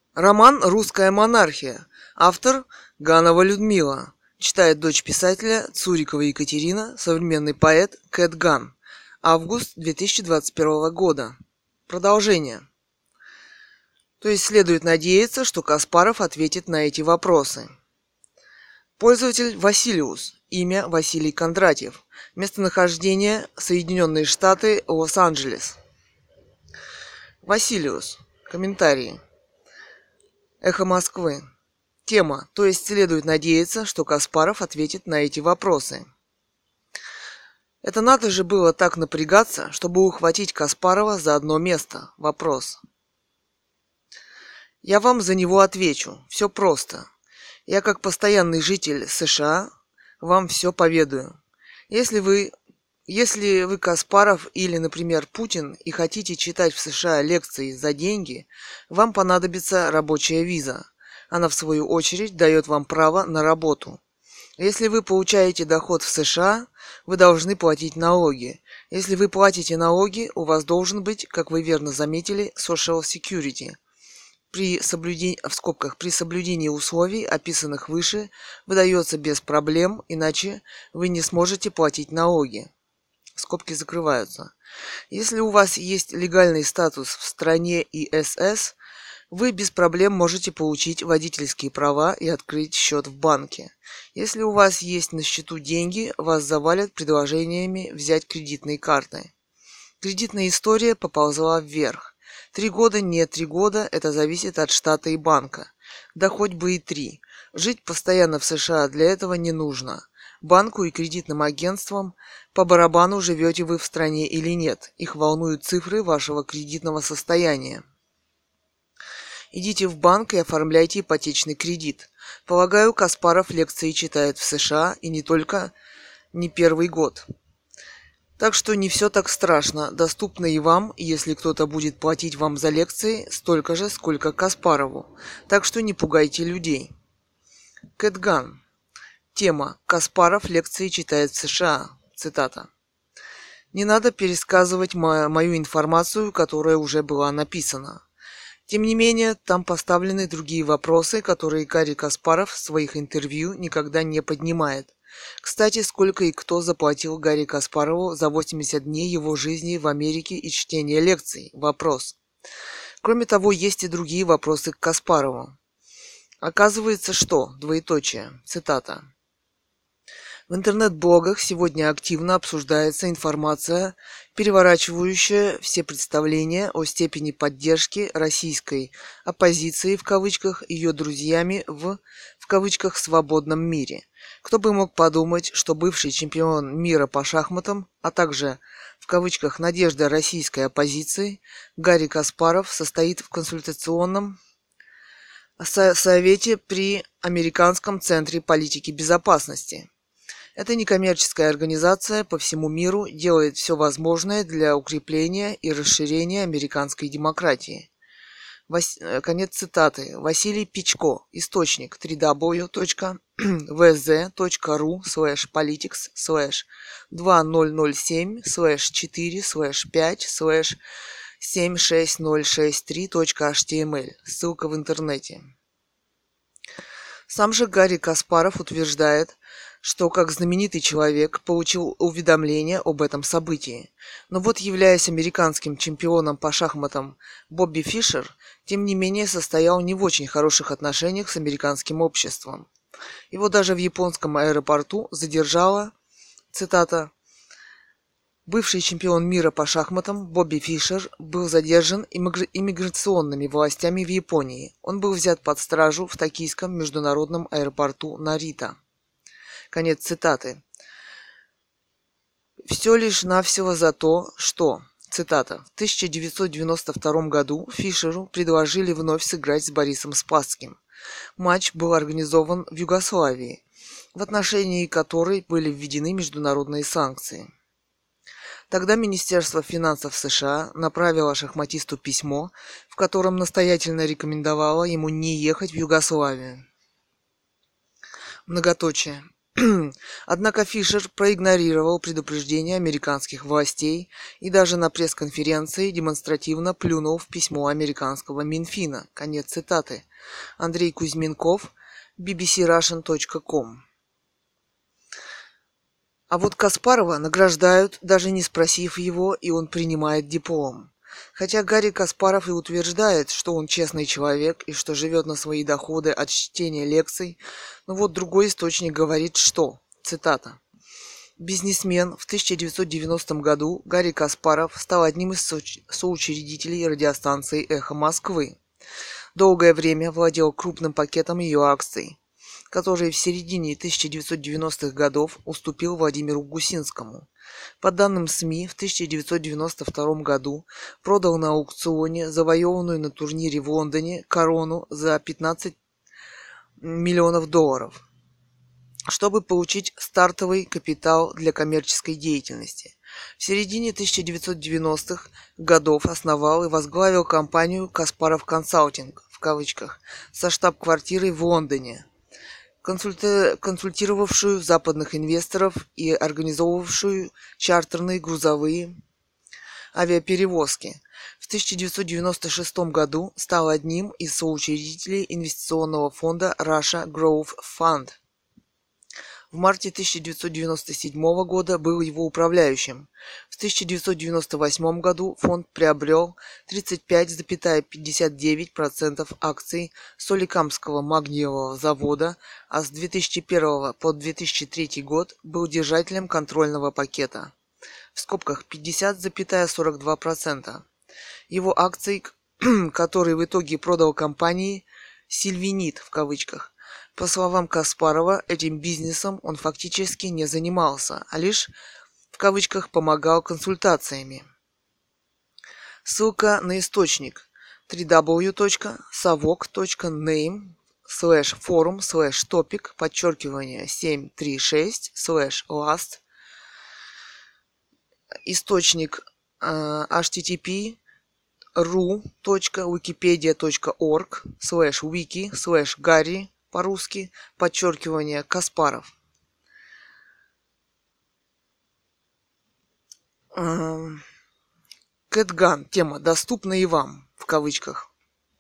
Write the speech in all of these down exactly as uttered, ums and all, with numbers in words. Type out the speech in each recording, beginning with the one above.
Роман «Русская монархия». Автор Ганова Людмила. Читает дочь писателя Цурикова Екатерина, современный поэт Кэт Ган. Август две тысячи двадцать первого года. Продолжение. То есть следует надеяться, что Каспаров ответит на эти вопросы. Пользователь Василиус. Имя Василий Кондратьев. Местонахождение Соединенные Штаты, Лос-Анджелес. Василиус. Комментарии. Эхо Москвы. Тема. То есть следует надеяться, что Каспаров ответит на эти вопросы. Это надо же было так напрягаться, чтобы ухватить Каспарова за одно место. Вопрос. Я вам за него отвечу. Все просто. Я, как постоянный житель США, вам все поведаю. Если вы, если вы Каспаров или, например, Путин и хотите читать в США лекции за деньги, вам понадобится рабочая виза. Она, в свою очередь, дает вам право на работу. Если вы получаете доход в США, вы должны платить налоги. Если вы платите налоги, у вас должен быть, как вы верно заметили, Social Security. При соблюдении, в скобках, при соблюдении условий, описанных выше, выдается без проблем, иначе вы не сможете платить налоги. Скобки закрываются. Если у вас есть легальный статус в стране И С С, вы без проблем можете получить водительские права и открыть счет в банке. Если у вас есть на счету деньги, вас завалят предложениями взять кредитные карты. Кредитная история поползла вверх. Три года, не три года, это зависит от штата и банка. Да хоть бы и три. Жить постоянно в США для этого не нужно. Банку и кредитным агентствам по барабану, живете вы в стране или нет. Их волнуют цифры вашего кредитного состояния. Идите в банк и оформляйте ипотечный кредит. Полагаю, Каспаров лекции читает в США и не только не первый год. Так что не все так страшно. Доступно и вам, если кто-то будет платить вам за лекции, столько же, сколько Каспарову. Так что не пугайте людей. Кэт Ган. Тема. Каспаров лекции читает в США. Цитата. Не надо пересказывать мо- мою информацию, которая уже была написана. Тем не менее, там поставлены другие вопросы, которые Гарри Каспаров в своих интервью никогда не поднимает. Кстати, сколько и кто заплатил Гарри Каспарову за восемьдесят дней его жизни в Америке и чтения лекций? Вопрос. Кроме того, есть и другие вопросы к Каспарову. Оказывается, что, двоеточие, цитата. В интернет-блогах сегодня активно обсуждается информация, переворачивающая все представления о степени поддержки российской оппозиции в кавычках ее друзьями в в кавычках свободном мире. Кто бы мог подумать, что бывший чемпион мира по шахматам, а также в кавычках надежда российской оппозиции Гарри Каспаров состоит в консультационном совете при Американском центре политики безопасности. Эта некоммерческая организация по всему миру делает все возможное для укрепления и расширения американской демократии. Вас... Конец цитаты. Василий Пичко. Источник дабл ю дабл ю дабл ю точка ви зет точка ру слэш политикс слэш две тысячи семь слэш четыре слэш пять слэш семь шесть ноль шесть три точка эйч ти эм эль. Ссылка в интернете. Сам же Гарри Каспаров утверждает, что как знаменитый человек получил уведомление об этом событии. Но вот, являясь американским чемпионом по шахматам Бобби Фишер, тем не менее состоял не в очень хороших отношениях с американским обществом. Его даже в японском аэропорту задержала, цитата, «Бывший чемпион мира по шахматам Бобби Фишер был задержан иммиграционными властями в Японии. Он был взят под стражу в токийском международном аэропорту Нарита». Конец цитаты. Все лишь навсего за то, что, цитата, в тысяча девятьсот девяносто втором году Фишеру предложили вновь сыграть с Борисом Спасским. Матч был организован в Югославии, в отношении которой были введены международные санкции. Тогда Министерство финансов США направило шахматисту письмо, в котором настоятельно рекомендовало ему не ехать в Югославию. Многоточие. Однако Фишер проигнорировал предупреждение американских властей и даже на пресс-конференции демонстративно плюнул в письмо американского Минфина. Конец цитаты. Андрей Кузьменков, би би си Russian точка ком. А вот Каспарова награждают, даже не спросив его, и он принимает диплом. Хотя Гарри Каспаров и утверждает, что он честный человек и что живет на свои доходы от чтения лекций, но вот другой источник говорит, что, цитата, «Бизнесмен в тысяча девятьсот девяностом году Гарри Каспаров стал одним из соучредителей радиостанции «Эхо Москвы». Долгое время владел крупным пакетом ее акций, который в середине тысяча девятьсот девяностых годов уступил Владимиру Гусинскому. По данным СМИ, в тысяча девятьсот девяносто втором году продал на аукционе завоеванную на турнире в Лондоне корону за пятнадцать миллионов долларов, чтобы получить стартовый капитал для коммерческой деятельности. В середине тысяча девятьсот девяностых годов основал и возглавил компанию «Каспаров Консалтинг» в кавычках со штаб-квартирой в Лондоне, консульти- консультировавшую западных инвесторов и организовывавшую чартерные грузовые авиаперевозки. В тысяча девятьсот девяносто шестом году стал одним из соучредителей инвестиционного фонда Russia Growth Fund. В марте тысяча девятьсот девяносто седьмого года был его управляющим. В тысяча девятьсот девяносто восьмом году фонд приобрел тридцать пять целых пятьдесят девять сотых процента акций Соликамского магниевого завода, а с две тысячи первого по две тысячи третий год был держателем контрольного пакета, в скобках пятьдесят целых сорок два сотых процента. Его акции, которые в итоге продал компании «Сильвинит» в кавычках. По словам Каспарова, этим бизнесом он фактически не занимался, а лишь в кавычках помогал консультациями. Ссылка на источник дабл ю дабл ю дабл ю точка совок точка нейм слэш форум слэш топик подчеркивание семь три шесть слэш ласт. Источник эйч ти ти пи ру точка википедия точка орг слэш вики слэш гарри по-русски, подчеркивание, Каспаров. Кэтган. Тема «Доступна и вам», в кавычках.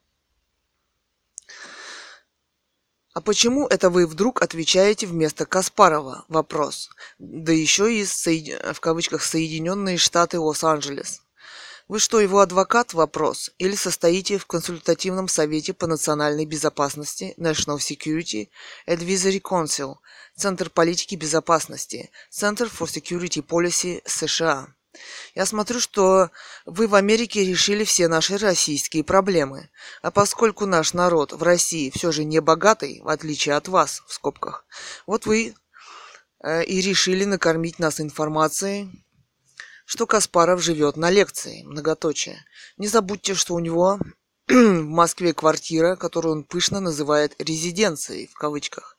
А почему это вы вдруг отвечаете вместо Каспарова? Вопрос. Да еще и, в кавычках, Соединенные Штаты Лос-Анджелес. Вы что, его адвокат? Вопрос. Или состоите в консультативном совете по национальной безопасности National Security Advisory Council, Центр политики безопасности, Center for Security Policy США. Я смотрю, что вы в Америке решили все наши российские проблемы. А поскольку наш народ в России все же не богатый, в отличие от вас, в скобках, вот вы э, и решили накормить нас информацией, что Каспаров живет на лекции, многоточие. Не забудьте, что у него в Москве квартира, которую он пышно называет резиденцией, в кавычках.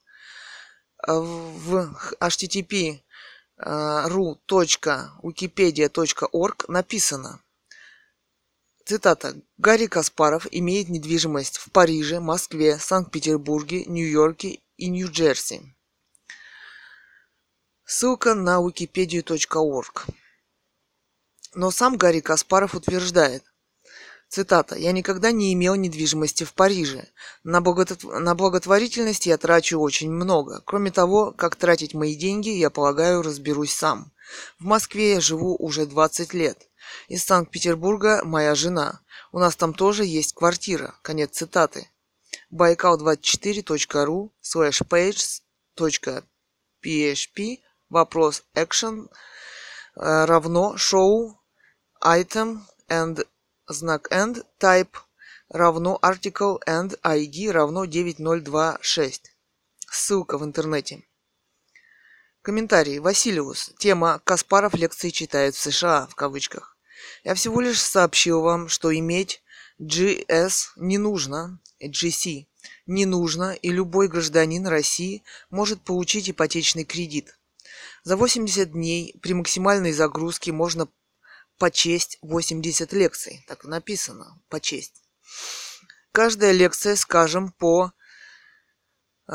В эйч ти ти пи ру точка википедия точка орг написано, цитата, «Гарри Каспаров имеет недвижимость в Париже, Москве, Санкт-Петербурге, Нью-Йорке и Нью-Джерси». Ссылка на википедия точка орг. Но сам Гарри Каспаров утверждает, цитата, «Я никогда не имел недвижимости в Париже. На, благот... на благотворительность я трачу очень много. Кроме того, как тратить мои деньги, я полагаю, разберусь сам. В Москве я живу уже двадцать лет. Из Санкт-Петербурга моя жена. У нас там тоже есть квартира». Конец цитаты. байкал двадцать четыре точка ру слэш pages точка пи эйч пи вопрос action равно шоу item and знак and type равно article and ай ди равно девять ноль два шесть. Ссылка в интернете. Комментарий. Василиус. Тема «Каспаров лекции читает в США» в кавычках. Я всего лишь сообщил вам, что иметь джи эс не нужно, джи си не нужно, и любой гражданин России может получить ипотечный кредит. За восемьдесят дней при максимальной загрузке можно почесть восемьдесят лекций. Так написано. Почесть. Каждая лекция, скажем, по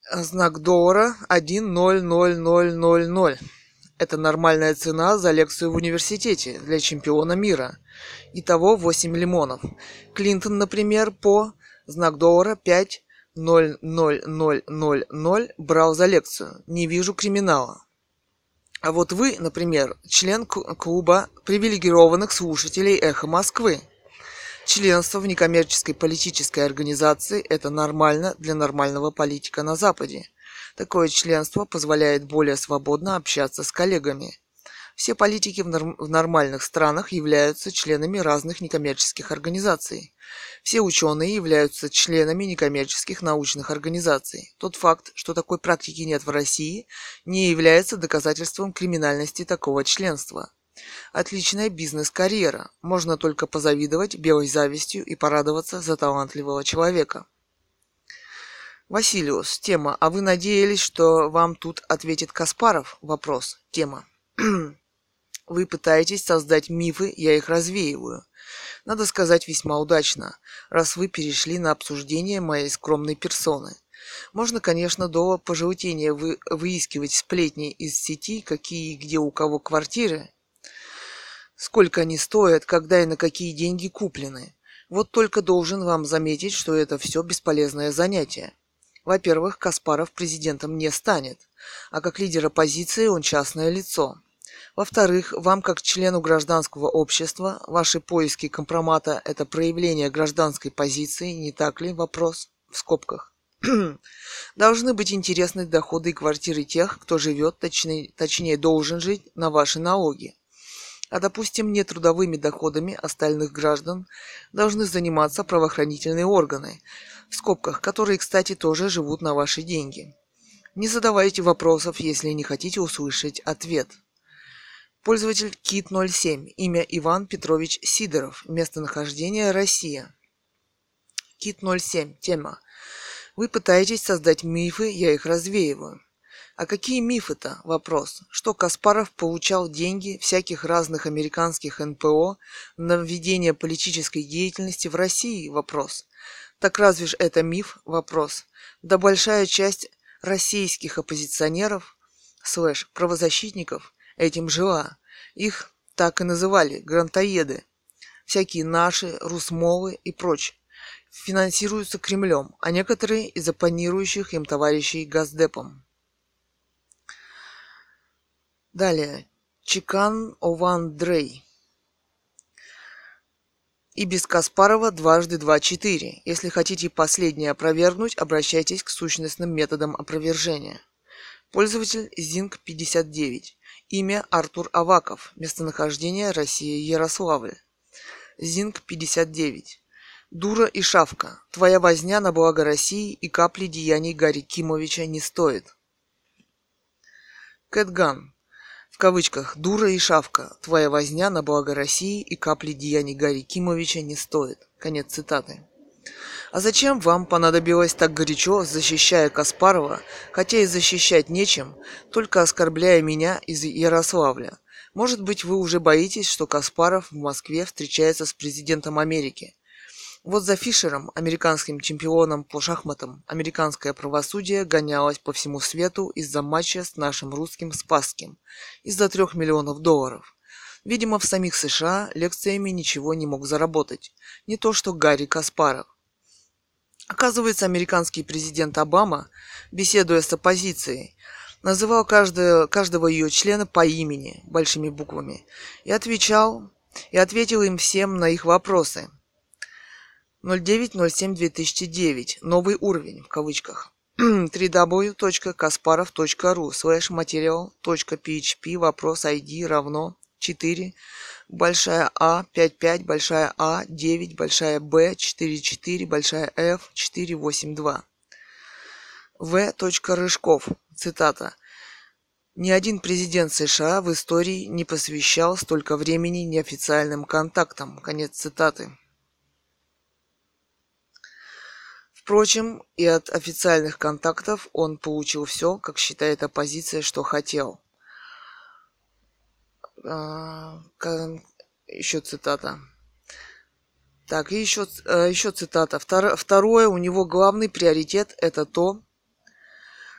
Знак доллара один ноль ноль ноль ноль ноль. Это нормальная цена за лекцию в университете для чемпиона мира. Итого восемь лимонов. Клинтон, например, по знак доллара пять ноль ноль ноль ноль ноль брал за лекцию. Не вижу криминала. А вот вы, например, член клуба привилегированных слушателей «Эхо Москвы». Членство в некоммерческой политической организации – это нормально для нормального политика на Западе. Такое членство позволяет более свободно общаться с коллегами. Все политики в, норм- в нормальных странах являются членами разных некоммерческих организаций. Все ученые являются членами некоммерческих научных организаций. Тот факт, что такой практики нет в России, не является доказательством криминальности такого членства. Отличная бизнес-карьера. Можно только позавидовать белой завистью и порадоваться за талантливого человека. Василиус. Тема. А вы надеялись, что вам тут ответит Каспаров? Вопрос. Тема. Вы пытаетесь создать мифы, я их развеиваю. Надо сказать, весьма удачно, раз вы перешли на обсуждение моей скромной персоны. Можно, конечно, до пожелтения вы, выискивать сплетни из сети, какие и где у кого квартиры, сколько они стоят, когда и на какие деньги куплены. Вот только должен вам заметить, что это все бесполезное занятие. Во-первых, Каспаров президентом не станет, а как лидер оппозиции он частное лицо. Во-вторых, вам, как члену гражданского общества, ваши поиски компромата – это проявление гражданской позиции, не так ли? Вопрос в скобках. Должны быть интересны доходы и квартиры тех, кто живет, точнее, точнее должен жить на ваши налоги. А, допустим, нетрудовыми доходами остальных граждан должны заниматься правоохранительные органы, в скобках, которые, кстати, тоже живут на ваши деньги. Не задавайте вопросов, если не хотите услышать ответ. Пользователь Кит ноль семь. Имя Иван Петрович Сидоров. Местонахождение Россия. Кит ноль семь. Тема. Вы пытаетесь создать мифы, я их развеиваю. А какие мифы-то? Вопрос. Что Каспаров получал деньги всяких разных американских эн пэ о на ведение политической деятельности в России? Вопрос. Так разве ж это миф? Вопрос. Да большая часть российских оппозиционеров, слэш, правозащитников, этим жила. Их так и называли грантоеды. Всякие наши, русмолы и прочь. Финансируются Кремлем, а некоторые из оппонирующих им товарищей Газдепом. Далее. Чикан Ован Дрей. И без Каспарова дважды два четыре. Если хотите последнее опровергнуть, обращайтесь к сущностным методам опровержения. Пользователь Зинг пятьдесят девять. Имя Артур Аваков. Местонахождение Россия Ярославль. Зинг пятьдесят девять. Дура и шавка. Твоя возня на благо России и капли деяний Гарри Кимовича не стоит. Кэтган. В кавычках, дура и шавка. Твоя возня на благо России и капли деяний Гарри Кимовича не стоит. Конец цитаты. А зачем вам понадобилось так горячо, защищая Каспарова, хотя и защищать нечем, только оскорбляя меня из Ярославля? Может быть, вы уже боитесь, что Каспаров в Москве встречается с президентом Америки? Вот за Фишером, американским чемпионом по шахматам, американское правосудие гонялось по всему свету из-за матча с нашим русским Спасским, из-за трех миллионов долларов. Видимо, в самих США лекциями ничего не мог заработать, не то что Гарри Каспаров. Оказывается, американский президент Обама, беседуя с оппозицией, называл каждого, каждого ее члена по имени, большими буквами, и отвечал, и ответил им всем на их вопросы. ноль девять ноль семь две тысячи девять. Новый уровень, в кавычках. дабл ю дабл ю дабл ю точка каспаров точка ру слэш материал точка пи эйч пи вопрос ай ди равно четыре большая А пять пять большая А девять большая Б четыре четыре большая Ф четыре восемь два. В. Рыжков. Цитата. Ни один президент США в истории не посвящал столько времени неофициальным контактам. Конец цитаты. Впрочем, и от официальных контактов он получил все, как считает оппозиция, что хотел. А, еще цитата. Так, и еще, еще цитата. Второе, у него главный приоритет – это то,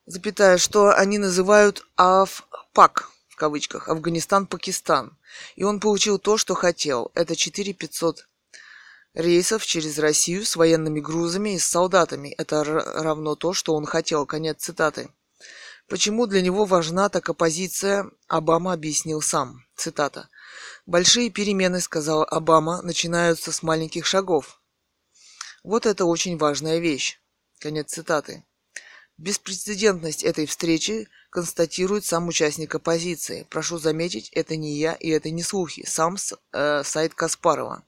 запятая, что они называют АФПАК, в кавычках, Афганистан-Пакистан. И он получил то, что хотел. Это четыре тысячи пятьсот рейсов через Россию с военными грузами и с солдатами. Это равно то, что он хотел. Конец цитаты. Почему для него важна так оппозиция, Обама объяснил сам. Цитата. «Большие перемены, — сказал Обама, — начинаются с маленьких шагов. Вот это очень важная вещь». Конец цитаты. Беспрецедентность этой встречи констатирует сам участник оппозиции. Прошу заметить, это не я и это не слухи. Сам э, сайт Каспарова.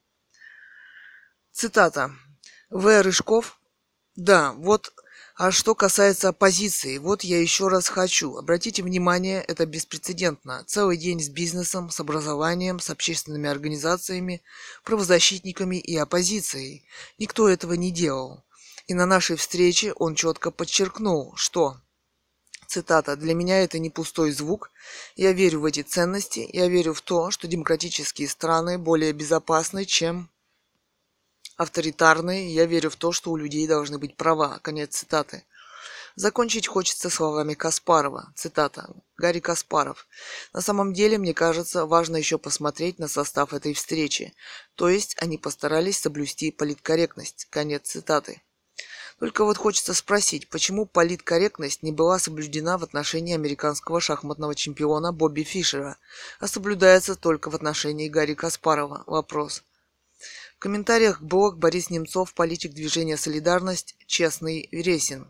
Цитата. В. Рыжков. Да, вот. А что касается оппозиции, вот я еще раз хочу. Обратите внимание, это беспрецедентно. Целый день с бизнесом, с образованием, с общественными организациями, правозащитниками и оппозицией. Никто этого не делал. И на нашей встрече он четко подчеркнул, что, цитата, «для меня это не пустой звук. Я верю в эти ценности. Я верю в то, что демократические страны более безопасны, чем авторитарные. Я верю в то, что у людей должны быть права». Конец цитаты. Закончить хочется словами Каспарова. Цитата. Гарри Каспаров. «На самом деле, мне кажется, важно еще посмотреть на состав этой встречи. То есть они постарались соблюсти политкорректность». Конец цитаты. Только вот хочется спросить, почему политкорректность не была соблюдена в отношении американского шахматного чемпиона Бобби Фишера, а соблюдается только в отношении Гарри Каспарова? Вопрос. В комментариях блог Борис Немцов, политик движения «Солидарность», честный Вересин.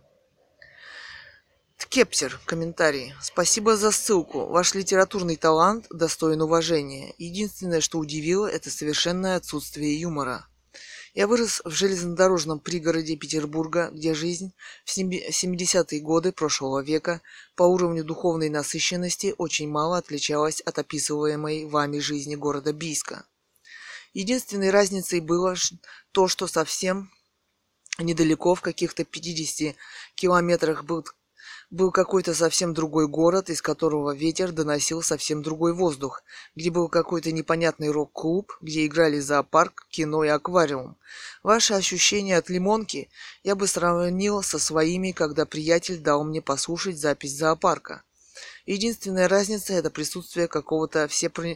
Ткепсер. Комментарий. Спасибо за ссылку. Ваш литературный талант достоин уважения. Единственное, что удивило, это совершенное отсутствие юмора. Я вырос в железнодорожном пригороде Петербурга, где жизнь в семидесятые годы прошлого века по уровню духовной насыщенности очень мало отличалась от описываемой вами жизни города Бийска. Единственной разницей было то, что совсем недалеко, в каких-то пятидесяти километрах, был Был какой-то совсем другой город, из которого ветер доносил совсем другой воздух, где был какой-то непонятный рок-клуб, где играли зоопарк, кино и аквариум. Ваши ощущения от Лимонки я бы сравнил со своими, когда приятель дал мне послушать запись зоопарка. Единственная разница – это присутствие какого-то всепри...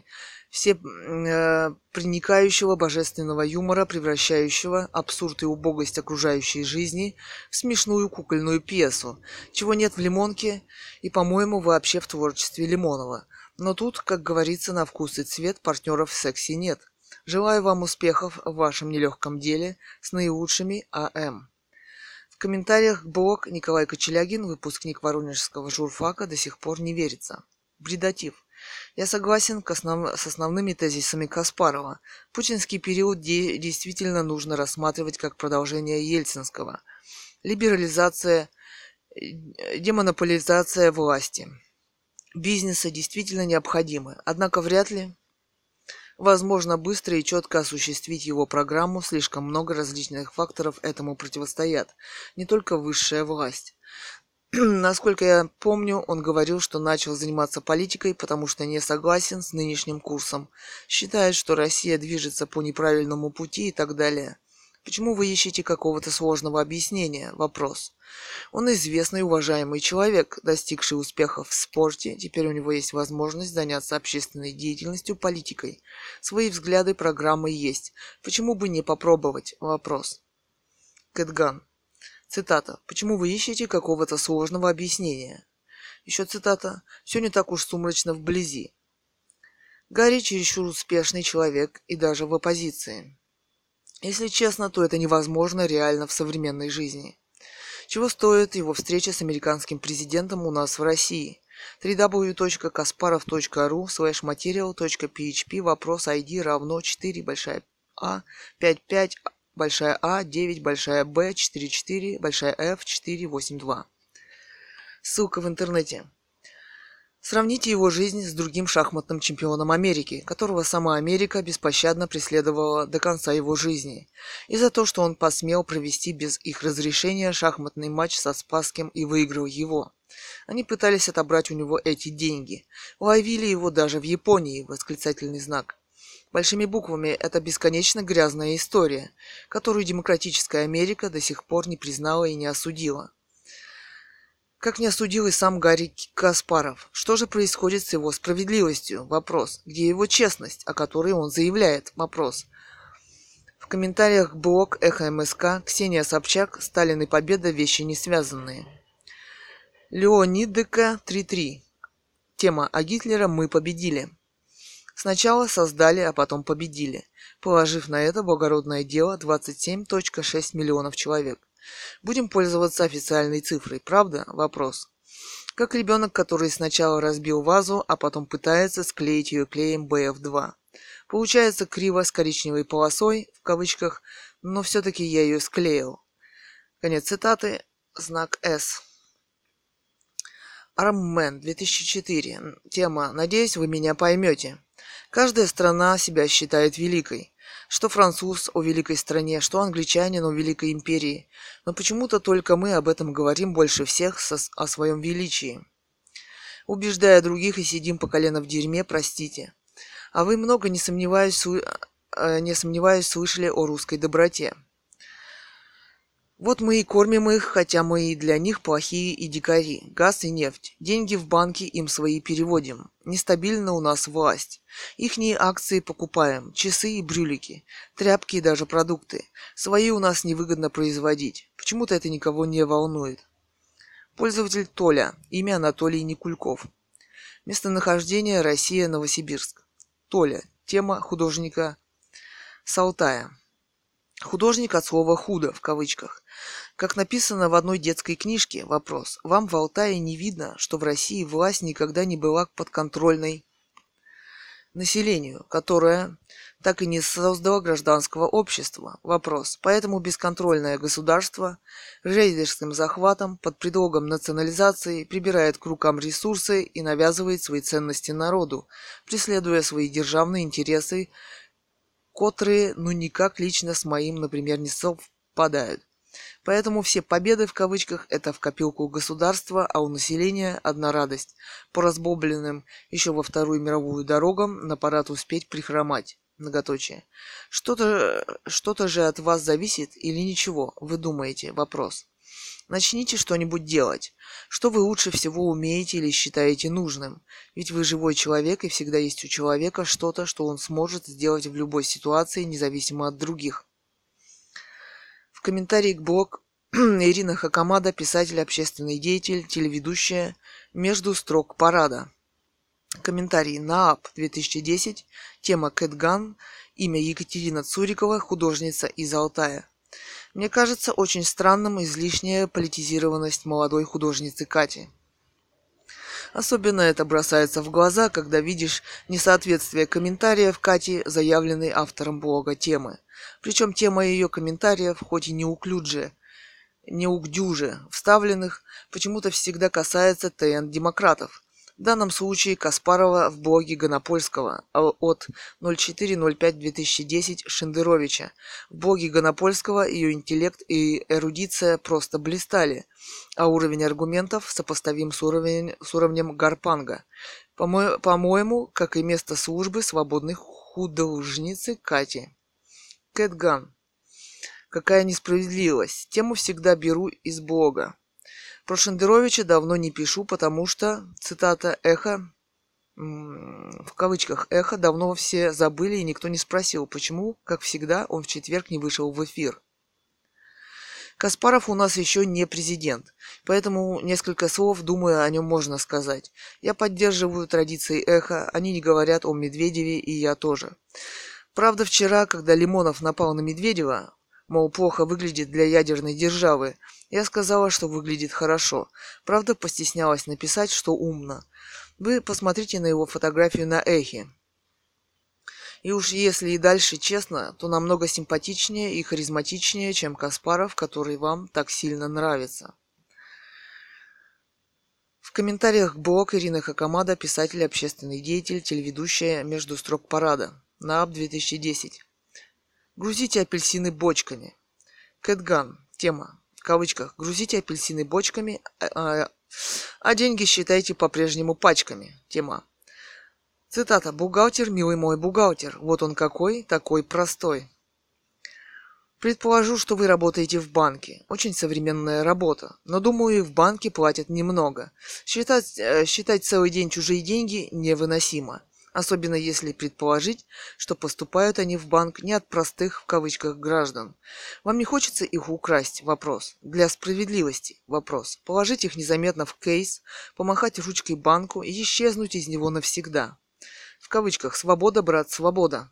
всепроникающего божественного юмора, превращающего абсурд и убогость окружающей жизни в смешную кукольную пьесу, чего нет в Лимонке и, по-моему, вообще в творчестве Лимонова. Но тут, как говорится, на вкус и цвет партнеров в сексе нет. Желаю вам успехов в вашем нелегком деле. С наилучшими, А.М. В комментариях блог Николай Кочелягин, выпускник Воронежского журфака, до сих пор не верится. Бредатив. Я согласен основ... с основными тезисами Каспарова. Путинский период де... действительно нужно рассматривать как продолжение ельцинского. Либерализация, демонополизация власти, бизнеса действительно необходимы, однако вряд ли возможно быстро и четко осуществить его программу, слишком много различных факторов этому противостоят, не только высшая власть. Насколько я помню, он говорил, что начал заниматься политикой, потому что не согласен с нынешним курсом, считает, что Россия движется по неправильному пути и так далее. Почему вы ищете какого-то сложного объяснения? Вопрос. Он известный и уважаемый человек, достигший успехов в спорте, теперь у него есть возможность заняться общественной деятельностью, политикой. Свои взгляды, программы есть. Почему бы не попробовать? Вопрос. Кэтган. Цитата. «Почему вы ищете какого-то сложного объяснения?» Еще цитата. «Все не так уж сумрачно вблизи». Гарри чересчур успешный человек и даже в оппозиции. Если честно, то это невозможно реально в современной жизни. Чего стоит его встреча с американским президентом у нас в России? дабл ю дабл ю дабл ю точка каспаров точка ру слэш материал точка пи эйч пи вопрос ай ди равно четыре большая А пять пять большая А девять большая Б четыре четыре большая Ф четыре восемь два. Ссылка в интернете. Сравните его жизнь с другим шахматным чемпионом Америки, которого сама Америка беспощадно преследовала до конца его жизни, и за то, что он посмел провести без их разрешения шахматный матч со Спасским и выиграл его. Они пытались отобрать у него эти деньги. Ловили его даже в Японии, восклицательный знак. Большими буквами это бесконечно грязная история, которую демократическая Америка до сих пор не признала и не осудила. Как не осудил и сам Гарри Каспаров. Что же происходит с его справедливостью? Вопрос. Где его честность, о которой он заявляет? Вопрос. В комментариях блог Эхо МСК Ксения Собчак. Сталин и победа – вещи не связанные. Леонидека тридцать три. Тема «А Гитлера мы победили». Сначала создали, а потом победили, положив на это благородное дело двадцать семь целых шесть миллионов человек. Будем пользоваться официальной цифрой, правда? Вопрос. Как ребенок, который сначала разбил вазу, а потом пытается склеить ее клеем бэ эф два. Получается криво с коричневой полосой, в кавычках, но все-таки я ее склеил. Конец цитаты. Знак С. Арммен, две тысячи четыре. Тема «Надеюсь, вы меня поймете». Каждая страна себя считает великой. Что француз о великой стране, что англичанин о великой империи. Но почему-то только мы об этом говорим больше всех со, о своем величии. Убеждая других и сидим по колено в дерьме, простите. А вы много, не сомневаюсь, не сомневаюсь, слышали о русской доброте. Вот мы и кормим их, хотя мы и для них плохие и дикари. Газ и нефть. Деньги в банке им свои переводим. Нестабильна у нас власть. Ихние акции покупаем. Часы и брюлики. Тряпки и даже продукты. Свои у нас невыгодно производить. Почему-то это никого не волнует. Пользователь Толя. Имя Анатолий Никульков. Местонахождение Россия, Новосибирск. Толя. Тема художника с Алтая. Художник от слова «худо» в кавычках. Как написано в одной детской книжке, вопрос. Вам в Алтае не видно, что в России власть никогда не была подконтрольной населению, которое так и не создало гражданского общества? Вопрос. Поэтому бесконтрольное государство рейдерским захватом под предлогом национализации прибирает к рукам ресурсы и навязывает свои ценности народу, преследуя свои державные интересы, которые, ну никак лично с моим, например, не совпадают. Поэтому все победы в кавычках это в копилку государства, а у населения одна радость. По разбомбленным еще во Вторую мировую дорогам на парад успеть прихромать. Многоточие. Что-то, что-то же от вас зависит или ничего, вы думаете? Вопрос. Начните что-нибудь делать. Что вы лучше всего умеете или считаете нужным? Ведь вы живой человек, и всегда есть у человека что-то, что он сможет сделать в любой ситуации, независимо от других. В комментарии к блог Ирина Хакамада, писатель, общественный деятель, телеведущая, между строк парада. Комментарий НААП две тысячи десять, тема Кэтган, имя Екатерина Цурикова, художница из Алтая. Мне кажется очень странным излишняя политизированность молодой художницы Кати. Особенно это бросается в глаза, когда видишь несоответствие комментариев Кати, заявленной автором блога темы. Причем тема ее комментариев, хоть и неуклюже, неугдюже вставленных, почему-то всегда касается ТН-демократов. В данном случае Каспарова в блоге Гонопольского от ноль четыре ноль пять две тысячи десять Шендеровича. В блоге Гонопольского ее интеллект и эрудиция просто блистали, а уровень аргументов сопоставим с, уровень, с уровнем Гарпанга. По-мо- по-моему, как и место службы свободной художницы Кати. Кэтган. Какая несправедливость. Тему всегда беру из блога. Про Шендеровича давно не пишу, потому что, цитата, «Эхо», в кавычках, «Эхо» давно все забыли, и никто не спросил, почему, как всегда, он в четверг не вышел в эфир. Каспаров у нас еще не президент, поэтому несколько слов, думаю, о нем можно сказать. Я поддерживаю традиции «Эхо», они не говорят о Медведеве, и я тоже. Правда, вчера, когда Лимонов напал на Медведева, мол, плохо выглядит для ядерной державы, я сказала, что выглядит хорошо. Правда, постеснялась написать, что умно. Вы посмотрите на его фотографию на Эхе. И уж если и дальше честно, то намного симпатичнее и харизматичнее, чем Каспаров, который вам так сильно нравится. В комментариях блог Ирина Хакамада, писатель, общественный деятель, телеведущая, между строк парада. НААП две тысячи десять. Грузите апельсины бочками. Кэтган. Тема. В кавычках. Грузите апельсины бочками, а, а деньги считайте по-прежнему пачками. Тема. Цитата. Бухгалтер, милый мой бухгалтер. Вот он какой, такой простой. Предположу, что вы работаете в банке. Очень современная работа. Но, думаю, и в банке платят немного. Считать, э, считать целый день чужие деньги невыносимо. Особенно если предположить, что поступают они в банк не от простых, в кавычках, граждан. Вам не хочется их украсть? Вопрос. Для справедливости? Вопрос. Положить их незаметно в кейс, помахать ручкой банку и исчезнуть из него навсегда. В кавычках «свобода, брат, свобода».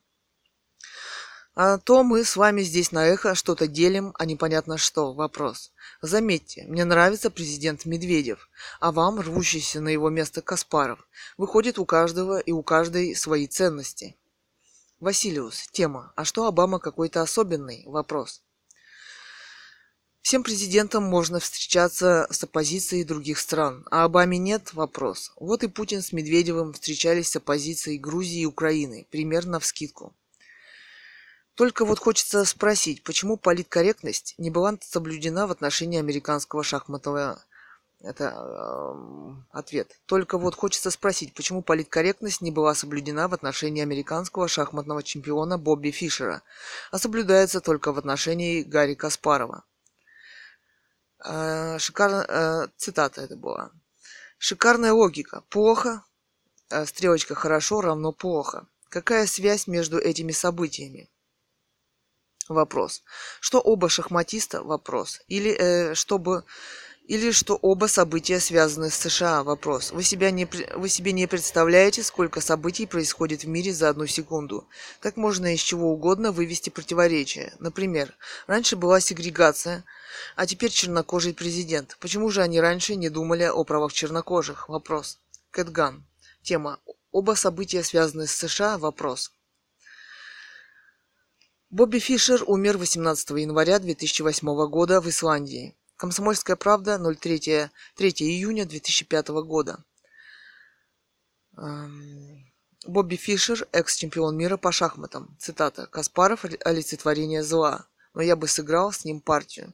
А то мы с вами здесь на эхо что-то делим, а непонятно что. Вопрос. Заметьте, мне нравится президент Медведев, а вам рвущийся на его место Каспаров. Выходит, у каждого и у каждой свои ценности. Василиус. Тема. А что Обама какой-то особенный? Вопрос. Всем президентам можно встречаться с оппозицией других стран, а Обаме нет? Вопрос. Вот и Путин с Медведевым встречались с оппозицией Грузии и Украины, примерно навскидку. Только вот хочется спросить, почему политкорректность не была соблюдена в отношении американского шахматного... Это э, ответ. Только вот хочется спросить, почему политкорректность не была соблюдена в отношении американского шахматного чемпиона Бобби Фишера, а соблюдается только в отношении Гарри Каспарова. Э, шикарно... Э, цитата это была. Шикарная логика. Плохо, э, стрелочка хорошо равно плохо. Какая связь между этими событиями? Вопрос. Что оба шахматиста? Вопрос. Или э, чтобы... Или что оба события связаны с США? Вопрос. Вы, себя не, вы себе не представляете, сколько событий происходит в мире за одну секунду. Так можно из чего угодно вывести противоречия. Например, раньше была сегрегация, а теперь чернокожий президент. Почему же они раньше не думали о правах чернокожих? Вопрос. Кэтган. Тема. Оба события связаны с США? Вопрос. Бобби Фишер умер восемнадцатого января две тысячи восьмого года в Исландии. Комсомольская правда, третьего июня две тысячи пятого года. Бобби Фишер, экс-чемпион мира по шахматам. Цитата. Каспаров – олицетворение зла, но я бы сыграл с ним партию.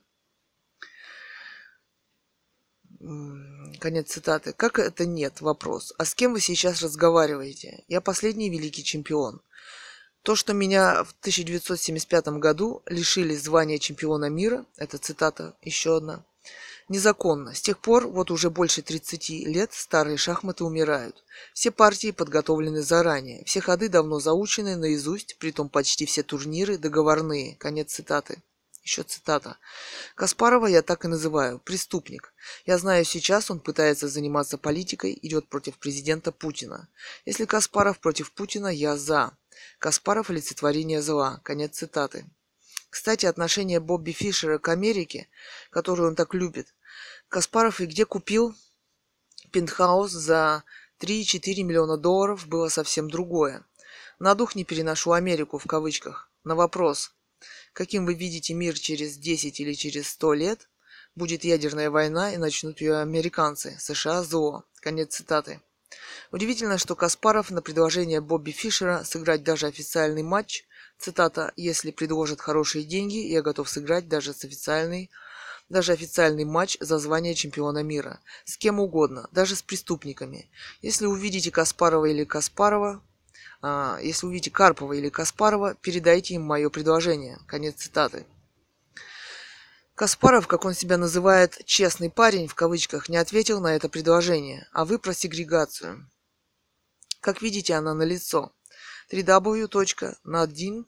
Конец цитаты. Как это нет? Вопрос. А с кем вы сейчас разговариваете? Я последний великий чемпион. То, что меня в тысяча девятьсот семьдесят пятом году лишили звания чемпиона мира, это цитата еще одна, незаконно. С тех пор, вот уже больше тридцати лет, старые шахматы умирают. Все партии подготовлены заранее, все ходы давно заучены наизусть, притом почти все турниры договорные. Конец цитаты. Еще цитата. Каспарова я так и называю. Преступник. Я знаю, сейчас он пытается заниматься политикой, идет против президента Путина. Если Каспаров против Путина, я за. Каспаров – олицетворение зла. Конец цитаты. Кстати, отношение Бобби Фишера к Америке, которую он так любит. Каспаров и где купил пентхаус за три-четыре миллиона долларов, было совсем другое. На дух не переношу Америку, в кавычках. На вопрос, каким вы видите мир через десять или через сто лет, будет ядерная война и начнут ее американцы. США – зло. Конец цитаты. Удивительно, что Каспаров на предложение Бобби Фишера сыграть даже официальный матч, цитата, «если предложат хорошие деньги, я готов сыграть даже с официальный, даже официальный матч за звание чемпиона мира. С кем угодно, даже с преступниками. Если увидите Каспарова или Каспарова, а, если увидите Карпова или Каспарова, передайте им мое предложение». Конец цитаты. Каспаров, как он себя называет, честный парень, в кавычках, не ответил на это предложение. А вы про сегрегацию. Как видите, она налицо. дабл ю дабл ю дабл ю точка надин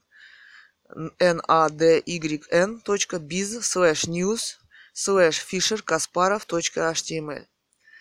точка биз слэш ньюс слэш фишер каспаров точка эйч ти эм эль.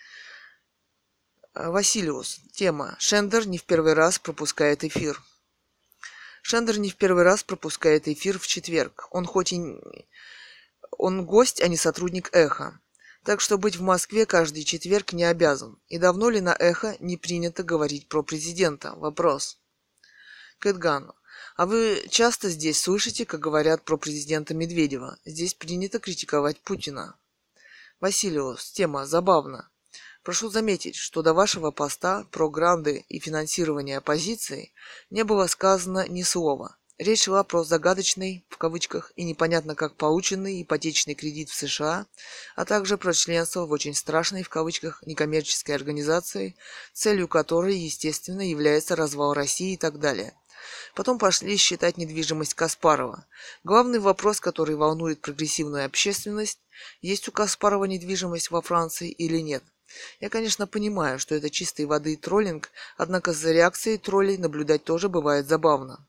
Василиус. Тема. Шендер не в первый раз пропускает эфир. Шендер не в первый раз пропускает эфир в четверг. Он хоть и... Он гость, а не сотрудник Эхо. Так что быть в Москве каждый четверг не обязан. И давно ли на Эхо не принято говорить про президента? Вопрос. Кэтган. А вы часто здесь слышите, как говорят про президента Медведева? Здесь принято критиковать Путина. Василиус. Тема. Забавно. Прошу заметить, что до вашего поста про гранды и финансирование оппозиции не было сказано ни слова. Речь шла про загадочный, в кавычках, и непонятно как полученный ипотечный кредит в США, а также про членство в очень страшной, в кавычках, некоммерческой организации, целью которой, естественно, является развал России и так далее. Потом пошли считать недвижимость Каспарова. Главный вопрос, который волнует прогрессивную общественность, есть у Каспарова недвижимость во Франции или нет. Я, конечно, понимаю, что это чистой воды троллинг, однако за реакцией троллей наблюдать тоже бывает забавно.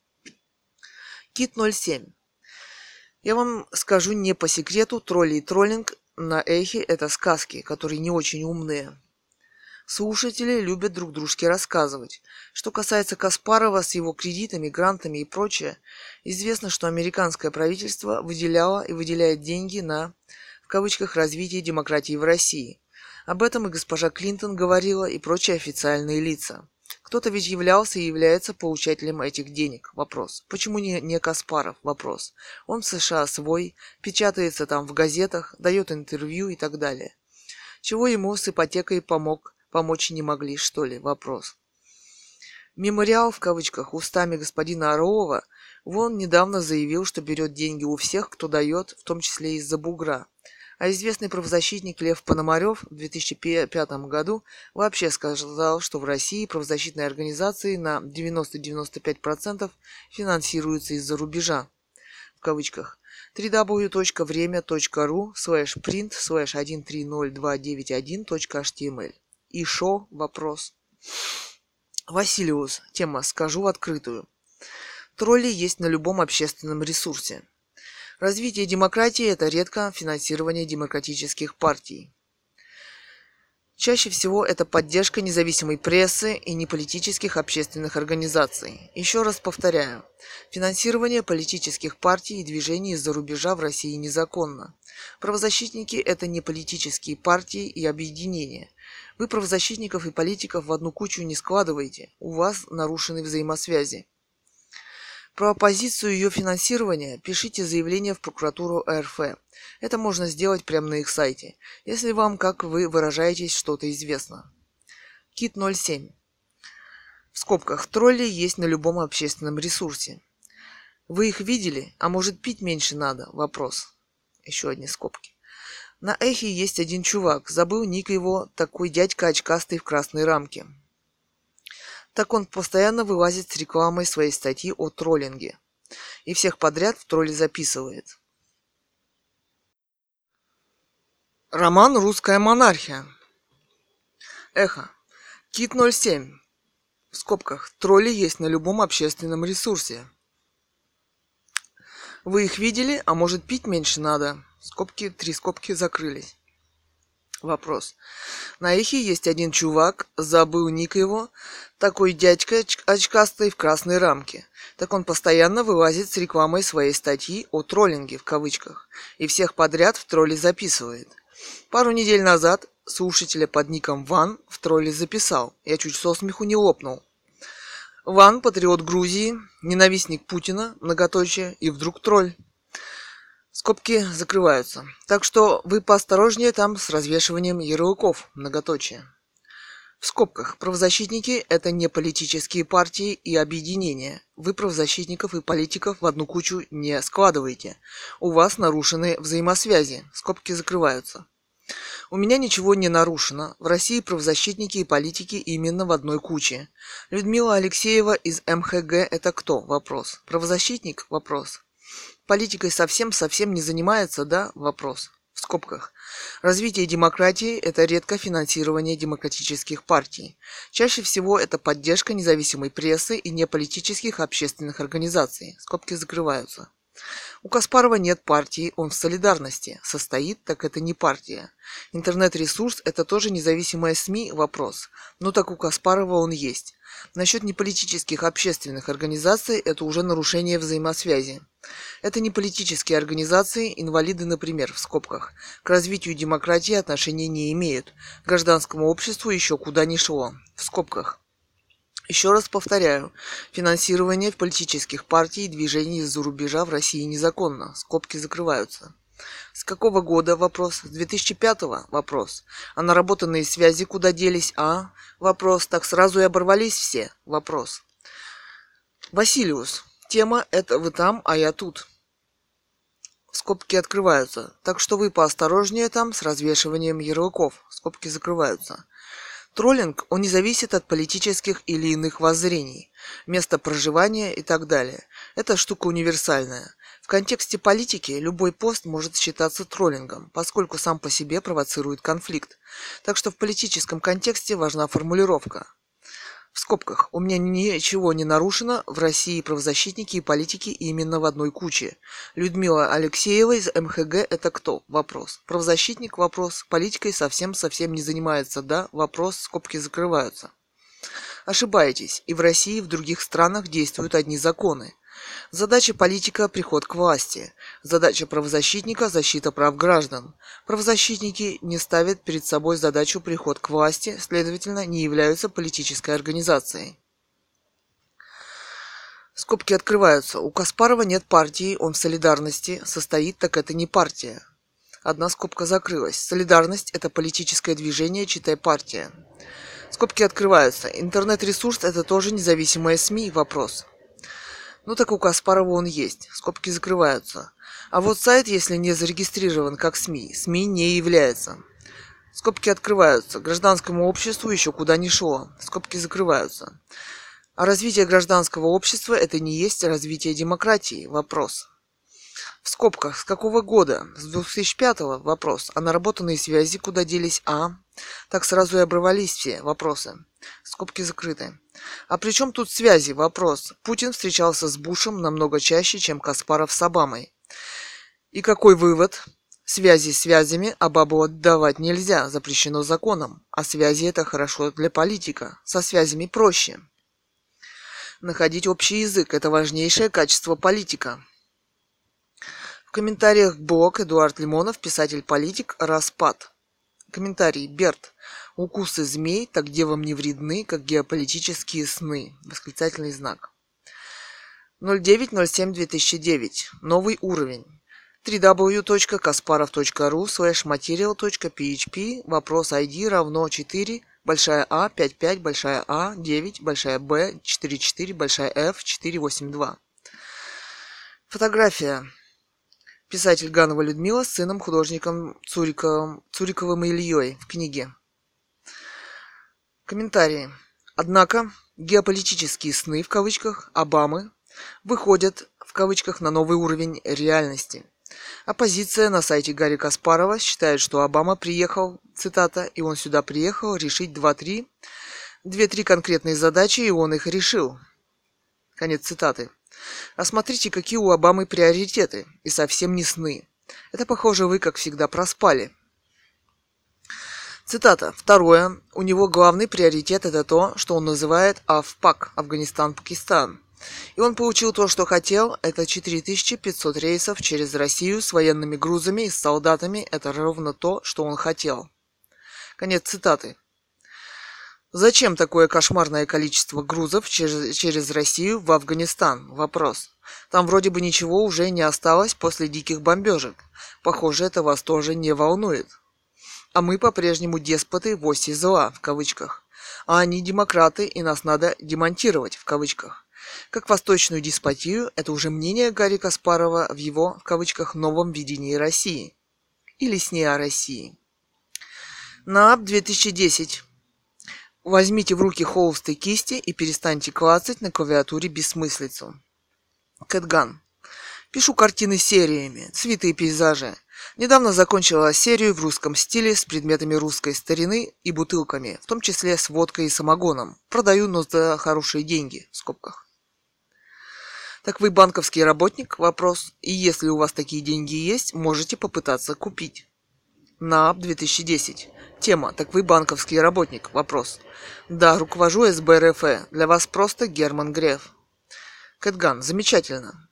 Кит ноль семь. Я вам скажу не по секрету, тролли и троллинг на эхе – это сказки, которые не очень умные. Слушатели любят друг дружке рассказывать. Что касается Каспарова с его кредитами, грантами и прочее, известно, что американское правительство выделяло и выделяет деньги на, в кавычках, развитие демократии в России. Об этом и госпожа Клинтон говорила, и прочие официальные лица. Кто-то ведь являлся и является получателем этих денег. Вопрос. Почему не, не Каспаров? Вопрос. Он в США свой, печатается там в газетах, дает интервью и так далее. Чего ему с ипотекой помог? Помочь не могли, что ли? Вопрос. Мемориал, в кавычках, устами господина Орлова, вон недавно заявил, что берет деньги у всех, кто дает, в том числе из-за бугра. А известный правозащитник Лев Пономарев в две тысячи пятом году вообще сказал, что в России правозащитные организации на девяносто-девяносто пять процентов финансируются из-за рубежа. В кавычках. дабл ю дабл ю дабл ю точка время точка ру слэш принт слэш один три ноль два девять один точка эйч ти эм эль. И шо? Вопрос. Василиус. Тема «Скажу в открытую». Тролли есть на любом общественном ресурсе. Развитие демократии – это редко финансирование демократических партий. Чаще всего это поддержка независимой прессы и неполитических общественных организаций. Еще раз повторяю, финансирование политических партий и движений из-за рубежа в России незаконно. Правозащитники – это не политические партии и объединения. Вы правозащитников и политиков в одну кучу не складываете, у вас нарушены взаимосвязи. Про оппозицию и ее финансирование пишите заявление в прокуратуру эр эф. Это можно сделать прямо на их сайте, если вам, как вы выражаетесь, что-то известно. Кит ноль семь. В скобках. Тролли есть на любом общественном ресурсе. Вы их видели? А может, пить меньше надо? Вопрос. Еще одни скобки. На эхе есть один чувак, забыл ник его, такой дядька очкастый в красной рамке. Так он постоянно вылазит с рекламой своей статьи о троллинге. И всех подряд в тролли записывает. Роман «Русская монархия». Эхо. Кит ноль семь. В скобках. Тролли есть на любом общественном ресурсе. Вы их видели? А может, пить меньше надо? Скобки, три скобки закрылись. Вопрос. На эхе есть один чувак, забыл ник его, такой дядька очкастый в красной рамке. Так он постоянно вылазит с рекламой своей статьи о троллинге, в кавычках, и всех подряд в тролли записывает. Пару недель назад слушателя под ником Ван в тролли записал. Я чуть со смеху не лопнул. Ван, патриот Грузии, ненавистник Путина, многоточие, и вдруг тролль. Скобки закрываются. Так что вы поосторожнее там с развешиванием ярлыков, многоточие. В скобках. Правозащитники – это не политические партии и объединения. Вы правозащитников и политиков в одну кучу не складываете. У вас нарушены взаимосвязи. Скобки закрываются. У меня ничего не нарушено. В России правозащитники и политики именно в одной куче. Людмила Алексеева из эм ха гэ – это кто? Вопрос. Правозащитник? Вопрос. Политикой совсем-совсем не занимается, да? Вопрос. В скобках. Развитие демократии – это редко финансирование демократических партий. Чаще всего это поддержка независимой прессы и неполитических общественных организаций. Скобки закрываются. У Каспарова нет партии, он в солидарности. Состоит, так это не партия. Интернет-ресурс – это тоже независимая СМИ? Вопрос. Ну так у Каспарова он есть. Насчет неполитических общественных организаций – это уже нарушение взаимосвязи. Это не политические организации, инвалиды, например, в скобках. К развитию демократии отношения не имеют. К гражданскому обществу еще куда ни шло. В скобках. Еще раз повторяю, финансирование политических партий и движений из-за рубежа в России незаконно. Скобки закрываются. С какого года? Вопрос. С две тысячи пятого? Вопрос. А наработанные связи куда делись? А? Вопрос. Так сразу и оборвались все? Вопрос. Василиус. Тема «Это вы там, а я тут». Скобки открываются. Так что вы поосторожнее там с развешиванием ярлыков. Скобки закрываются. Троллинг, он не зависит от политических или иных воззрений, места проживания и так далее. Это штука универсальная. В контексте политики любой пост может считаться троллингом, поскольку сам по себе провоцирует конфликт. Так что в политическом контексте важна формулировка. В скобках, у меня ничего не нарушено, в России правозащитники и политики именно в одной куче. Людмила Алексеева из эм ха гэ это кто? Вопрос. Правозащитник? Вопрос. Политикой совсем-совсем не занимается, да? Вопрос, скобки закрываются. Ошибаетесь, и в России, и в других странах действуют одни законы. Задача политика – приход к власти. Задача правозащитника – защита прав граждан. Правозащитники не ставят перед собой задачу приход к власти, следовательно, не являются политической организацией. Скобки открываются. У Каспарова нет партии, он в солидарности состоит, так это не партия. Одна скобка закрылась. Солидарность – это политическое движение, читай партия. Скобки открываются. Интернет-ресурс – это тоже независимые СМИ? Вопрос. Ну так у Каспарова он есть. Скобки закрываются. А вот сайт, если не зарегистрирован как СМИ, СМИ не является. Скобки открываются. Гражданскому обществу еще куда ни шло. Скобки закрываются. А развитие гражданского общества – это не есть развитие демократии? Вопрос. В скобках, с какого года? С две тысячи пятого? Вопрос. А наработанные связи куда делись? А? Так сразу и оборвались все вопросы. Скобки закрыты. А при чем тут связи? Вопрос. Путин встречался с Бушем намного чаще, чем Каспаров с Обамой. И какой вывод? Связи связями, а бабу отдавать нельзя, запрещено законом. А связи это хорошо для политика. Со связями проще. Находить общий язык – это важнейшее качество политика. В комментариях блог Эдуард Лимонов, писатель-политик, распад. Комментарий. Берт. Укусы змей так девам не вредны, как геополитические сны. Восклицательный знак. ноль девять ноль семь две тысячи девять. Новый уровень. дабл ю дабл ю дабл ю точка каспаров точка ру слэш материал точка пи эйч пи. Вопрос ай ди равно четыре, большая А, пять пять, большая А, девять, большая Б, четыре четыре, большая F, четыре восемь два. Фотография. Писатель Ганова Людмила с сыном художником Цуриковым, Цуриковым Ильей в книге. Комментарии. Однако геополитические сны в кавычках Обамы выходят в кавычках на новый уровень реальности. Оппозиция на сайте Гарри Каспарова считает, что Обама приехал, цитата, и он сюда приехал решить два-три, две-три конкретные задачи, и он их решил. Конец цитаты. А смотрите, какие у Обамы приоритеты, и совсем не сны. Это, похоже, вы, как всегда, проспали. Цитата. Второе. У него главный приоритет это то, что он называет АФПАК, Афганистан-Пакистан. И он получил то, что хотел, это четыре тысячи пятьсот рейсов через Россию с военными грузами и с солдатами, это ровно то, что он хотел. Конец цитаты. Зачем такое кошмарное количество грузов через, через Россию в Афганистан? Вопрос. Там вроде бы ничего уже не осталось после диких бомбежек. Похоже, это вас тоже не волнует. А мы по-прежнему деспоты в оси зла, в кавычках. А они демократы, и нас надо демонтировать, в кавычках. Как восточную деспотию, это уже мнение Гарри Каспарова в его, в кавычках, новом видении России. Или сне о России. НААП две тысячи десять. Возьмите в руки холст и кисти и перестаньте клацать на клавиатуре бессмыслицу. Кэтган. Пишу картины сериями, цветы и пейзажи. Недавно закончила серию в русском стиле с предметами русской старины и бутылками, в том числе с водкой и самогоном. Продаю, но за хорошие деньги, в скобках. Так вы банковский работник? Вопрос. И если у вас такие деньги есть, можете попытаться купить. НААП две тысячи десять. Тема. Так вы банковский работник? Вопрос. Да, руковожу эс бэ эр эф. Для вас просто Герман Греф. Кэтган. Замечательно.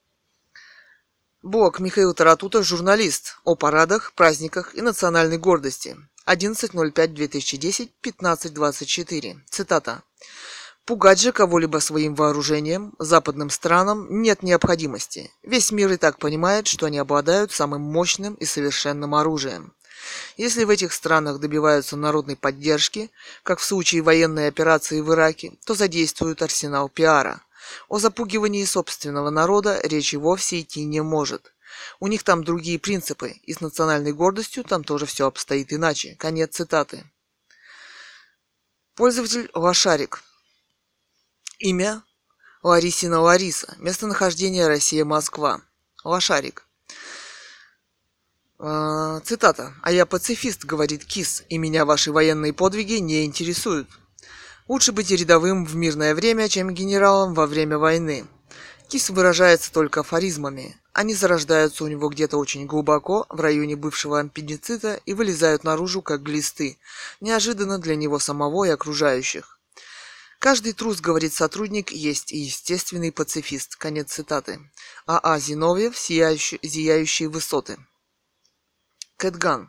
Блог Михаил Таратута, журналист. О парадах, праздниках и национальной гордости. одиннадцатое ноль пятое две тысячи десять, пятнадцать двадцать четыре. Цитата. Пугать же кого-либо своим вооружением западным странам нет необходимости. Весь мир и так понимает, что они обладают самым мощным и совершенным оружием. Если в этих странах добиваются народной поддержки, как в случае военной операции в Ираке, то задействуют арсенал пиара. О запугивании собственного народа речи вовсе идти не может. У них там другие принципы, и с национальной гордостью там тоже все обстоит иначе. Конец цитаты. Пользователь Лошарик. Имя Ларисина Лариса. Местонахождение Россия, Москва. Лошарик. Э, цитата. «А я пацифист, — говорит Кис, — и меня ваши военные подвиги не интересуют. Лучше быть рядовым в мирное время, чем генералом во время войны». Кис выражается только афоризмами. Они зарождаются у него где-то очень глубоко, в районе бывшего аппендицита, и вылезают наружу, как глисты, неожиданно для него самого и окружающих. «Каждый трус, — говорит сотрудник, — есть и естественный пацифист». Конец цитаты. А А. Зиновьев. «Сияющие, зияющие высоты». Кэтган.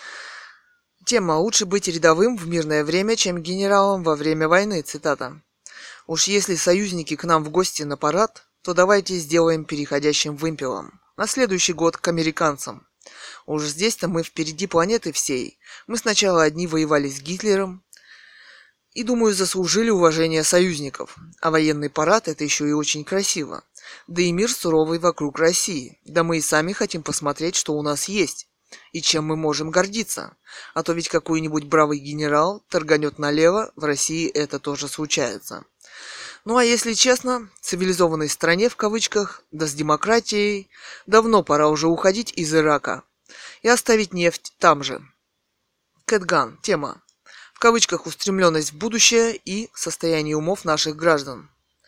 Тема «Лучше быть рядовым в мирное время, чем генералом во время войны». Цитата. «Уж если союзники к нам в гости на парад, то давайте сделаем переходящим вымпелом. На следующий год к американцам. Уж здесь-то мы впереди планеты всей. Мы сначала одни воевали с Гитлером и, думаю, заслужили уважение союзников. А военный парад — это еще и очень красиво. Да и мир суровый вокруг России. Да мы и сами хотим посмотреть, что у нас есть и чем мы можем гордиться. А то ведь какой-нибудь бравый генерал торганет налево, в России это тоже случается. Ну а если честно, цивилизованной стране, в кавычках, да с демократией, давно пора уже уходить из Ирака и оставить нефть там же». Кэтган. Тема. В кавычках «устремленность в будущее» и «состояние умов наших граждан».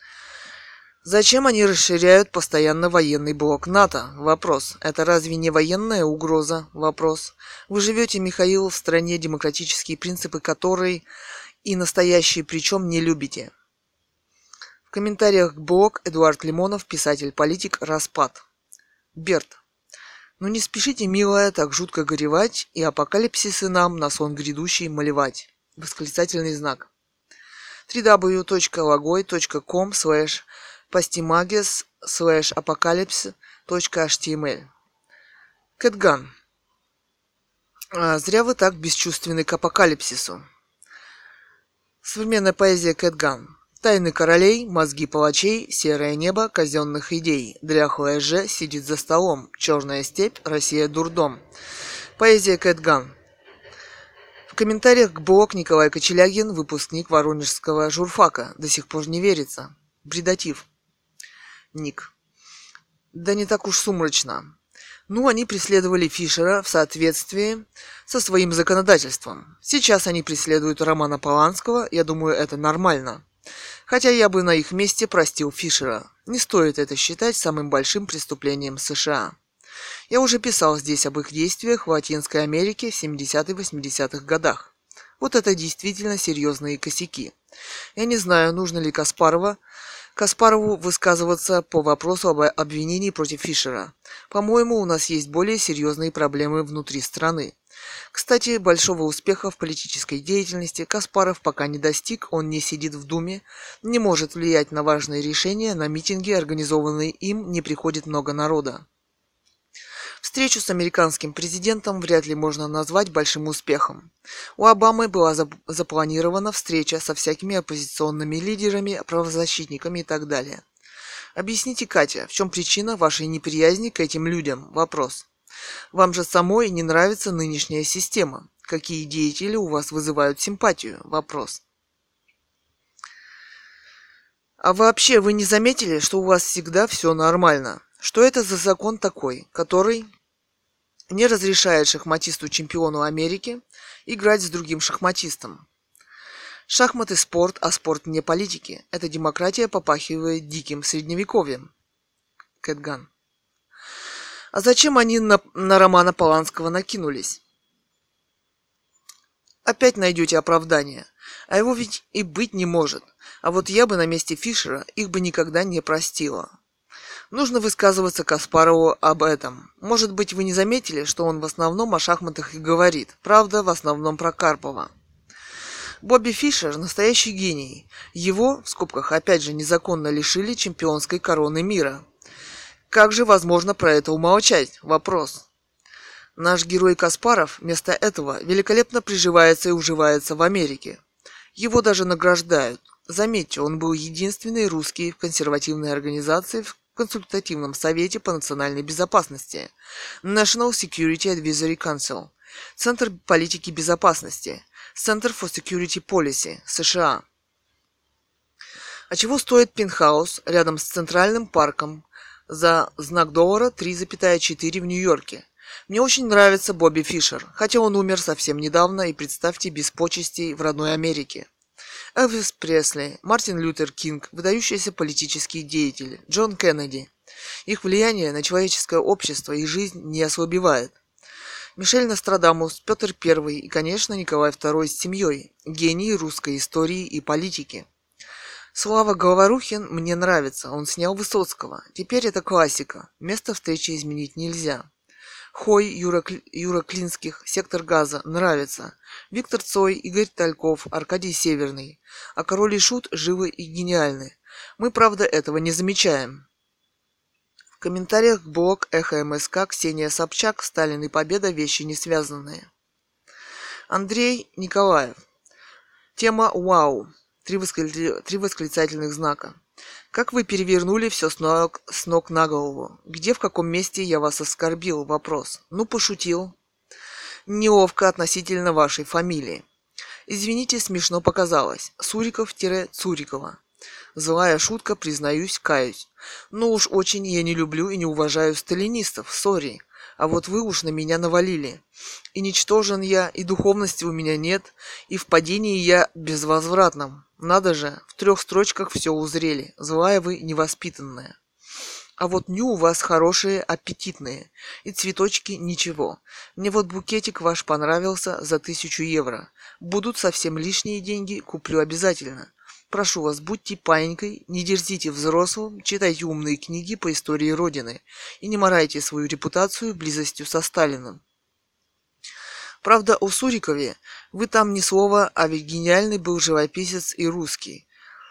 Зачем они расширяют постоянно военный блок НАТО? Вопрос. Это разве не военная угроза? Вопрос. Вы живете, Михаил, в стране, демократические принципы которой и настоящие причем не любите. В комментариях к блог Эдуард Лимонов, писатель-политик, распад. Берт. Ну не спешите, милая, так жутко горевать и апокалипсисы нам на сон грядущий малевать. Восклицательный знак. дабл ю дабл ю дабл ю точка логой точка ком слэш пастимагес слэш апокалипс точка эйч ти эм эль. Кэтган. А, зря вы так бесчувственны к апокалипсису. Современная поэзия Кэтган. Тайны королей, мозги палачей, серое небо казенных идей. Дряхлая же сидит за столом. Черная степь, Россия дурдом. Поэзия Кэтган. В комментариях к блог Николай Кочелягин, выпускник Воронежского журфака. До сих пор не верится. Бредатив. Ник. Да не так уж сумрачно. Ну, они преследовали Фишера в соответствии со своим законодательством. Сейчас они преследуют Романа Поланского, я думаю, это нормально. Хотя я бы на их месте простил Фишера. Не стоит это считать самым большим преступлением США. Я уже писал здесь об их действиях в Латинской Америке в семидесятых-восьмидесятых годах. Вот это действительно серьезные косяки. Я не знаю, нужно ли Каспарова, Каспарову высказываться по вопросу об обвинении против Фишера. По-моему, у нас есть более серьезные проблемы внутри страны. Кстати, большого успеха в политической деятельности Каспаров пока не достиг, он не сидит в Думе, не может влиять на важные решения, на митинги, организованные им, не приходит много народа. Встречу с американским президентом вряд ли можно назвать большим успехом. У Обамы была запланирована встреча со всякими оппозиционными лидерами, правозащитниками и так далее. Объясните, Катя, в чем причина вашей неприязни к этим людям? Вопрос. Вам же самой не нравится нынешняя система. Какие деятели у вас вызывают симпатию? Вопрос. А вообще вы не заметили, что у вас всегда все нормально? Что это за закон такой, который не разрешает шахматисту-чемпиону Америки играть с другим шахматистом? Шахматы – спорт, а спорт не политики. Эта демократия попахивает диким средневековьем. Кэтган. А зачем они на, на Романа Поланского накинулись? Опять найдете оправдание. А его ведь и быть не может. А вот я бы на месте Фишера их бы никогда не простила. Нужно высказываться Каспарову об этом. Может быть, вы не заметили, что он в основном о шахматах и говорит. Правда, в основном про Карпова. Бобби Фишер – настоящий гений. Его, в скобках, опять же, незаконно лишили чемпионской короны мира. Как же возможно про это умолчать? Вопрос. Наш герой Каспаров вместо этого великолепно приживается и уживается в Америке. Его даже награждают. Заметьте, он был единственный русский в консервативной организации в консультативном совете по национальной безопасности National Security Advisory Council, Центр политики безопасности, Center for Security Policy, США. А чего стоит пентхаус рядом с Центральным парком за знак доллара три целых четыре в Нью-Йорке? Мне очень нравится Бобби Фишер, хотя он умер совсем недавно и, представьте, без почестей в родной Америке. Элвис Пресли, Мартин Лютер Кинг, выдающиеся политические деятели, Джон Кеннеди. Их влияние на человеческое общество и жизнь не ослабевает. Мишель Нострадамус, Петр Первый и, конечно, Николай Второй с семьей, гении русской истории и политики. Слава Говорухин мне нравится, он снял Высоцкого. Теперь это классика, место встречи изменить нельзя. Хой, Юра, Юра Клинских, Сектор газа, нравится. Виктор Цой, Игорь Тальков, Аркадий Северный. А Король и Шут живы и гениальны. Мы, правда, этого не замечаем. В комментариях к блог Эхо МСК Ксения Собчак, Сталин и Победа – вещи не связанные. Андрей Николаев. Тема «Вау». Три, воскли... Три восклицательных знака. Как вы перевернули все с ног... с ног на голову? Где, в каком месте я вас оскорбил? Вопрос. Ну, пошутил. Неловко относительно вашей фамилии. Извините, смешно показалось. Суриков-Цурикова. Злая шутка, признаюсь, каюсь. Ну уж очень я не люблю и не уважаю сталинистов, сори. А вот вы уж на меня навалили. И ничтожен я, и духовности у меня нет, и в падении я безвозвратном. Надо же, в трех строчках все узрели. Злая вы невоспитанная. А вот ню у вас хорошие, аппетитные. И цветочки ничего. Мне вот букетик ваш понравился за тысячу евро. Будут совсем лишние деньги, куплю обязательно. Прошу вас, будьте паинькой, не дерзите взрослым, читайте умные книги по истории Родины и не морайте свою репутацию близостью со Сталиным. Правда, о Сурикове вы там ни слова, а ведь гениальный был живописец и русский.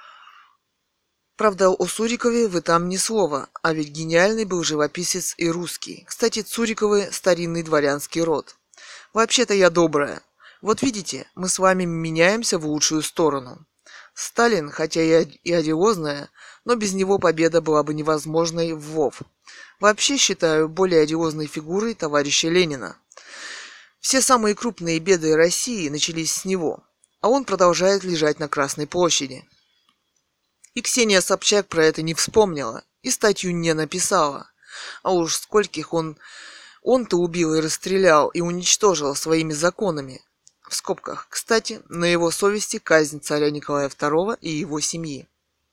Правда, о Сурикове вы там ни слова, а ведь гениальный был живописец и русский. Кстати, Цуриковы – старинный дворянский род. Вообще-то я добрая. Вот видите, мы с вами меняемся в лучшую сторону. Сталин, хотя и одиозная, но без него победа была бы невозможной в ВОВ. Вообще считаю более одиозной фигурой товарища Ленина. Все самые крупные беды России начались с него, а он продолжает лежать на Красной площади. И Ксения Собчак про это не вспомнила и статью не написала. А уж скольких он... Он-то убил и расстрелял и уничтожил своими законами. В скобках, кстати, на его совести казнь царя Николая Второго и его семьи.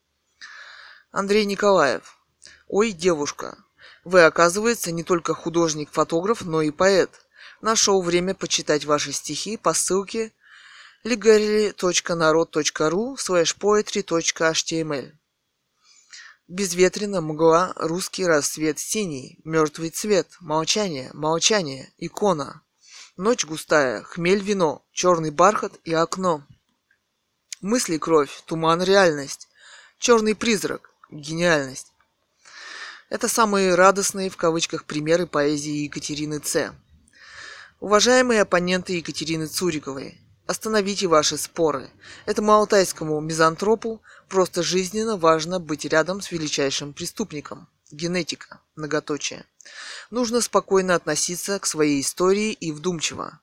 Андрей Николаев. Ой, девушка, вы, оказывается, не только художник-фотограф, но и поэт. Нашел время почитать ваши стихи по ссылке ligarly точка народ точка ру слэш поэтри точка эйч ти эм эль. Безветренно, мгла, русский рассвет синий, мертвый цвет, молчание, молчание, икона. Ночь густая, хмель, вино, черный бархат и окно. Мысли кровь, туман реальность, черный призрак, гениальность. Это самые радостные в кавычках примеры поэзии Екатерины Ц. Уважаемые оппоненты Екатерины Цуриковой, остановите ваши споры. Этому алтайскому мизантропу просто жизненно важно быть рядом с величайшим преступником. Генетика, многоточие. Нужно спокойно относиться к своей истории и вдумчиво.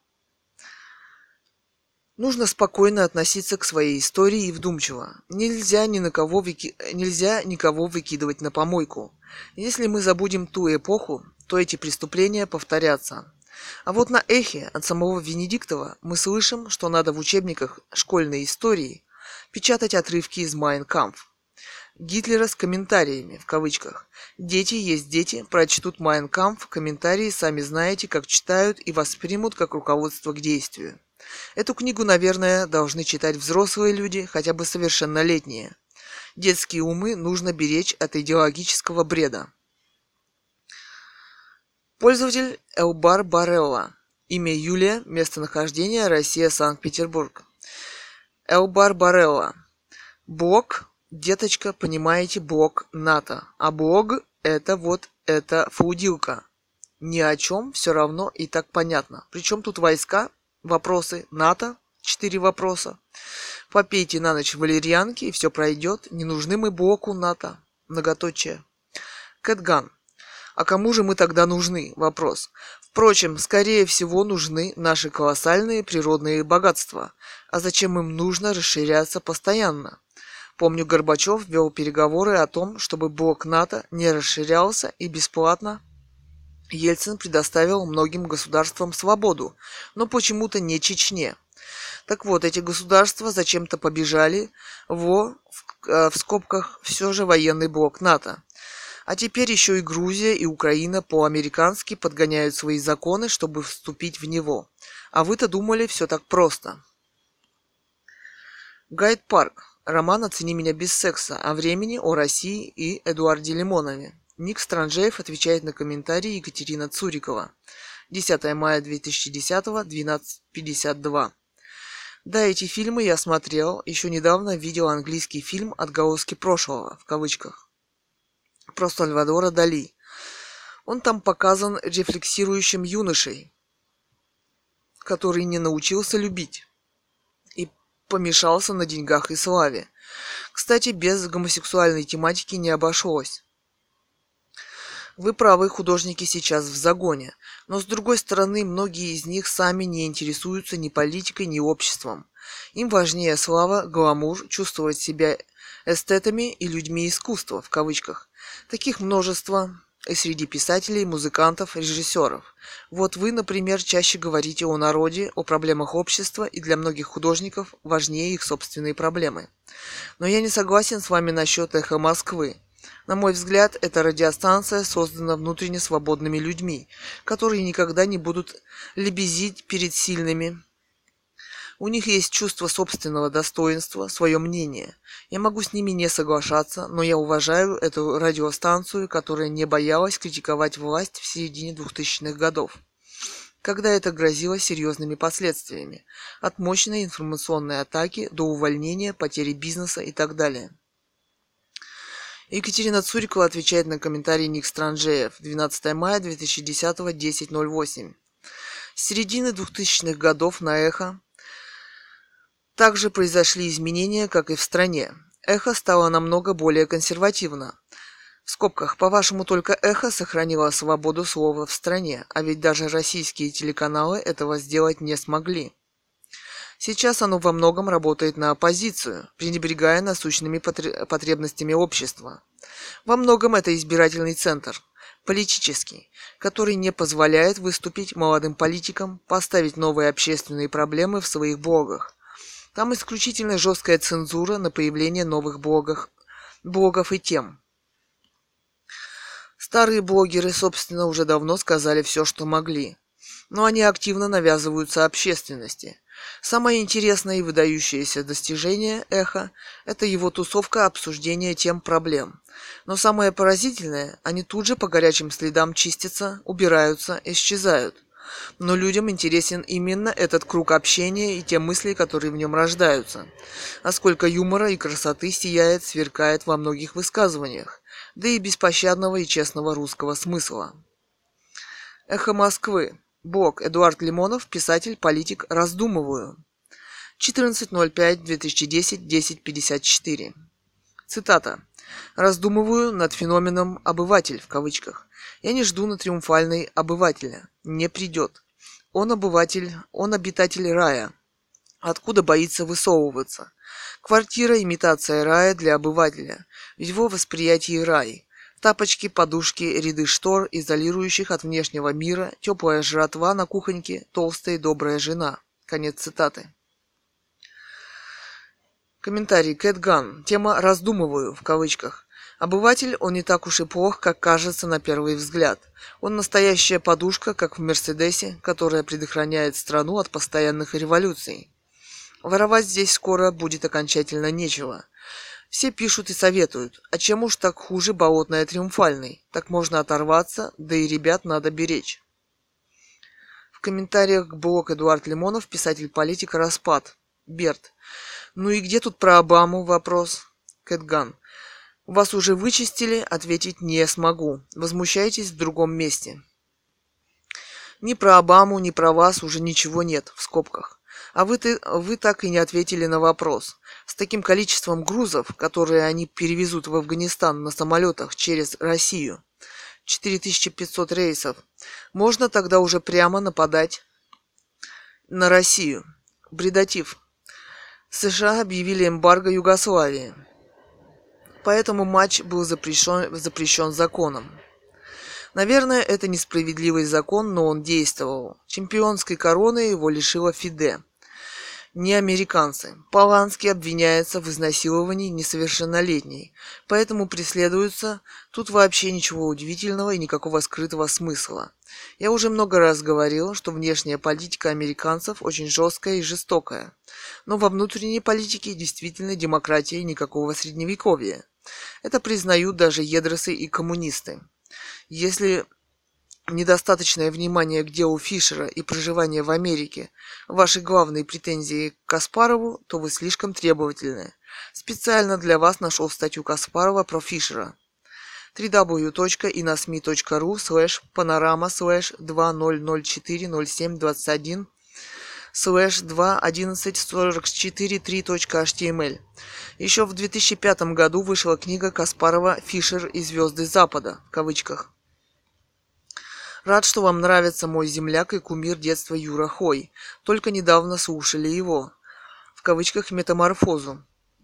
Нужно спокойно относиться к своей истории и вдумчиво. Нельзя ни на кого выки... Нельзя никого выкидывать на помойку. Если мы забудем ту эпоху, то эти преступления повторятся. А вот на эхе от самого Венедиктова мы слышим, что надо в учебниках школьной истории печатать отрывки из «Майн кампф». Гитлера с комментариями, в кавычках. Дети есть дети, прочтут «Майн кампф», комментарии сами знаете, как читают и воспримут как руководство к действию. Эту книгу, наверное, должны читать взрослые люди, хотя бы совершеннолетние. Детские умы нужно беречь от идеологического бреда. Пользователь Элбар Барелла. Имя Юлия, местонахождение Россия, Санкт-Петербург. Элбар Барелла. Блог, деточка, понимаете, блог НАТО. А блог это вот эта фаудилка. Ни о чем, все равно и так понятно. Причем тут войска, вопросы НАТО, четыре вопроса. Попейте на ночь валерьянки и все пройдет. Не нужны мы блоку НАТО. Многоточие. Кэтган. А кому же мы тогда нужны? Вопрос. В Впрочем, скорее всего, нужны наши колоссальные природные богатства. А зачем им нужно расширяться постоянно? Помню, Горбачев вел переговоры о том, чтобы блок НАТО не расширялся, и бесплатно Ельцин предоставил многим государствам свободу, но почему-то не Чечне. Так вот, эти государства зачем-то побежали во, в, э, в скобках, все же военный блок НАТО. А теперь еще и Грузия и Украина по-американски подгоняют свои законы, чтобы вступить в него. А вы-то думали, все так просто. Гайд-парк. Роман «Оцени меня без секса» о времени, о России и Эдуарде Лимонове. Ник Странжеев отвечает на комментарии Екатерина Цурикова. десятое мая две тысячи десятого, двенадцать пятьдесят два. Да, эти фильмы я смотрел. Еще недавно видел английский фильм «Отголоски прошлого», в кавычках, про Сальвадора Дали. Он там показан рефлексирующим юношей, который не научился любить и помешался на деньгах и славе. Кстати, без гомосексуальной тематики не обошлось. Вы правы, художники сейчас в загоне, но с другой стороны, многие из них сами не интересуются ни политикой, ни обществом. Им важнее слава, гламур, чувствовать себя эстетами и людьми искусства, в кавычках. Таких множество и среди писателей, музыкантов, режиссеров. Вот вы, например, чаще говорите о народе, о проблемах общества, и для многих художников важнее их собственные проблемы. Но я не согласен с вами насчет «Эхо Москвы». На мой взгляд, эта радиостанция создана внутренне свободными людьми, которые никогда не будут лебезить перед сильными. У них есть чувство собственного достоинства, свое мнение. Я могу с ними не соглашаться, но я уважаю эту радиостанцию, которая не боялась критиковать власть в середине двухтысячных годов, когда это грозило серьезными последствиями, от мощной информационной атаки до увольнения, потери бизнеса и так далее. Екатерина Цурикова отвечает на комментарий Ник Странжеев. двенадцатое мая две тысячи десятого, десять ноль восемь. С середины двухтысячных годов на «Эхо» также произошли изменения, как и в стране. «Эхо» стало намного более консервативно. В скобках, по-вашему, только «Эхо» сохранило свободу слова в стране, а ведь даже российские телеканалы этого сделать не смогли. Сейчас оно во многом работает на оппозицию, пренебрегая насущными потребностями общества. Во многом это избирательный центр, политический, который не позволяет выступить молодым политикам, поставить новые общественные проблемы в своих блогах. Там исключительно жесткая цензура на появление новых блогов, блогов и тем. Старые блогеры, собственно, уже давно сказали все, что могли, но они активно навязываются общественности. Самое интересное и выдающееся достижение «Эхо» – это его тусовка обсуждения тем проблем. Но самое поразительное – они тут же по горячим следам чистятся, убираются, исчезают. Но людям интересен именно этот круг общения и те мысли, которые в нем рождаются. А сколько юмора и красоты сияет, сверкает во многих высказываниях, да и беспощадного и честного русского смысла. «Эхо Москвы». Блог. Эдуард Лимонов, писатель, политик. Раздумываю. четырнадцатое ноль пятое две тысячи десятого, десять пятьдесят четыре. Цитата. «Раздумываю над феноменом «обыватель» в кавычках. Я не жду на триумфальный обывателя. Не придет. Он обыватель, он обитатель рая. Откуда боится высовываться? Квартира – имитация рая для обывателя. В его восприятии рай. Тапочки, подушки, ряды штор, изолирующих от внешнего мира, теплая жратва на кухоньке, толстая добрая жена». Конец цитаты. Комментарий. Кэт Ган. Тема «раздумываю» в кавычках. Обыватель, он не так уж и плох, как кажется на первый взгляд. Он настоящая подушка, как в Мерседесе, которая предохраняет страну от постоянных революций. Воровать здесь скоро будет окончательно нечего. Все пишут и советуют, а чем уж так хуже болотная триумфальный? Так можно оторваться, да и ребят надо беречь. В комментариях к блог Эдуард Лимонов, писатель-политик, распад. Берт. Ну и где тут про Обаму вопрос? Кэтган. Вас уже вычистили, ответить не смогу. Возмущайтесь в другом месте. Ни про Обаму, ни про вас уже ничего нет, в скобках. А вы, ты, вы так и не ответили на вопрос. С таким количеством грузов, которые они перевезут в Афганистан на самолетах через Россию, четыре тысячи пятьсот рейсов. Можно тогда уже прямо нападать на Россию. Бредатив. США объявили эмбарго Югославии. Поэтому матч был запрещен, запрещен законом. Наверное, это несправедливый закон, но он действовал. Чемпионской короны его лишила ФИДЕ. Не американцы. Поланский обвиняется в изнасиловании несовершеннолетней, поэтому преследуется. Тут вообще ничего удивительного и никакого скрытого смысла. Я уже много раз говорил, что внешняя политика американцев очень жесткая и жестокая. Но во внутренней политике действительно демократия и никакого средневековья. Это признают даже едросы и коммунисты. Если недостаточное внимание к делу Фишера и проживание в Америке ваши главные претензии к Каспарову, то вы слишком требовательны. Специально для вас нашел статью Каспарова про Фишера. дабл ю дабл ю дабл ю точка иносми точка ру слэш панорама слэш два ноль ноль четыре ноль семь двадцать один слэш два одиннадцать сорок четыре три точка эйч ти эм эль. Еще в две тысячи пятом году вышла книга Каспарова «Фишер и звезды Запада» в кавычках. Рад, что вам нравится мой земляк и кумир детства Юра Хой. Только недавно слушали его. В кавычках метаморфозу.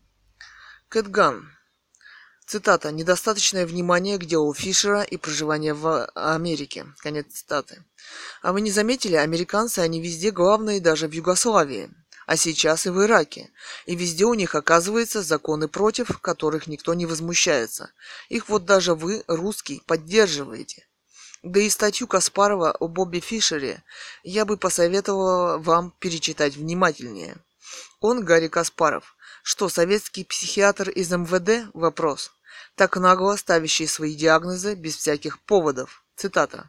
Кэтган. Цитата. Недостаточное внимание к делу Фишера и проживание в Америке. Конец цитаты. А вы не заметили, американцы, они везде главные, даже в Югославии. А сейчас и в Ираке. И везде у них, оказывается, законы против, которых никто не возмущается. Их вот даже вы, русский, поддерживаете. Да и статью Каспарова о Бобби Фишере я бы посоветовала вам перечитать внимательнее. Он, Гарри Каспаров, что, советский психиатр из эм вэ дэ? Вопрос. Так нагло ставящий свои диагнозы без всяких поводов. Цитата.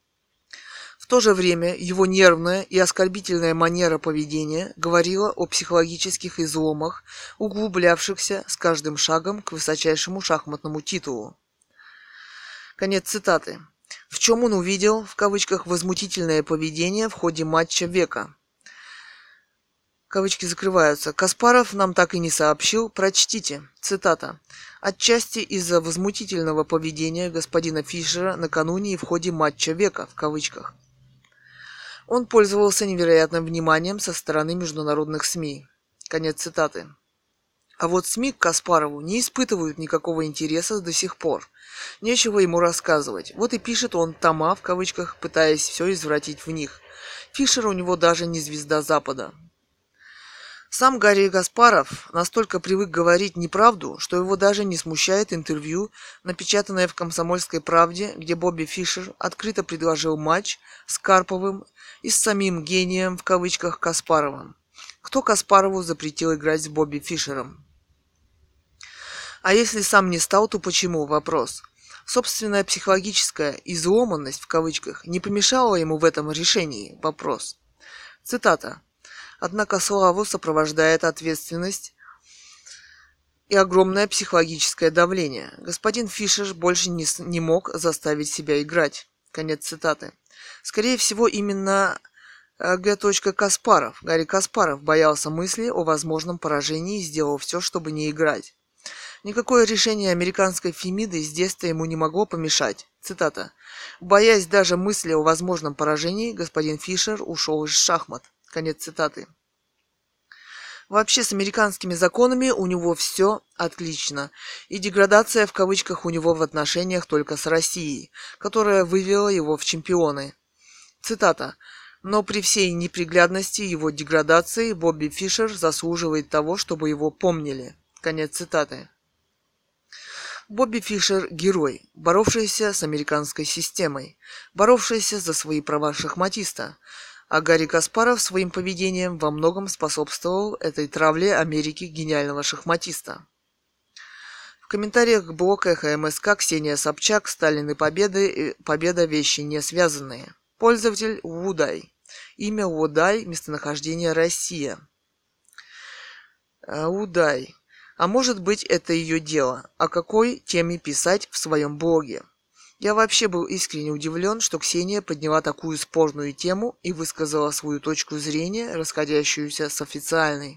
В то же время его нервная и оскорбительная манера поведения говорила о психологических изломах, углублявшихся с каждым шагом к высочайшему шахматному титулу. Конец цитаты. В чем он увидел, в кавычках, возмутительное поведение в ходе матча века. Кавычки закрываются. Каспаров нам так и не сообщил. Прочтите. Цитата. Отчасти из-за возмутительного поведения господина Фишера накануне и в ходе матча века, в кавычках. Он пользовался невероятным вниманием со стороны международных СМИ. Конец цитаты. А вот СМИ к Каспарову не испытывают никакого интереса до сих пор. Нечего ему рассказывать. Вот и пишет он тома, в кавычках, пытаясь все извратить в них. Фишер у него даже не звезда Запада. Сам Гарри Каспаров настолько привык говорить неправду, что его даже не смущает интервью, напечатанное в «Комсомольской правде», где Бобби Фишер открыто предложил матч с Карповым и с самим гением, в кавычках, Каспаровым. Кто Каспарову запретил играть с Бобби Фишером? А если сам не стал, то почему? Вопрос. Собственная психологическая «изломанность» в кавычках не помешала ему в этом решении? Вопрос. Цитата. Однако славу сопровождает ответственность и огромное психологическое давление. Господин Фишер больше не, не мог заставить себя играть. Конец цитаты. Скорее всего, именно Г. Каспаров, Гарри Каспаров, боялся мысли о возможном поражении и сделал все, чтобы не играть. Никакое решение американской Фемиды с детства ему не могло помешать. Цитата. «Боясь даже мысли о возможном поражении, господин Фишер ушел из шахмат». Конец цитаты. Вообще с американскими законами у него все отлично. И деградация в кавычках у него в отношениях только с Россией, которая вывела его в чемпионы. Цитата. «Но при всей неприглядности его деградации Бобби Фишер заслуживает того, чтобы его помнили». Конец цитаты. Бобби Фишер – герой, боровшийся с американской системой, боровшийся за свои права шахматиста. А Гарри Каспаров своим поведением во многом способствовал этой травле Америки гениального шахматиста. В комментариях к блогу Эхо МСК Ксения Собчак «Сталин и Победы, Победа – вещи не связанные». Пользователь Удай. Имя Удай, местонахождение Россия. Удай. А может быть, это ее дело. О какой теме писать в своем блоге? Я вообще был искренне удивлен, что Ксения подняла такую спорную тему и высказала свою точку зрения, расходящуюся с официальной.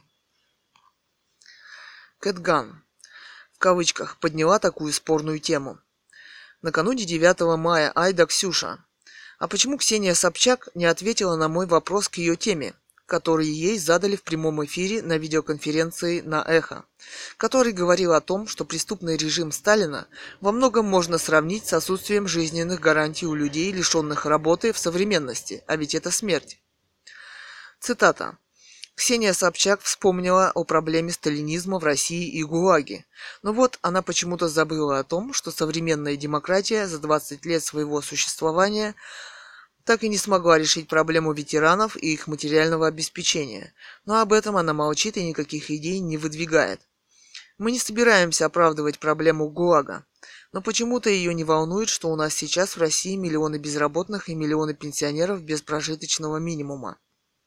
Кэтган, в кавычках, подняла такую спорную тему. Накануне девятого мая. Айда Ксюша. А почему Ксения Собчак не ответила на мой вопрос к ее теме, который ей задали в прямом эфире на видеоконференции на Эхо, который говорил о том, что преступный режим Сталина во многом можно сравнить с отсутствием жизненных гарантий у людей, лишенных работы в современности, а ведь это смерть. Цитата. Ксения Собчак вспомнила о проблеме сталинизма в России и ГУЛАГе. Но вот она почему-то забыла о том, что современная демократия за двадцать лет своего существования так и не смогла решить проблему ветеранов и их материального обеспечения. Но об этом она молчит и никаких идей не выдвигает. Мы не собираемся оправдывать проблему ГУЛАГа. Но почему-то ее не волнует, что у нас сейчас в России миллионы безработных и миллионы пенсионеров без прожиточного минимума.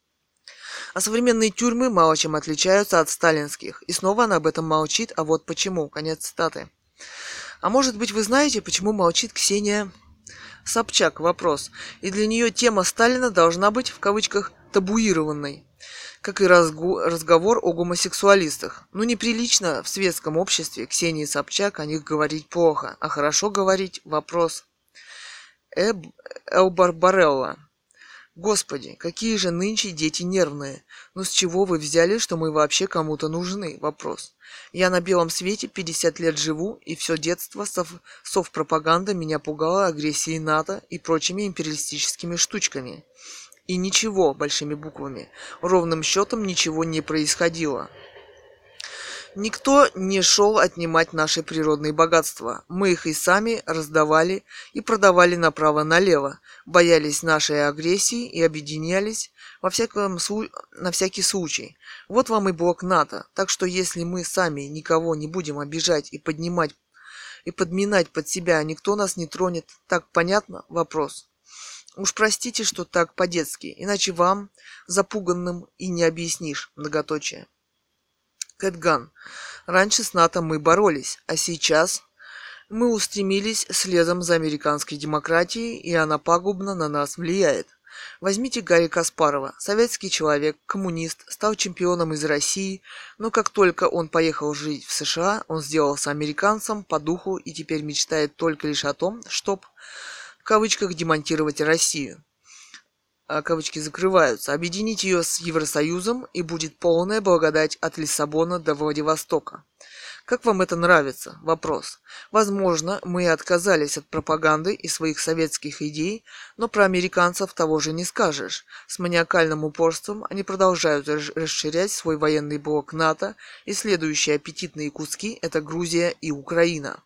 А современные тюрьмы мало чем отличаются от сталинских. И снова она об этом молчит, а вот почему. Конец цитаты. А может быть, вы знаете, почему молчит Ксения Собчак? Вопрос. И для нее тема Сталина должна быть, в кавычках, табуированной. Как и разгу- разговор о гомосексуалистах. Ну, неприлично в светском обществе Ксении Собчак о них говорить плохо. А хорошо говорить? Вопрос. Эб... Элбар Барелла. Господи, какие же нынче дети нервные. Ну с чего вы взяли, что мы вообще кому-то нужны? Вопрос. Я на белом свете пятьдесят лет живу, и все детство сов... совпропаганда меня пугала агрессией НАТО и прочими империалистическими штучками. И ничего, большими буквами, ровным счетом ничего не происходило. Никто не шел отнимать наши природные богатства. Мы их и сами раздавали и продавали направо-налево, боялись нашей агрессии и объединялись во всяком слу... на всякий случай. Вот вам и блок НАТО. Так что если мы сами никого не будем обижать и поднимать и подминать под себя, никто нас не тронет. Так понятно? Вопрос. Уж простите, что так по-детски, иначе вам, запуганным, и не объяснишь. Многоточие. Кэтган. Раньше с НАТО мы боролись, а сейчас мы устремились следом за американской демократией, и она пагубно на нас влияет. Возьмите Гарри Каспарова. Советский человек, коммунист, стал чемпионом из России, но как только он поехал жить в США, он сделался американцем по духу и теперь мечтает только лишь о том, чтоб, в кавычках, демонтировать Россию. А кавычки закрываются, объединить ее с Евросоюзом, и будет полная благодать от Лиссабона до Владивостока. Как вам это нравится? Вопрос. Возможно, мы и отказались от пропаганды и своих советских идей, но про американцев того же не скажешь. С маниакальным упорством они продолжают расширять свой военный блок НАТО, и следующие аппетитные куски – это Грузия и Украина.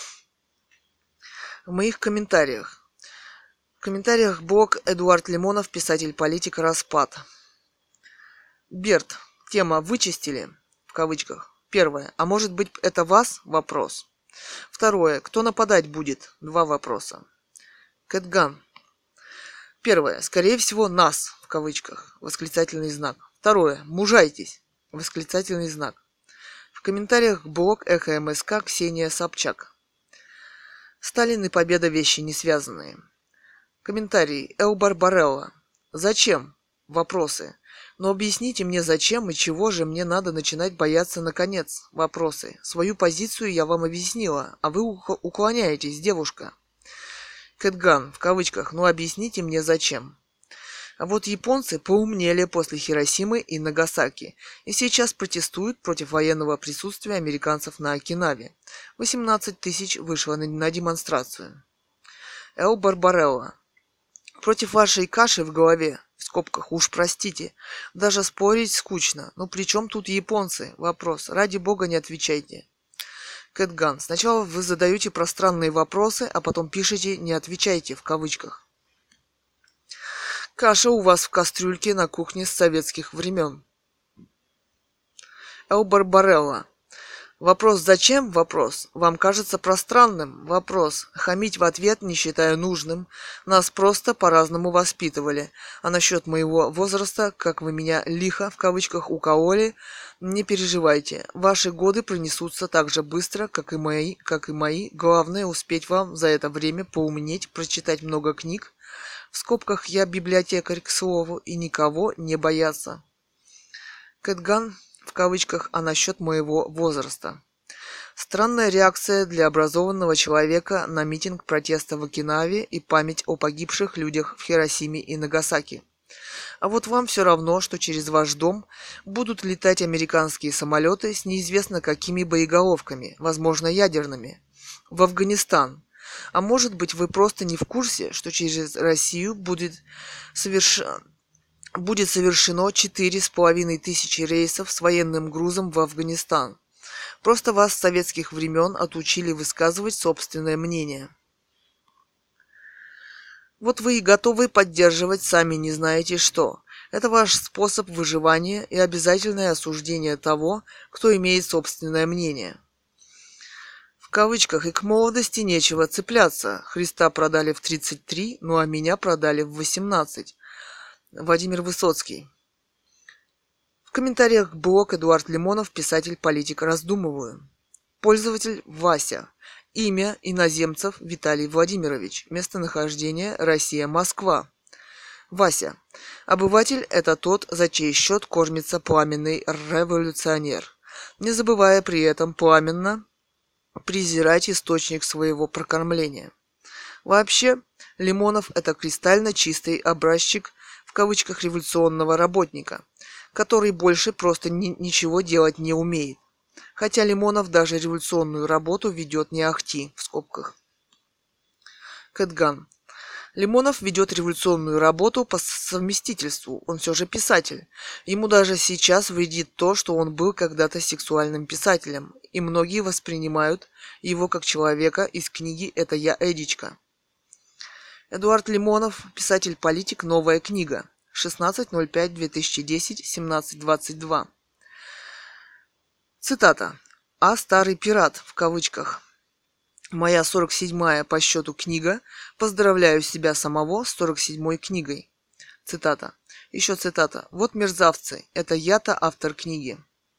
В моих комментариях. В комментариях блог Эдуард Лимонов, писатель-политик, распад. Берт. Тема «Вычистили», в кавычках. Первое. А может быть это вас? Вопрос. Второе. Кто нападать будет? Два вопроса. Кэтган. Первое. Скорее всего, нас, в кавычках. Восклицательный знак. Второе. Мужайтесь. Восклицательный знак. В комментариях блог Эхо МСК Ксения Собчак. Сталин и победа — вещи не связанные. Комментарий. Элбар Барелла. Зачем? Вопросы. Но объясните мне, зачем и чего же мне надо начинать бояться наконец? Вопросы. Свою позицию я вам объяснила, а вы уклоняетесь, девушка. Кэтган, в кавычках, ну объясните мне, зачем? А вот японцы поумнели после Хиросимы и Нагасаки и сейчас протестуют против военного присутствия американцев на Окинаве. восемнадцать тысяч вышло на демонстрацию. Элбар Барелла. Против вашей каши в голове, в скобках, уж простите, даже спорить скучно. Ну при чем тут японцы? Вопрос. Ради бога не отвечайте. Кэтган. Сначала вы задаете пространные вопросы, а потом пишете «не отвечайте» в кавычках. Каша у вас в кастрюльке на кухне с советских времен. Элбар Барелла. Вопрос «зачем?» Вопрос. Вам кажется пространным? Вопрос. Хамить в ответ не считаю нужным. Нас просто по-разному воспитывали. А насчет моего возраста, как вы меня лихо, в кавычках, укололи, не переживайте. Ваши годы пронесутся так же быстро, как и мои, как и мои. Главное успеть вам за это время поумнеть, прочитать много книг. В скобках я библиотекарь, к слову, и никого не бояться. Кэтган, в кавычках, а насчет моего возраста. Странная реакция для образованного человека на митинг протеста в Окинаве и память о погибших людях в Хиросиме и Нагасаки. А вот вам все равно, что через ваш дом будут летать американские самолеты с неизвестно какими боеголовками, возможно, ядерными, в Афганистан. А может быть, вы просто не в курсе, что через Россию будет, соверш... будет совершено четыре с половиной тысячи рейсов с военным грузом в Афганистан. Просто вас с советских времен отучили высказывать собственное мнение. Вот вы и готовы поддерживать сами не знаете что. Это ваш способ выживания и обязательное осуждение того, кто имеет собственное мнение. В кавычках и к молодости нечего цепляться. Христа продали в тридцать три, ну а меня продали в восемнадцать. Владимир Высоцкий. В комментариях блог Эдуард Лимонов, писатель-политик. Раздумываю. Пользователь Вася. Имя иноземцев Виталий Владимирович. Местонахождение Россия-Москва. Вася. Обыватель – это тот, за чей счет кормится пламенный революционер, не забывая при этом пламенно презирать источник своего прокормления. Вообще, Лимонов – это кристально чистый образчик в кавычках революционного работника, который больше просто ни- ничего делать не умеет. Хотя Лимонов даже революционную работу ведет не ахти, в скобках. Кэтган. Лимонов ведет революционную работу по совместительству, он все же писатель. Ему даже сейчас вредит то, что он был когда-то сексуальным писателем, и многие воспринимают его как человека из книги «Это я, Эдичка». Эдуард Лимонов, писатель-политик, новая книга. шестнадцатое ноль пятое две тысячи десятого, семнадцать двадцать два. Цитата. «А старый пират» в кавычках. Моя сорок седьмая по счету книга. Поздравляю себя самого с сорок седьмой книгой. Цитата. Еще цитата. Вот мерзавцы. Это я-то автор книги.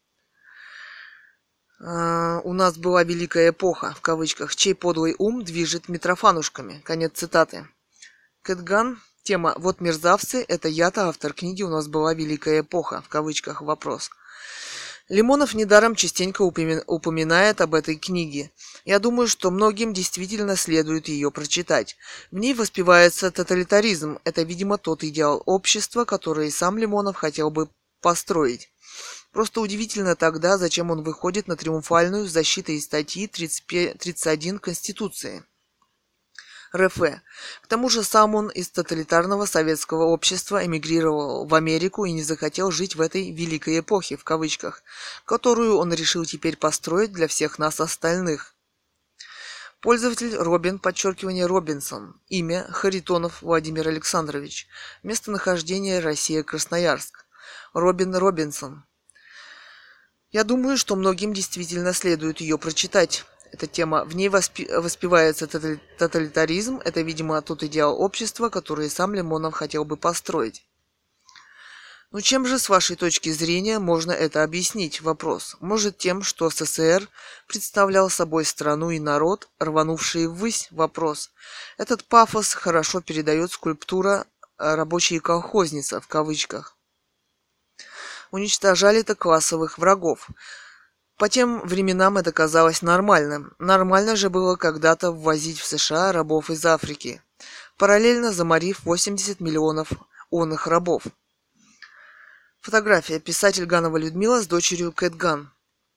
А, у нас была великая эпоха, в кавычках, чей подлый ум движет митрофанушками. Конец цитаты. Кэтган. Тема «Вот мерзавцы. Это я-то автор книги. У нас была великая эпоха», в кавычках, вопрос. Лимонов недаром частенько упоминает об этой книге. Я думаю, что многим действительно следует ее прочитать. В ней воспевается тоталитаризм. Это, видимо, тот идеал общества, который сам Лимонов хотел бы построить. Просто удивительно тогда, зачем он выходит на триумфальную с защитой статьи тридцать один Конституции РФ. К тому же сам он из тоталитарного советского общества эмигрировал в Америку и не захотел жить в этой «великой эпохе», в кавычках, которую он решил теперь построить для всех нас остальных. Пользователь Робин, подчеркивание Робинсон. Имя Харитонов Владимир Александрович. Местонахождение Россия, Красноярск. Робин Робинсон. Я думаю, что многим действительно следует ее прочитать. Эта тема, в ней воспи- воспевается тоталитаризм, это, видимо, тот идеал общества, который сам Лимонов хотел бы построить. Ну чем же, с вашей точки зрения, можно это объяснить? Вопрос. Может, тем, что СССР представлял собой страну и народ, рванувшие ввысь? Вопрос. Этот пафос хорошо передает скульптура «рабочие колхозница» в кавычках. Уничтожали-то классовых врагов. По тем временам это казалось нормальным. Нормально же было когда-то ввозить в США рабов из Африки, параллельно заморив восемьдесят миллионов онных рабов. Фотография. Писатель Ганова Людмила с дочерью Кэтган.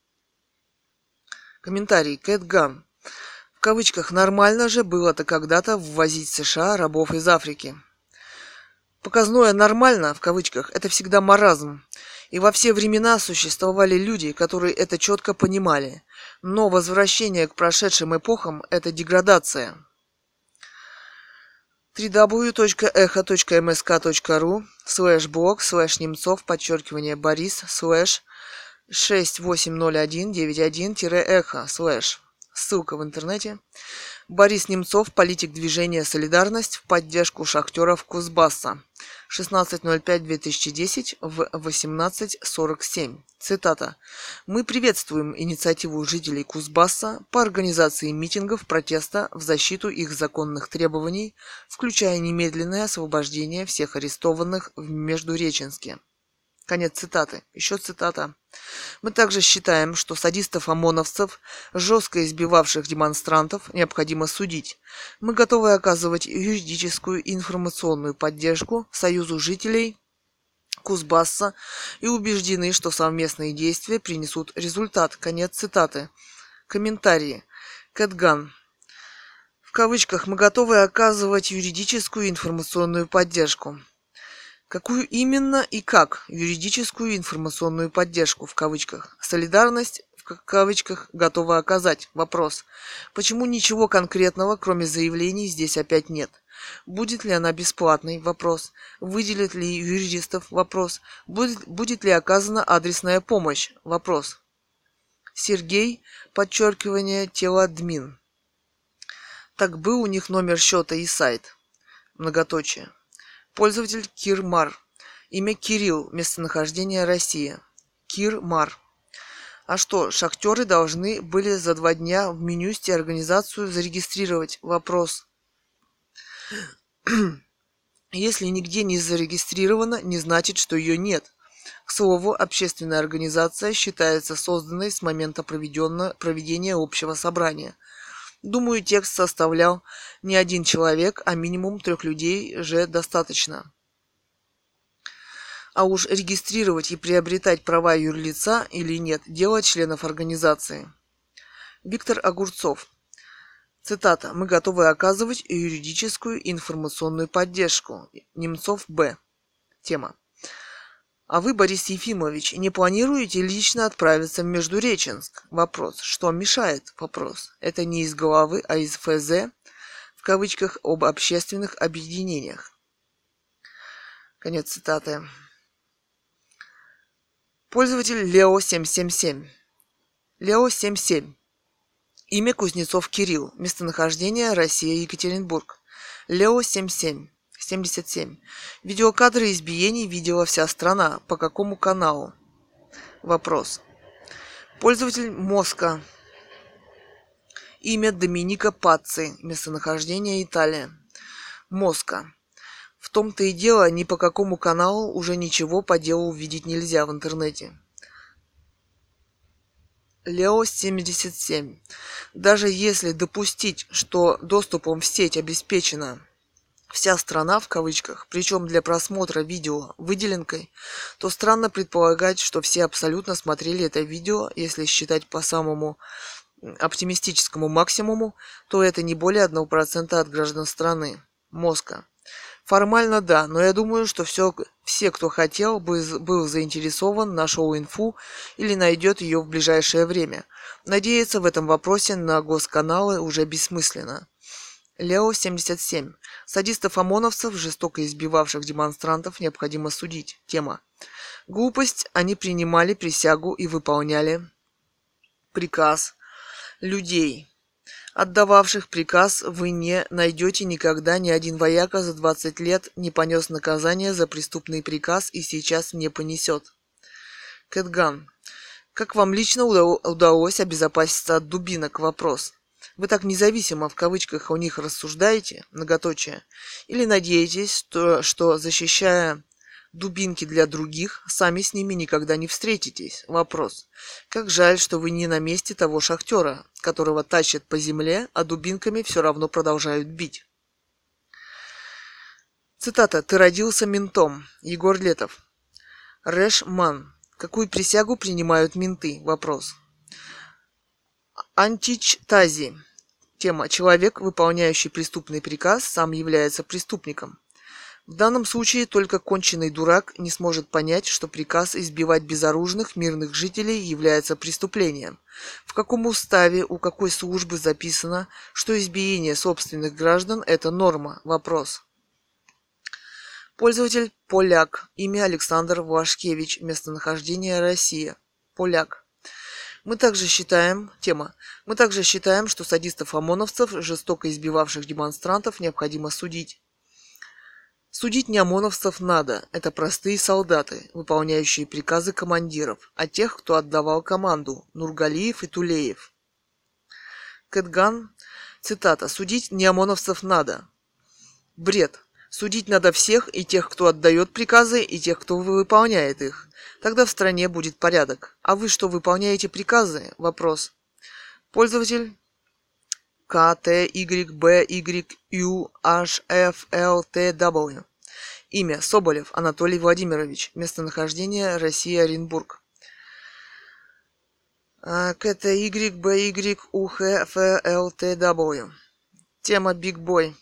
Комментарий. Кэтган. В кавычках «нормально же было-то когда-то ввозить в США рабов из Африки». Показное «нормально» в кавычках – это всегда маразм. И во все времена существовали люди, которые это четко понимали. Но возвращение к прошедшим эпохам – это деградация. дабл ю дабл ю дабл ю точка эхо точка эм эс ка точка ру слэш блог слэш Немцов подчеркивание Борис слэш шесть восемь ноль один девять один эхо слэш. Ссылка в интернете. Борис Немцов, политик движения «Солидарность» в поддержку шахтеров Кузбасса. шестнадцатое ноль пятое две тысячи десятого в восемнадцать сорок семь. Цитата. «Мы приветствуем инициативу жителей Кузбасса по организации митингов протеста в защиту их законных требований, включая немедленное освобождение всех арестованных в Междуреченске». Конец цитаты. Еще цитата. Мы также считаем, что садистов-ОМОНовцев, жестко избивавших демонстрантов, необходимо судить. Мы готовы оказывать юридическую и информационную поддержку Союзу жителей Кузбасса и убеждены, что совместные действия принесут результат. Конец цитаты. Комментарии. Кэтган. В кавычках мы готовы оказывать юридическую и информационную поддержку. Какую именно и как юридическую и информационную поддержку в кавычках? Солидарность в кавычках готова оказать. Вопрос. Почему ничего конкретного, кроме заявлений, здесь опять нет? Будет ли она бесплатной? Вопрос. Выделят ли юристов? Вопрос. Будет, будет ли оказана адресная помощь? Вопрос. Сергей, подчеркивание, телоадмин. Так был у них номер счета и сайт. Многоточие. Пользователь Кирмар. Имя Кирилл. Местонахождение Россия. Кирмар. А что, шахтеры должны были за два дня в Минюсте организацию зарегистрировать? Вопрос. Если нигде не зарегистрировано, не значит, что ее нет. К слову, общественная организация считается созданной с момента проведения общего собрания. Думаю, текст составлял не один человек, а минимум трех людей же достаточно. А уж регистрировать и приобретать права юрлица или нет – дело членов организации. Виктор Огурцов. Цитата. «Мы готовы оказывать юридическую и информационную поддержку». Немцов Б. Тема. А вы, Борис Ефимович, не планируете лично отправиться в Междуреченск? Вопрос. Что мешает? Вопрос. Это не из головы, а из эф зэ, в кавычках, об общественных объединениях. Конец цитаты. Пользователь Лео семь семь семь. Лео семь семь. Имя Кузнецов Кирилл. Местонахождение Россия, Екатеринбург. Лео семь семь. семьдесят семь. Видеокадры избиений видела вся страна. По какому каналу? Вопрос. Пользователь Моска. Имя Доминика Пацци. Местонахождение Италия. Моска. В том-то и дело, ни по какому каналу уже ничего по делу увидеть нельзя в интернете. Лео семьдесят семь. Даже если допустить, что доступом в сеть обеспечена вся страна в кавычках, причем для просмотра видео выделенкой, то странно предполагать, что все абсолютно смотрели это видео, если считать по самому оптимистическому максимуму, то это не более одного процента от граждан страны. Моска. Формально да, но я думаю, что все, все, кто хотел, был заинтересован, нашел инфу или найдет ее в ближайшее время. Надеяться в этом вопросе на госканалы уже бессмысленно. Лео семьдесят семь. Садистов-ОМОНовцев, жестоко избивавших демонстрантов, необходимо судить. Тема. Глупость. Они принимали присягу и выполняли приказ людей. Отдававших приказ вы не найдете никогда. Ни один вояка за двадцать лет не понес наказание за преступный приказ и сейчас не понесет. Кэтган. Как вам лично удалось обезопаситься от дубинок? Вопрос. Вы так независимо в кавычках у них рассуждаете, многоточие, или надеетесь, что, что защищая дубинки для других, сами с ними никогда не встретитесь? Вопрос. Как жаль, что вы не на месте того шахтера, которого тащат по земле, а дубинками все равно продолжают бить. Цитата. «Ты родился ментом». Егор Летов. Рэшман. Какую присягу принимают менты? Вопрос. Антич Тази. Тема. Человек, выполняющий преступный приказ, сам является преступником. В данном случае только конченый дурак не сможет понять, что приказ избивать безоружных мирных жителей является преступлением. В каком уставе, у какой службы записано, что избиение собственных граждан – это норма? Вопрос. Пользователь Поляк. Имя Александр Влашкевич. Местонахождение Россия. Поляк. Мы также считаем, тема, мы также считаем, что садистов-ОМОНовцев, жестоко избивавших демонстрантов, необходимо судить. Судить не ОМОНовцев надо, это простые солдаты, выполняющие приказы командиров, а тех, кто отдавал команду, Нургалиев и Тулеев. Кэтган, цитата, судить не ОМОНовцев надо. Бред. Судить надо всех, и тех, кто отдает приказы, и тех, кто выполняет их. Тогда в стране будет порядок. А вы что, выполняете приказы? Вопрос. Пользователь К Т Y Б Y Ю H F L T W. Имя Соболев Анатолий Владимирович. Местонахождение Россия, Оренбург. К Т Y Б Y У Х F L T W. Тема Big Boy.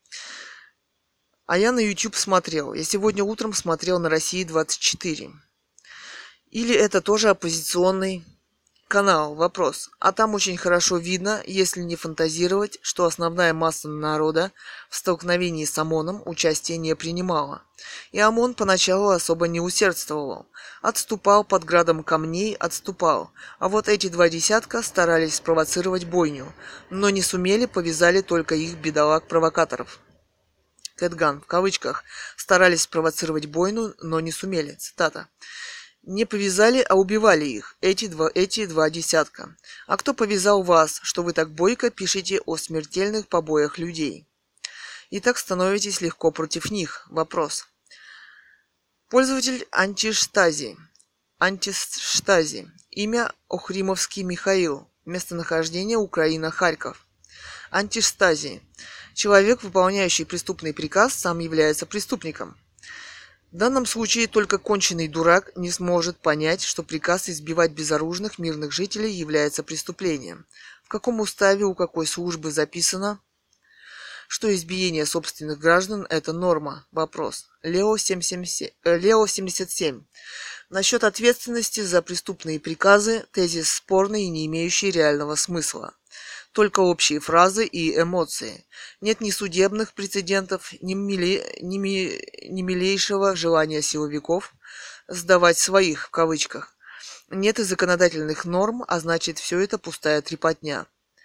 А я на YouTube смотрел. Я сегодня утром смотрел на России двадцать четыре. Или это тоже оппозиционный канал? Вопрос. А там очень хорошо видно, если не фантазировать, что основная масса народа в столкновении с ОМОНом участия не принимала. И ОМОН поначалу особо не усердствовал. Отступал под градом камней, отступал. А вот эти два десятка старались спровоцировать бойню, но не сумели, повязали только их бедолаг-провокаторов. Кэтган, в кавычках, старались спровоцировать бойну, но не сумели. Цитата. Не повязали, а убивали их, эти два, эти два десятка. А кто повязал вас, что вы так бойко пишете о смертельных побоях людей? И так становитесь легко против них. Вопрос. Пользователь Антиштази. Антиштази. Имя Охримовский Михаил. Местонахождение Украина, Харьков. Антиштази. Человек, выполняющий преступный приказ, сам является преступником. В данном случае только конченый дурак не сможет понять, что приказ избивать безоружных мирных жителей является преступлением. В каком уставе у какой службы записано, что избиение собственных граждан – это норма? Вопрос. Лео семьдесят семь. Насчет ответственности за преступные приказы тезис спорный и не имеющий реального смысла. Только общие фразы и эмоции. Нет ни судебных прецедентов, ни, миле, ни, ми, ни милейшего желания силовиков сдавать своих, в кавычках. Нет и законодательных норм, а значит, все это пустая трепотня.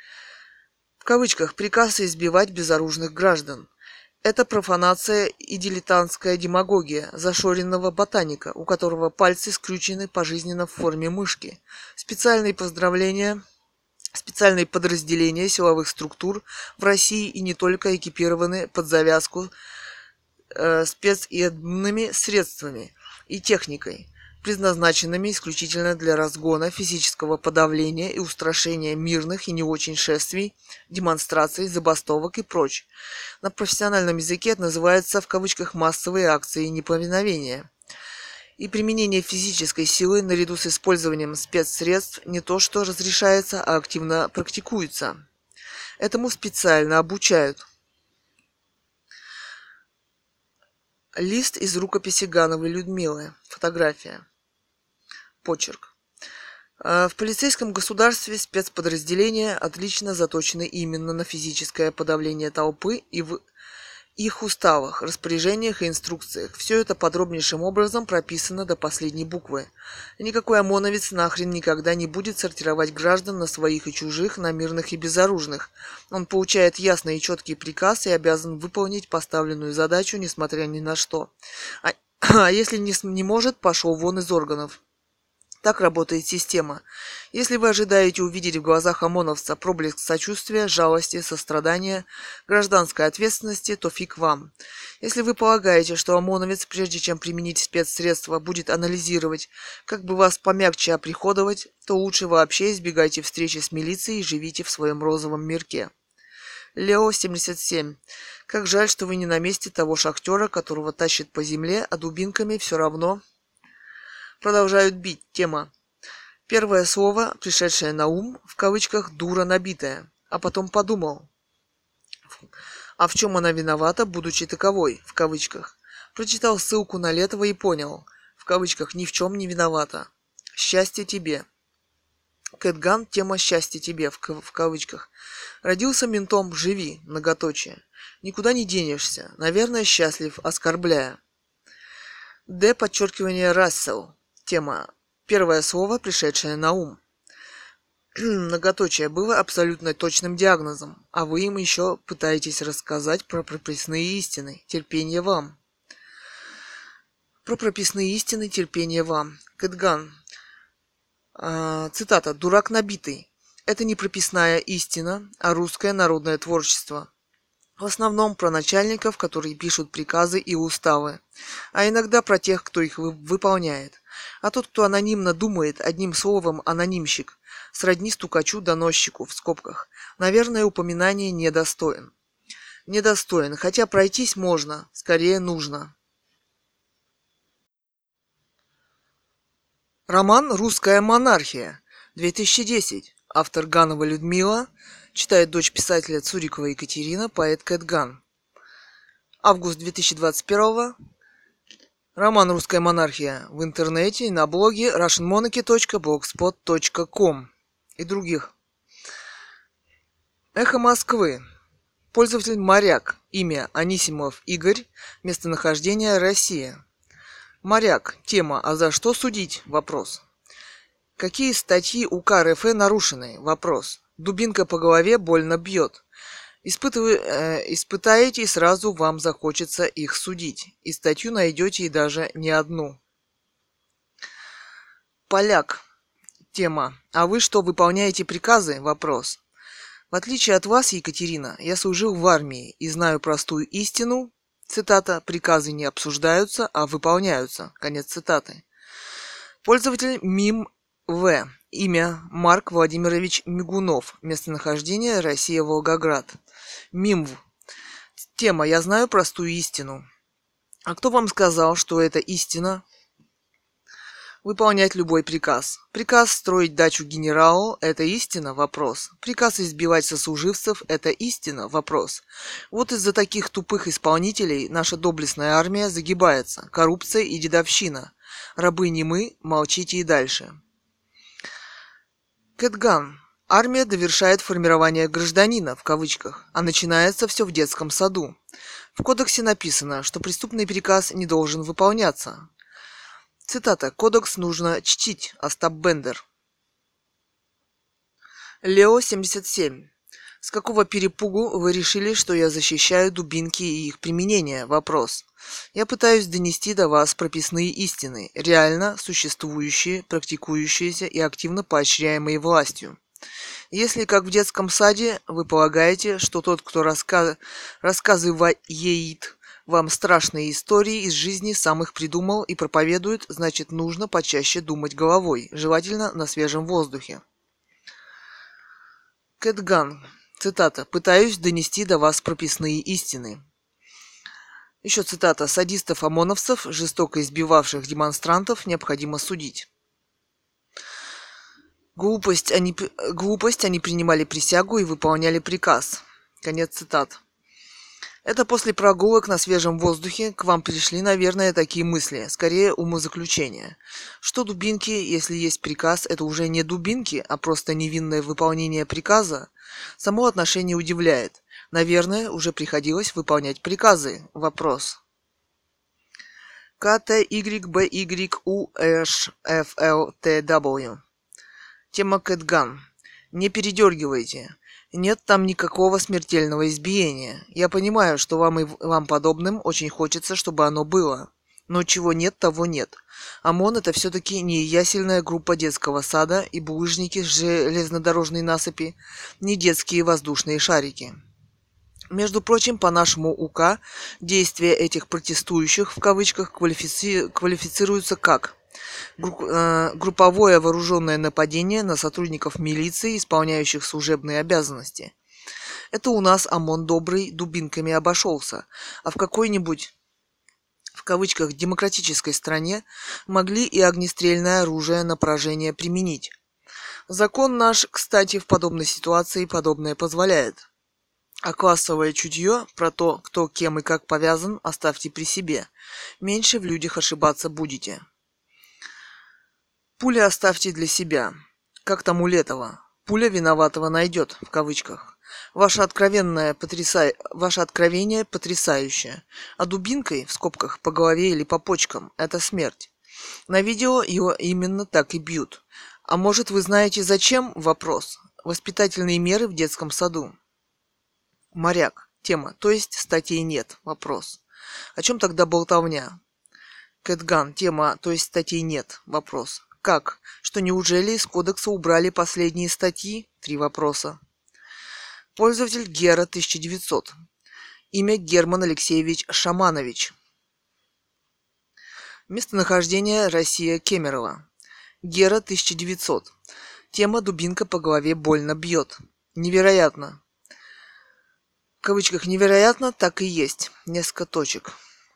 В кавычках, приказ избивать безоружных граждан. Это профанация и дилетантская демагогия зашоренного ботаника, у которого пальцы скрючены пожизненно в форме мышки. Специальные поздравления... Специальные подразделения силовых структур в России и не только экипированы под завязку э, спецъедными средствами и техникой, предназначенными исключительно для разгона, физического подавления и устрашения мирных и не очень шествий, демонстраций, забастовок и прочь. На профессиональном языке это называется в кавычках массовые акции неповиновения. И применение физической силы наряду с использованием спецсредств не то что разрешается, а активно практикуется. Этому специально обучают. Лист из рукописи Гановой Людмилы. Фотография. Почерк. В полицейском государстве спецподразделения отлично заточены именно на физическое подавление толпы и в их уставах, распоряжениях и инструкциях. Все это подробнейшим образом прописано до последней буквы. Никакой ОМОНовец нахрен никогда не будет сортировать граждан на своих и чужих, на мирных и безоружных. Он получает ясный и четкий приказ и обязан выполнить поставленную задачу, несмотря ни на что. А, а если не, не может, пошел вон из органов. Так работает система. Если вы ожидаете увидеть в глазах ОМОНовца проблеск сочувствия, жалости, сострадания, гражданской ответственности, то фиг вам. Если вы полагаете, что ОМОНовец, прежде чем применить спецсредства, будет анализировать, как бы вас помягче оприходовать, то лучше вообще избегайте встречи с милицией и живите в своем розовом мирке. Лео семьдесят семь. Как жаль, что вы не на месте того шахтера, которого тащит по земле, а дубинками все равно... Продолжают бить. Тема. Первое слово, пришедшее на ум, в кавычках «дура набитая», а потом подумал. А в чем она виновата, будучи таковой, в кавычках. Прочитал ссылку на Летова и понял, в кавычках, ни в чем не виновата. Счастье тебе. Кэтган, тема «счастье тебе», в, в кавычках. Родился ментом, живи, многоточие. Никуда не денешься, наверное, счастлив, оскорбляя. Д. Подчеркивание Рассел. Тема. Первое слово, пришедшее на ум. Многоточие было абсолютно точным диагнозом, а вы им еще пытаетесь рассказать про прописные истины. Терпение вам. Про прописные истины, терпение вам. Кэтган. А, цитата. «Дурак набитый. Это не прописная истина, а русское народное творчество». В основном про начальников, которые пишут приказы и уставы, а иногда про тех, кто их вы- выполняет. А тот, кто анонимно думает, одним словом анонимщик, сродни стукачу-доносчику в скобках, наверное, упоминания недостоин. Недостоин, хотя пройтись можно, скорее нужно. Роман «Русская монархия», две тысячи десять. Автор Ганова Людмила. Читает дочь писателя Цурикова Екатерина, поэт Кэт Ган. Август две тысячи двадцать первого. Роман «Русская монархия» в интернете и на блоге russian monarchy точка blogspot точка com и других. Эхо Москвы. Пользователь Моряк. Имя Анисимов Игорь. Местонахождение Россия. Моряк. Тема «А за что судить?» Вопрос. Какие статьи УК РФ нарушены? Вопрос. Дубинка по голове больно бьет. Испытывай, э, испытаете, и сразу вам захочется их судить. И статью найдете, и даже не одну. Поляк. Тема. А вы что, выполняете приказы? Вопрос. В отличие от вас, Екатерина, я служил в армии и знаю простую истину. Цитата. Приказы не обсуждаются, а выполняются. Конец цитаты. Пользователь Мим В. Имя Марк Владимирович Мигунов. Местонахождение Россия, Волгоград. Мимв. Тема. Я знаю простую истину. А кто вам сказал, что это истина? Выполнять любой приказ. Приказ строить дачу генералу – это истина? Вопрос. Приказ избивать сослуживцев – это истина? Вопрос. Вот из-за таких тупых исполнителей наша доблестная армия загибается. Коррупция и дедовщина. Рабы не мы, молчите и дальше. Кэтган. Армия довершает формирование гражданина, в кавычках, а начинается все в детском саду. В кодексе написано, что преступный приказ не должен выполняться. Цитата. Кодекс нужно чтить. Остап Бендер. Лео семьдесят семь. С какого перепугу вы решили, что я защищаю дубинки и их применение? Вопрос. Я пытаюсь донести до вас прописные истины, реально существующие, практикующиеся и активно поощряемые властью. Если, как в детском саде, вы полагаете, что тот, кто раска... рассказывает вам страшные истории из жизни, сам их придумал и проповедует, значит, нужно почаще думать головой, желательно на свежем воздухе. Кэтган. Цитата. «Пытаюсь донести до вас прописные истины». Еще цитата. «Садистов-ОМОНовцев, жестоко избивавших демонстрантов, необходимо судить». Глупость они, глупость, они принимали присягу и выполняли приказ. Конец цитат. Это после прогулок на свежем воздухе к вам пришли, наверное, такие мысли, скорее умозаключения. Что дубинки, если есть приказ, это уже не дубинки, а просто невинное выполнение приказа? Само отношение удивляет. Наверное, уже приходилось выполнять приказы. Вопрос. К Т Y Б Y У Ш Ф Л Т W. Тема Кэтган. Не передергивайте. Нет там никакого смертельного избиения. Я понимаю, что вам и вам подобным очень хочется, чтобы оно было. Но чего нет, того нет. ОМОН — это все-таки не ясельная группа детского сада и булыжники с железнодорожной насыпи, не детские воздушные шарики. Между прочим, по нашему УК, действия этих протестующих, в кавычках, квалифици... квалифицируются как групповое вооруженное нападение на сотрудников милиции, исполняющих служебные обязанности. Это у нас ОМОН добрый дубинками обошелся, а в какой-нибудь, в кавычках, демократической стране могли и огнестрельное оружие на поражение применить. Закон наш, кстати, в подобной ситуации подобное позволяет. А классовое чутье про то, кто кем и как повязан, оставьте при себе. Меньше в людях ошибаться будете. Пули оставьте для себя. Как там у Летова. Пуля виноватого найдет, в кавычках. Ваше откровенное потряса... Ваше откровение потрясающее. А дубинкой, в скобках, по голове или по почкам, это смерть. На видео его именно так и бьют. А может, вы знаете зачем? Вопрос. Воспитательные меры в детском саду. Моряк. Тема. То есть статей нет. Вопрос. О чем тогда болтовня? Кэтган. Тема. То есть статей нет. Вопрос. Как? Что неужели из кодекса убрали последние статьи? Три вопроса. Пользователь Гера тысяча девятьсот. Имя Герман Алексеевич Шаманович. Местонахождение Россия, Кемерово. Гера, тысяча девятьсот. Тема «Дубинка по голове больно бьет». Невероятно. В кавычках невероятно, так и есть. Несколько точек.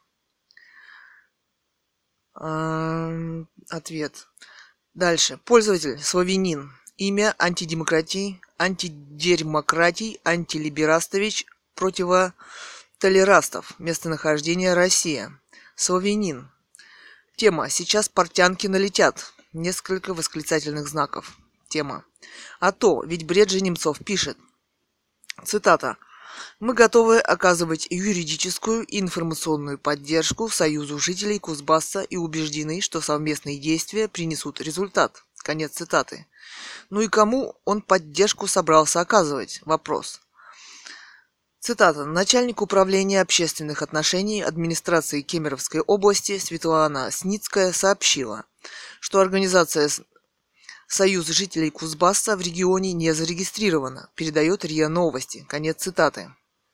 Ответ. Дальше. Пользователь славянин. Имя антидемократий, антидермократий, антилиберастович, противотолерастов. Местонахождение Россия. Славянин. Тема «Сейчас портянки налетят». Несколько восклицательных знаков. Тема. А то, ведь бред же Немцов пишет. Цитата. «Мы готовы оказывать юридическую и информационную поддержку Союзу жителей Кузбасса и убеждены, что совместные действия принесут результат». Конец цитаты. Ну и кому он поддержку собрался оказывать? Вопрос. Цитата. Начальник управления общественных отношений администрации Кемеровской области Светлана Сницкая сообщила, что организация «Союз жителей Кузбасса» в регионе не зарегистрирована, передает РИА Новости. Конец цитаты.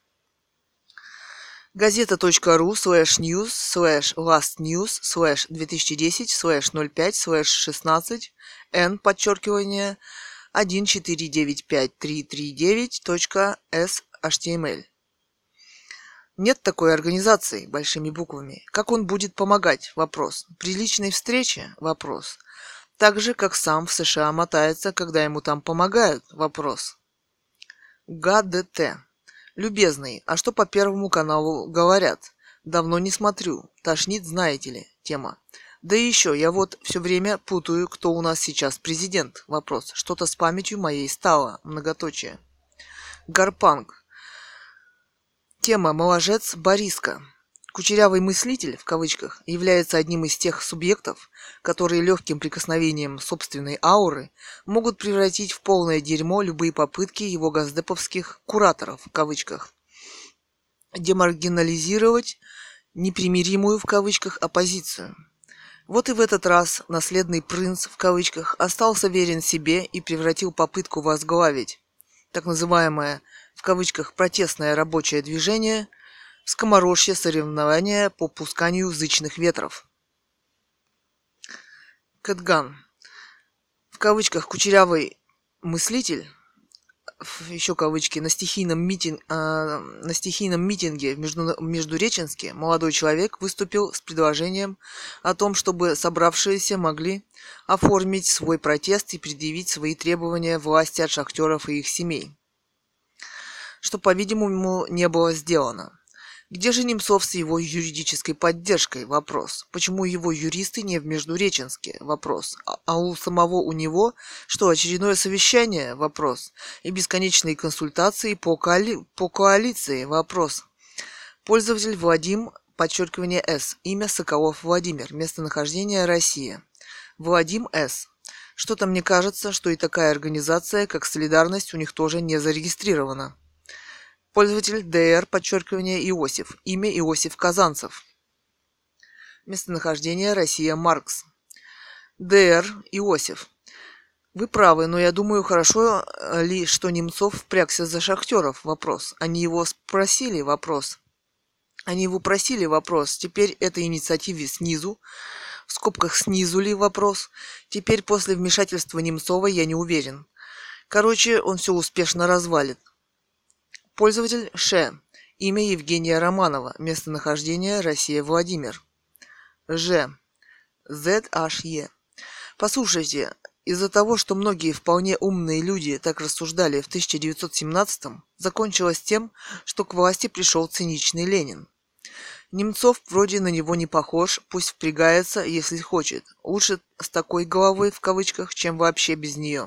Газета.ру слэш ньюс слэш ласт ньюс слэш две тысячи десять слэш ноль пять слэш шестнадцать н подчеркивание один четыре девять пять три три девять точка эс эйч ти эм эль. Нет такой организации, большими буквами. Как он будет помогать? Вопрос. При личной встрече? Вопрос. Так же, как сам в США мотается, когда ему там помогают? Вопрос. ГДТ. Любезный, а что по Первому каналу говорят? Давно не смотрю. Тошнит, знаете ли. Тема. Да и еще, я вот все время путаю, кто у нас сейчас президент. Вопрос. Что-то с памятью моей стало. Многоточие. Гарпанг. Тема «Моложец Бориска». Кучерявый мыслитель, в кавычках, является одним из тех субъектов, которые легким прикосновением собственной ауры могут превратить в полное дерьмо любые попытки его газдеповских «кураторов», в кавычках, демаргинализировать непримиримую, в кавычках, оппозицию. Вот и в этот раз наследный принц, в кавычках, остался верен себе и превратил попытку возглавить так называемое, в кавычках, протестное рабочее движение в скоморожье соревнования по пусканию зычных ветров. Кэтган. В кавычках кучерявый мыслитель, еще кавычки, на стихийном, митинг, э, на стихийном митинге в Между, Междуреченске молодой человек выступил с предложением о том, чтобы собравшиеся могли оформить свой протест и предъявить свои требования власти от шахтеров и их семей, что, по-видимому, не было сделано. Где же Немцов с его юридической поддержкой? Вопрос. Почему его юристы не в Междуреченске? Вопрос. А, а у самого у него что, очередное совещание? Вопрос. И бесконечные консультации по, коали... по коалиции? Вопрос. Пользователь Владим, подчеркивание С. Имя Соколов Владимир. Местонахождение Россия. Владим С. Что-то мне кажется, что и такая организация, как Солидарность, у них тоже не зарегистрирована. Пользователь ДР, подчеркивание Иосиф. Имя Иосиф Казанцев. Местонахождение Россия Маркс. ДР Иосиф. Вы правы, но я думаю, хорошо ли, что Немцов впрягся за шахтеров? Вопрос. Они его спросили? Вопрос. Они его просили? Вопрос. Теперь этой инициативе снизу, в скобках снизу ли? Вопрос. Теперь после вмешательства Немцова я не уверен. Короче, он все успешно развалит. Пользователь Ш. Имя Евгения Романова. Местонахождение Россия Владимир. Ж. зет эйч и. Послушайте, из-за того, что многие вполне умные люди так рассуждали в тысяча девятьсот семнадцатом, закончилось тем, что к власти пришел циничный Ленин. Немцов вроде на него не похож, пусть впрягается, если хочет. Лучше с такой головой, в кавычках, чем вообще без нее.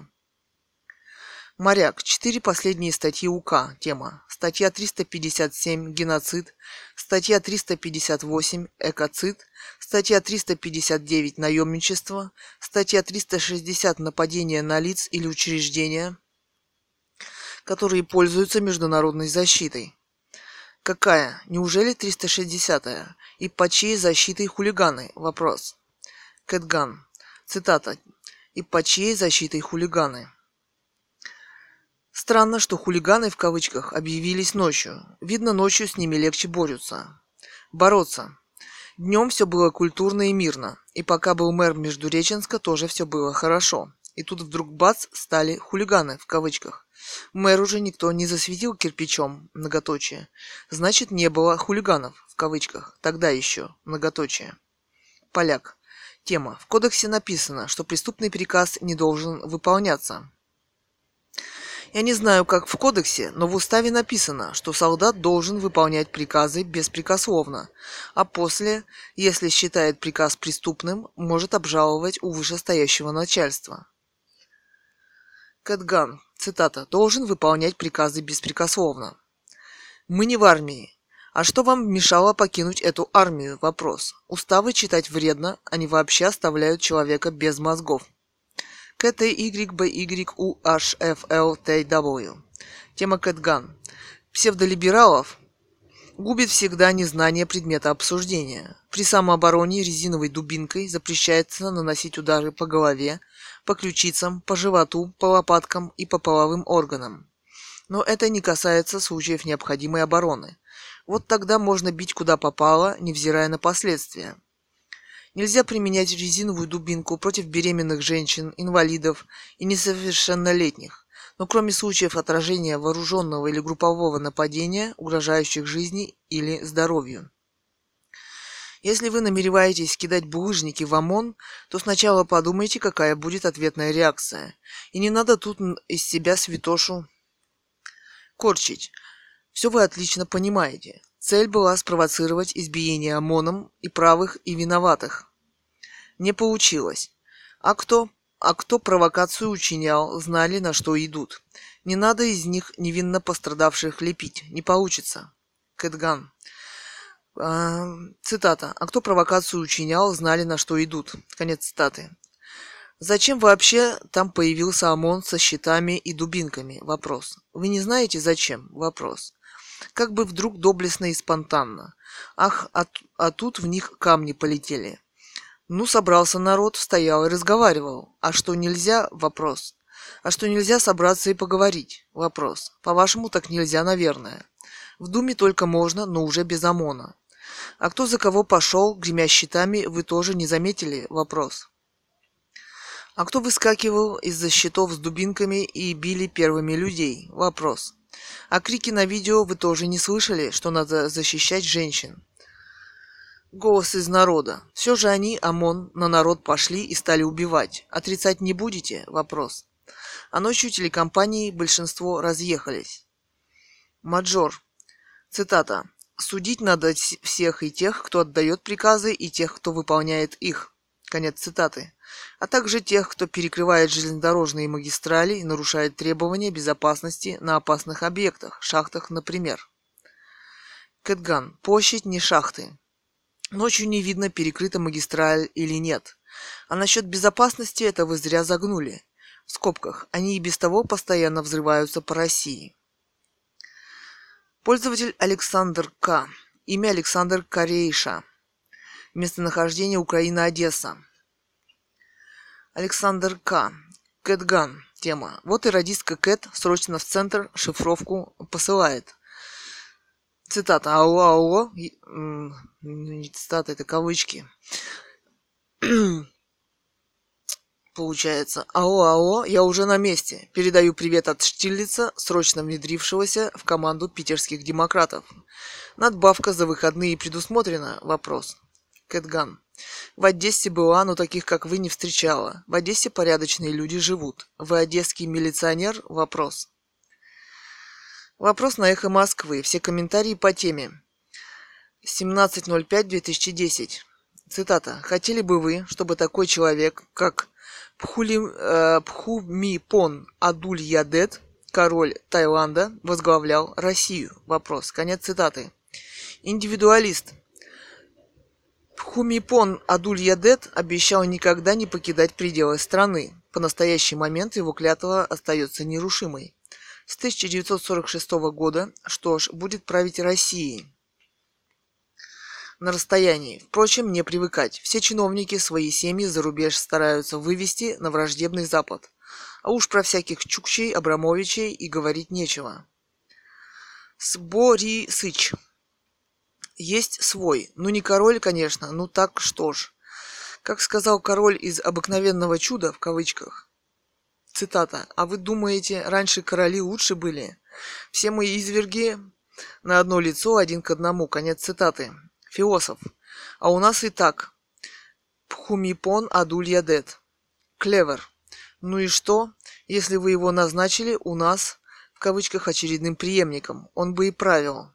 Моряк. Четыре последние статьи УК. Тема. Статья триста пятьдесят семь «Геноцид», статья триста пятьдесят восемь «Экоцид», статья триста пятьдесят девять «Наемничество», статья триста шестьдесят «Нападение на лиц или учреждения, которые пользуются международной защитой». Какая? Неужели триста шестидесятая? И под чьей защитой хулиганы? Вопрос. Кэтган. Цитата. И под чьей защитой хулиганы? Странно, что хулиганы в кавычках объявились ночью. Видно, ночью с ними легче борются. Бороться. Днем все было культурно и мирно. И пока был мэр Междуреченска, тоже все было хорошо. И тут вдруг бац, стали хулиганы в кавычках. Мэру же никто не засветил кирпичом, многоточие. Значит, не было хулиганов в кавычках. Тогда еще, многоточие. Поляк. Тема. В кодексе написано, что преступный приказ не должен выполняться. Я не знаю, как в кодексе, но в уставе написано, что солдат должен выполнять приказы беспрекословно, а после, если считает приказ преступным, может обжаловать у вышестоящего начальства. Кэтган. Цитата. «Должен выполнять приказы беспрекословно». Мы не в армии. А что вам мешало покинуть эту армию? Вопрос. Уставы читать вредно, они вообще оставляют человека без мозгов. К Т Y Б Y У H F L T W. Тема Кэтган. Псевдолибералов губит всегда незнание предмета обсуждения. При самообороне резиновой дубинкой запрещается наносить удары по голове, по ключицам, по животу, по лопаткам и по половым органам. Но это не касается случаев необходимой обороны. Вот тогда можно бить куда попало, невзирая на последствия. Нельзя применять резиновую дубинку против беременных женщин, инвалидов и несовершеннолетних, но кроме случаев отражения вооруженного или группового нападения, угрожающих жизни или здоровью. Если вы намереваетесь кидать булыжники в ОМОН, то сначала подумайте, какая будет ответная реакция. И не надо тут из себя святошу корчить. Все вы отлично понимаете. Цель была спровоцировать избиение ОМОНом и правых, и виноватых. Не получилось. А кто, а кто провокацию учинял, знали, на что идут. Не надо из них невинно пострадавших лепить. Не получится. Кэтган. А, цитата. А кто провокацию учинял, знали, на что идут. Конец цитаты. Зачем вообще там появился ОМОН со щитами и дубинками? Вопрос. Вы не знаете зачем? Вопрос. Как бы вдруг доблестно и спонтанно. Ах, а, а тут в них камни полетели. Ну, собрался народ, стоял и разговаривал. А что нельзя? Вопрос. А что нельзя собраться и поговорить? Вопрос. По-вашему, так нельзя, наверное. В Думе только можно, но уже без ОМОНа. А кто за кого пошел, гремя щитами, вы тоже не заметили? Вопрос. А кто выскакивал из-за щитов с дубинками и били первыми людей? Вопрос. А крики на видео вы тоже не слышали, что надо защищать женщин? Голос из народа. Все же они, ОМОН, на народ пошли и стали убивать. Отрицать не будете? Вопрос. А ночью телекомпании большинство разъехались. Маджор. Цитата. Судить надо всех и тех, кто отдает приказы, и тех, кто выполняет их. Конец цитаты. А также тех, кто перекрывает железнодорожные магистрали и нарушает требования безопасности на опасных объектах, шахтах, например. Кэтган. Площадь не шахты. Ночью не видно, перекрыта магистраль или нет. А насчет безопасности это вы зря загнули. В скобках. Они и без того постоянно взрываются по России. Пользователь Александр К. Имя Александр Корейша. Местонахождение Украина-Одесса. Александр К. Кэтган. Тема. Вот и радистка Кэт срочно в центр шифровку посылает. Цитата. Алло, алло. Не цитата, это кавычки. Получается. Алло, алло, я уже на месте. Передаю привет от Штирлица, срочно внедрившегося в команду питерских демократов. Надбавка за выходные предусмотрена? Вопрос. Кэтган. В Одессе была, но таких, как вы, не встречала. В Одессе порядочные люди живут. Вы одесский милиционер? Вопрос. Вопрос на Эхо Москвы. Все комментарии по теме. семнадцатое ноль пятое две тысячи десятый. Цитата. Хотели бы вы, чтобы такой человек, как Пхули, э, Пхумипон Адульядет, король Таиланда, возглавлял Россию? Вопрос. Конец цитаты. Индивидуалист. Пхумипон Адульядет обещал никогда не покидать пределы страны. По настоящий момент его клятва остается нерушимой. С тысяча девятьсот сорок шестого года, что ж, будет править Россией. На расстоянии. Впрочем, не привыкать. Все чиновники свои семьи за рубеж стараются вывести на враждебный Запад. А уж про всяких Чукчей, Абрамовичей и говорить нечего. Сборисыч. Есть свой. Ну не король, конечно, ну так что ж. Как сказал король из «Обыкновенного чуда», в кавычках, цитата, «А вы думаете, раньше короли лучше были? Все мои изверги на одно лицо, один к одному». Конец цитаты. Философ. А у нас и так. Пхумипон адуль ядет. Клевер. Ну и что, если вы его назначили у нас, в кавычках, очередным преемником? Он бы и правил.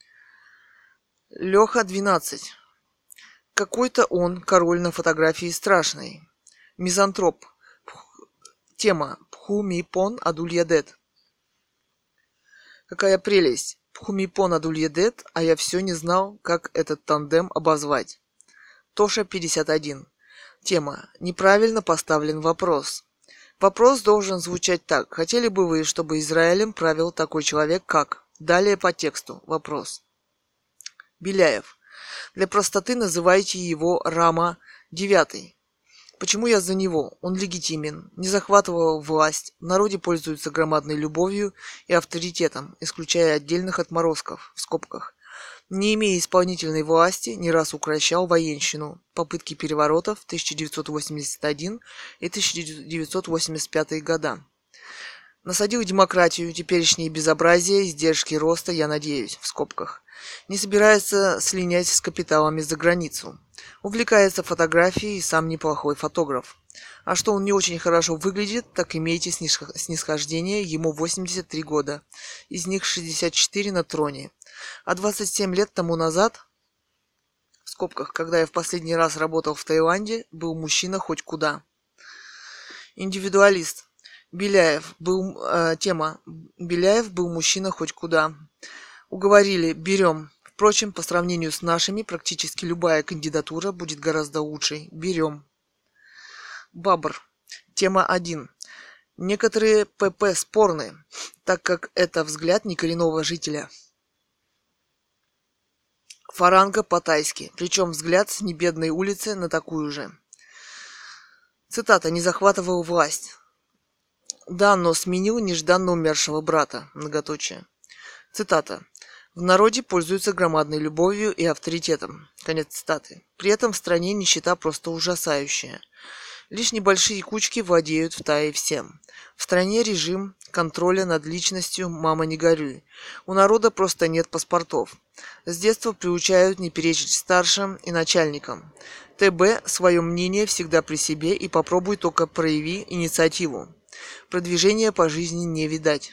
Леха, двенадцать. Какой-то он, король на фотографии страшный. Мизантроп. Пх... Тема. Пхумипон адуль ядет. Какая прелесть. Пхумипон адуль ядет, а я все не знал, как этот тандем обозвать. Тоша, пятьдесят один. Тема. Неправильно поставлен вопрос. Вопрос должен звучать так. Хотели бы вы, чтобы Израилем правил такой человек, как? Далее по тексту. Вопрос. Беляев. Для простоты называйте его Рама девятый. Почему я за него? Он легитимен, не захватывал власть, в народе пользуется громадной любовью и авторитетом, исключая отдельных отморозков, в скобках. Не имея исполнительной власти, не раз укрощал военщину, попытки переворотов тысяча девятьсот восемьдесят один и тысяча девятьсот восемьдесят пятый года. Насадил демократию, теперешние безобразия, издержки роста, я надеюсь, в скобках. Не собирается слинять с капиталами за границу. Увлекается фотографией и сам неплохой фотограф. А что он не очень хорошо выглядит, так имейте снисхождение, ему восемьдесят три года. Из них шестьдесят четыре на троне. А двадцать семь лет тому назад, в скобках, когда я в последний раз работал в Таиланде, был мужчина хоть куда. Индивидуалист. Беляев был... Э, тема. Беляев был мужчина хоть куда. Уговорили, берем. Впрочем, по сравнению с нашими, практически любая кандидатура будет гораздо лучшей. Берем. Бабр. Тема один. Некоторые ПП спорны, так как это взгляд некоренного жителя. Фаранга по-тайски, причем взгляд с небедной улицы на такую же. Цитата. «Не захватывал власть». Да, но сменил нежданно умершего брата. Многоточие. Цитата. В народе пользуются громадной любовью и авторитетом. Конец цитаты. При этом в стране нищета просто ужасающая. Лишь небольшие кучки владеют в Тае всем. В стране режим контроля над личностью «мама, не горюй». У народа просто нет паспортов. С детства приучают не перечить старшим и начальникам. ТБ свое мнение всегда при себе и попробуй только прояви инициативу. Продвижения по жизни не видать.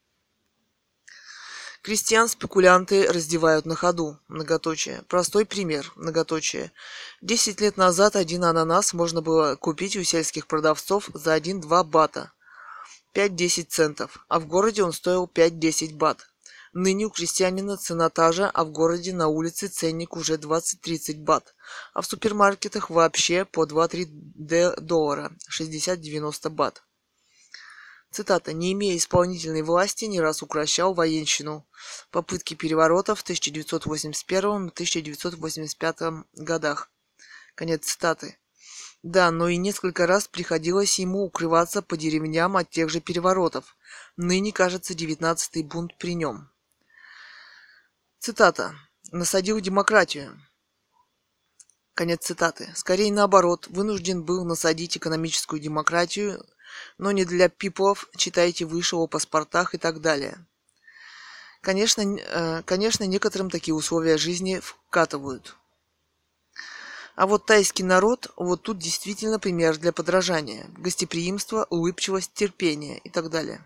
Крестьян спекулянты раздевают на ходу. Многоточие. Простой пример. Многоточие. Десять лет назад один ананас можно было купить у сельских продавцов за один-два бата. пять-десять центов. А в городе он стоил пять-десять бат. Ныне у крестьянина цена та же, а в городе на улице ценник уже двадцать-тридцать бат. А в супермаркетах вообще по два-три доллара. шестьдесят-девяносто бат. Цитата. «Не имея исполнительной власти, не раз укрощал военщину. Попытки переворотов в тысяча девятьсот восемьдесят первом и тысяча девятьсот восемьдесят пятом годах». Конец цитаты. Да, но и несколько раз приходилось ему укрываться по деревням от тех же переворотов. Ныне, кажется, девятнадцатый бунт при нем. Цитата. «Насадил демократию». Конец цитаты. Скорее наоборот, вынужден был насадить экономическую демократию, но не для пиплов, читайте выше о паспортах и так далее. Конечно, конечно, некоторым такие условия жизни вкатывают. А вот тайский народ, вот тут действительно пример для подражания. Гостеприимство, улыбчивость, терпение и так далее.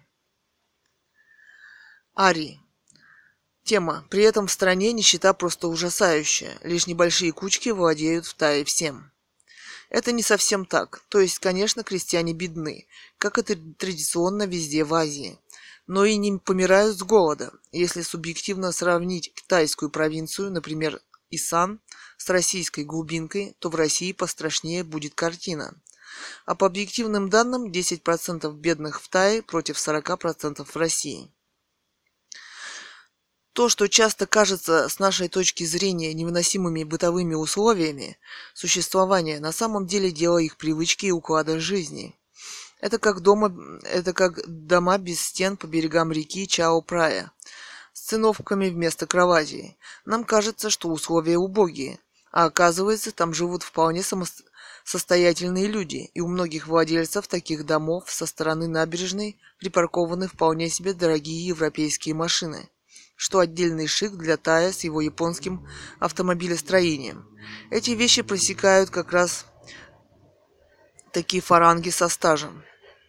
Ари. Тема. При этом в стране нищета просто ужасающая. Лишь небольшие кучки владеют в Тае всем. Это не совсем так. То есть, конечно, крестьяне бедны, как это традиционно везде в Азии. Но и не помирают с голода. Если субъективно сравнить китайскую провинцию, например, Исан, с российской глубинкой, то в России пострашнее будет картина. А по объективным данным, десять процентов бедных в Тае против сорок процентов в России. То, что часто кажется с нашей точки зрения невыносимыми бытовыми условиями существования, на самом деле дело их привычки и уклада жизни. Это как дома, это как дома без стен по берегам реки Чао-Прая, с циновками вместо кроватей. Нам кажется, что условия убогие, а оказывается, там живут вполне самостоятельные люди, и у многих владельцев таких домов со стороны набережной припаркованы вполне себе дорогие европейские машины, что отдельный шик для Тая с его японским автомобилестроением. Эти вещи пресекают как раз такие фаранги со стажем.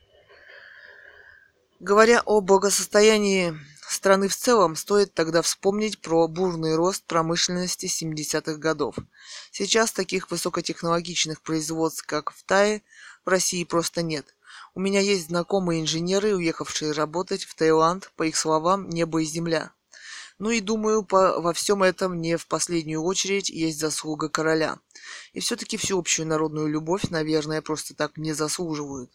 Говоря о благосостоянии страны в целом, стоит тогда вспомнить про бурный рост промышленности семидесятых годов. Сейчас таких высокотехнологичных производств, как в Тае, в России просто нет. У меня есть знакомые инженеры, уехавшие работать в Таиланд, по их словам, небо и земля. Ну и думаю, по, во всем этом не в последнюю очередь есть заслуга короля. И все-таки всеобщую народную любовь, наверное, просто так не заслуживают.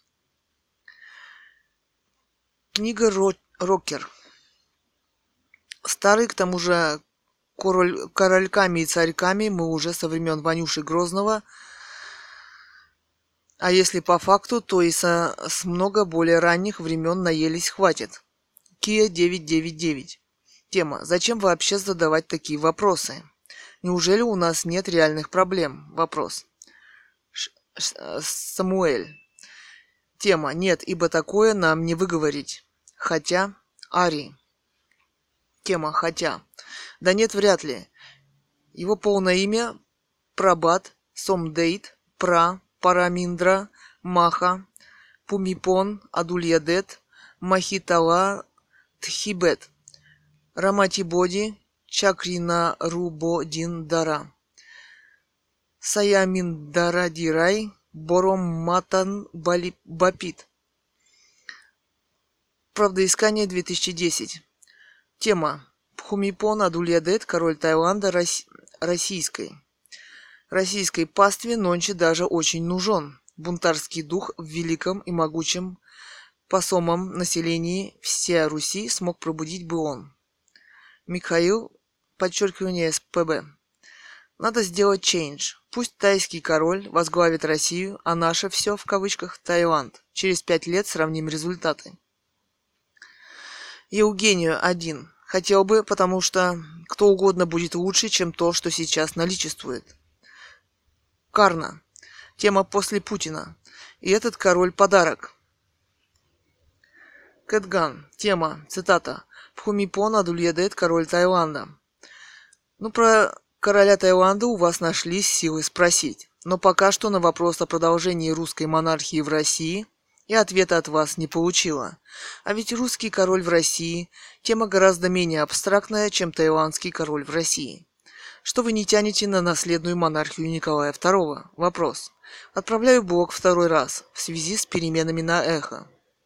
Книга Ро- Рокер. Старый, к тому же, король, корольками и царьками мы уже со времен Ванюши Грозного, а если по факту, то и со, с много более ранних времен наелись хватит. Кия девятьсот девяносто девять. Тема. Зачем вообще задавать такие вопросы? Неужели у нас нет реальных проблем? Вопрос. Ш- Ш- Самуэль. Тема. Нет, ибо такое нам не выговорить. Хотя. Ари. Тема. Хотя. Да нет, вряд ли. Его полное имя Прабат Сомдейт Пра Параминдра Маха Пумипон Адульядет Махитала Тхибет Раматибоди Чакрина Рубодиндара Саяминдарадирай Бором Матан Бапит. Правдоискание две тысячи десять. Тема. Пхумипон Адульядет, король Таиланда, Рос... российской. Российской пастве нонче даже очень нужен. Бунтарский дух в великом и могучем посомом населении всей Руси смог пробудить бы он. Михаил, подчеркивание СПБ. Надо сделать change. Пусть тайский король возглавит Россию, а наше все, в кавычках, Таиланд. Через пять лет сравним результаты. Евгению один. Хотел бы, потому что кто угодно будет лучше, чем то, что сейчас наличествует. Карна. Тема после Путина. И этот король подарок. Кэтган. Тема, цитата. Пхумипон Адульядет, король Таиланда. Ну, про короля Таиланда у вас нашлись силы спросить. Но пока что на вопрос о продолжении русской монархии в России я ответа от вас не получила. А ведь русский король в России – тема гораздо менее абстрактная, чем таиландский король в России. Что вы не тянете на наследную монархию Николая второго? Вопрос. Отправляю блог второй раз в связи с переменами на эхо.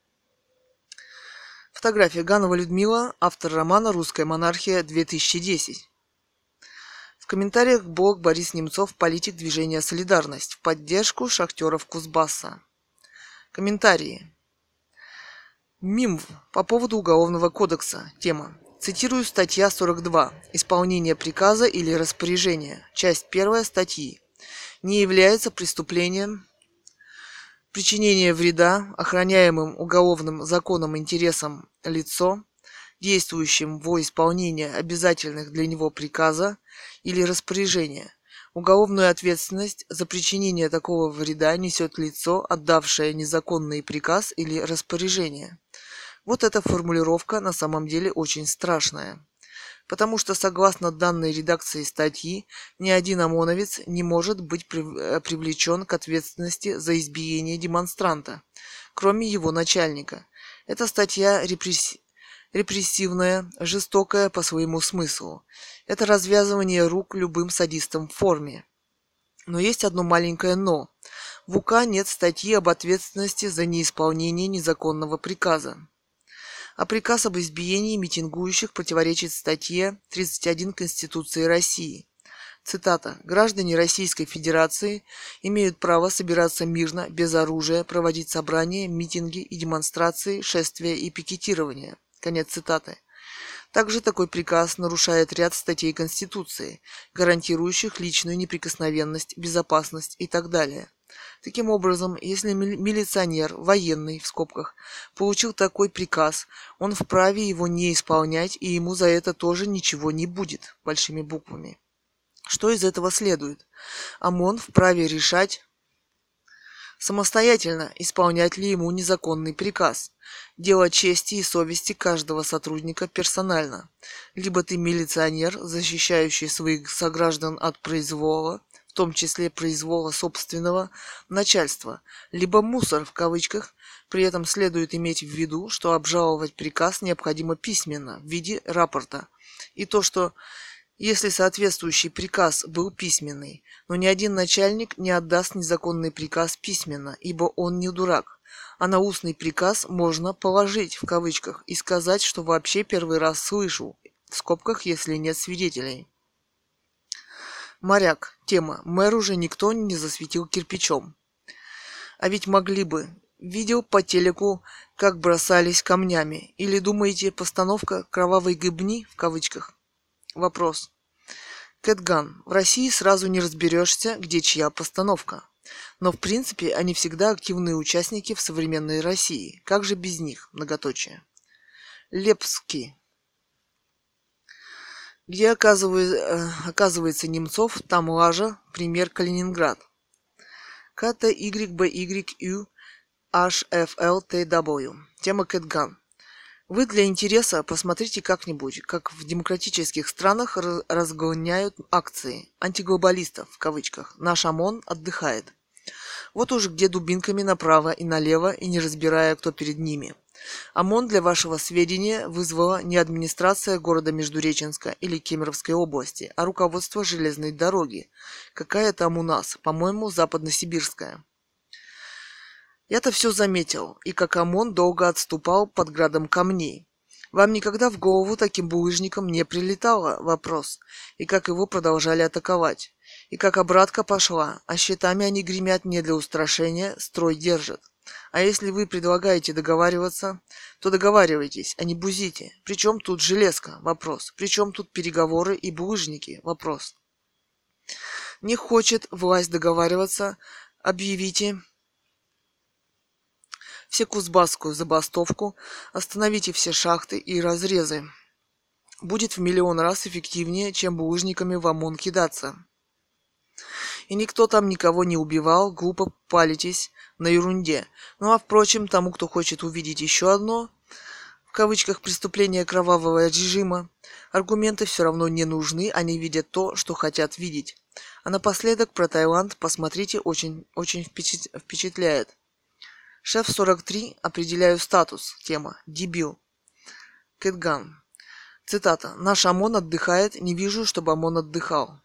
Фотография. Ганова Людмила, автор романа «Русская монархия две тысячи десять». В комментариях блог Борис Немцов, политик движения «Солидарность», в поддержку шахтеров Кузбасса. Комментарии. МИМВ по поводу Уголовного кодекса. Тема. Цитирую статья сорок два. Исполнение приказа или распоряжения. Часть первая статьи. Не является преступлением причинение вреда охраняемым уголовным законом интересам лицо, действующим во исполнение обязательных для него приказа или распоряжения. Уголовную ответственность за причинение такого вреда несет лицо, отдавшее незаконный приказ или распоряжение. Вот эта формулировка на самом деле очень страшная. Потому что, согласно данной редакции статьи, ни один ОМОНовец не может быть привлечен к ответственности за избиение демонстранта, кроме его начальника. Эта статья репресс... репрессивная, жестокая по своему смыслу. Это развязывание рук любым садистам в форме. Но есть одно маленькое «но». В УК нет статьи об ответственности за неисполнение незаконного приказа. А приказ об избиении митингующих противоречит статье тридцать один Конституции России. Цитата. «Граждане Российской Федерации имеют право собираться мирно, без оружия, проводить собрания, митинги и демонстрации, шествия и пикетирования». Конец цитаты. Также такой приказ нарушает ряд статей Конституции, гарантирующих личную неприкосновенность, безопасность и так далее. Таким образом, если милиционер, военный, в скобках, получил такой приказ, он вправе его не исполнять, и ему за это тоже ничего не будет, большими буквами. Что из этого следует? ОМОН вправе решать самостоятельно, исполнять ли ему незаконный приказ. Дело чести и совести каждого сотрудника персонально. Либо ты милиционер, защищающий своих сограждан от произвола, в том числе произвола собственного начальства, либо мусор в кавычках. При этом следует иметь в виду, что обжаловать приказ необходимо письменно, в виде рапорта. И то, что если соответствующий приказ был письменный, но ни один начальник не отдаст незаконный приказ письменно, ибо он не дурак. А на устный приказ можно положить в кавычках и сказать, что вообще первый раз слышу, в скобках, если нет свидетелей. Моряк. Тема. Мэр уже никто не засветил кирпичом. А ведь могли бы. Видел по телеку, как бросались камнями. Или думаете, постановка «Кровавой гыбни» в кавычках? Вопрос. Кэтган. В России сразу не разберешься, где чья постановка. Но в принципе они всегда активные участники в современной России. Как же без них? Многоточие. Лепский. Где оказывается, оказывается Немцов, там лажа, пример Калининград. К Т Y Б Y Ю H F L T W. Тема Кэтган. Вы для интереса посмотрите как-нибудь, как в демократических странах разгоняют акции антиглобалистов, в кавычках. Наш ОМОН отдыхает. Вот уж где дубинками направо и налево, и не разбирая, кто перед ними. ОМОН, для вашего сведения, вызвала не администрация города Междуреченска или Кемеровской области, а руководство железной дороги. Какая там у нас? По-моему, западносибирская. Я-то все заметил, и как ОМОН долго отступал под градом камней. Вам никогда в голову таким булыжником не прилетало? Вопрос. И как его продолжали атаковать? И как обратка пошла, а щитами они гремят не для устрашения, строй держат. А если вы предлагаете договариваться, то договаривайтесь, а не бузите. Причем тут железка? Вопрос. Причем тут переговоры и булыжники? Вопрос. Не хочет власть договариваться, объявите всекузбасскую забастовку, остановите все шахты и разрезы. Будет в миллион раз эффективнее, чем булыжниками в ОМОН кидаться. И никто там никого не убивал, глупо палитесь на ерунде. Ну а впрочем, тому, кто хочет увидеть еще одно, в кавычках, преступление кровавого режима, аргументы все равно не нужны, они видят то, что хотят видеть. А напоследок про Таиланд посмотрите, очень, очень впечатляет. Шеф сорок три, определяю статус. Тема. Дебил. Кэтган. Цитата. Наш ОМОН отдыхает, не вижу, чтобы ОМОН отдыхал.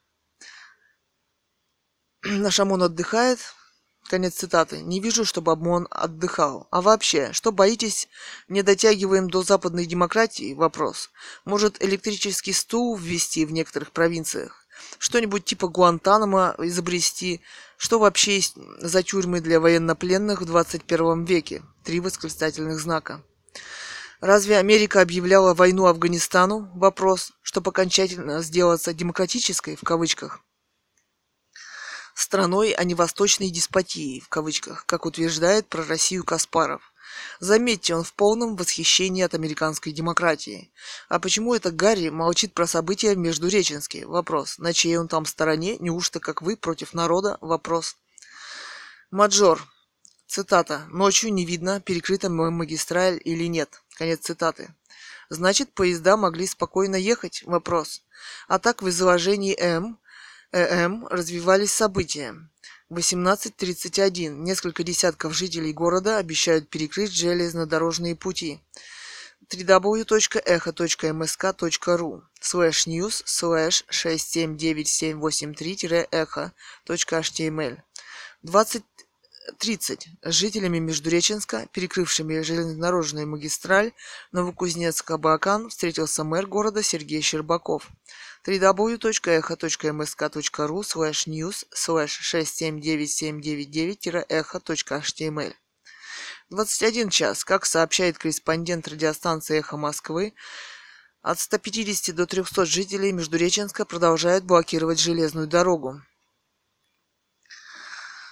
Наш ОМОН отдыхает. Конец цитаты. Не вижу, чтобы ОМОН отдыхал. А вообще, что боитесь, не дотягиваем до западной демократии? Вопрос. Может, электрический стул ввести в некоторых провинциях? Что-нибудь типа Гуантанамо изобрести? Что вообще есть за тюрьмы для военнопленных в двадцать первом веке? Три восклицательных знака. Разве Америка объявляла войну Афганистану? Вопрос. Чтобы окончательно сделаться демократической, в кавычках, страной, а не восточной деспотией, в кавычках, как утверждает про Россию Каспаров. Заметьте, он в полном восхищении от американской демократии. А почему это Гарри молчит про события в Междуреченске? Вопрос. На чьей он там стороне? Неужто, как вы, против народа? Вопрос. Маджор. Цитата. Ночью не видно, перекрыта магистраль или нет. Конец цитаты. Значит, поезда могли спокойно ехать? Вопрос. А так в изложении М. ЭМ развивались события. восемнадцать тридцать один. Несколько десятков жителей города обещают перекрыть железнодорожные пути. дабл ю дабл ю дабл ю точка эхо точка эм эс ка точка ру слэш ньюс слэш шесть семь девять семь восемь три эхо точка эйч ти эм эль. двадцать тридцать. С жителями Междуреченска, перекрывшими железнодорожную магистраль Новокузнецк-Абакан, встретился мэр города Сергей Щербаков. дабл ю дабл ю дабл ю точка эхо точка эм эс ка точка ру слэш ньюс слэш шесть семь девять семь девять девять эхо точка эйч ти эм эль. двадцать один час. Как сообщает корреспондент радиостанции «Эхо Москвы», от ста пятидесяти до трехсот жителей Междуреченска продолжают блокировать железную дорогу.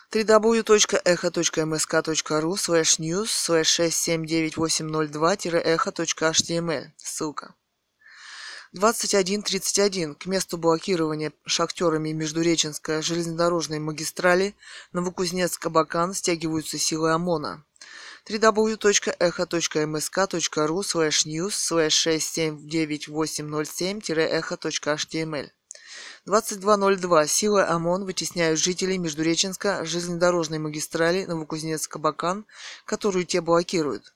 www.echo.msk.ru слэш news слэш шесть семь девять восемь ноль два echo.html. Ссылка. двадцать один тридцать один. К месту блокирования шахтерами Междуреченской железнодорожной магистрали Новокузнецк-Абакан стягиваются силы ОМОНа. www.echo.msk.ru слэш news слэш шесть семь девять восемь ноль семь echo.html. двадцать два ноль два. Силы ОМОН вытесняют жителей Междуреченска железнодорожной магистрали Новокузнецк-Абакан, которую те блокируют.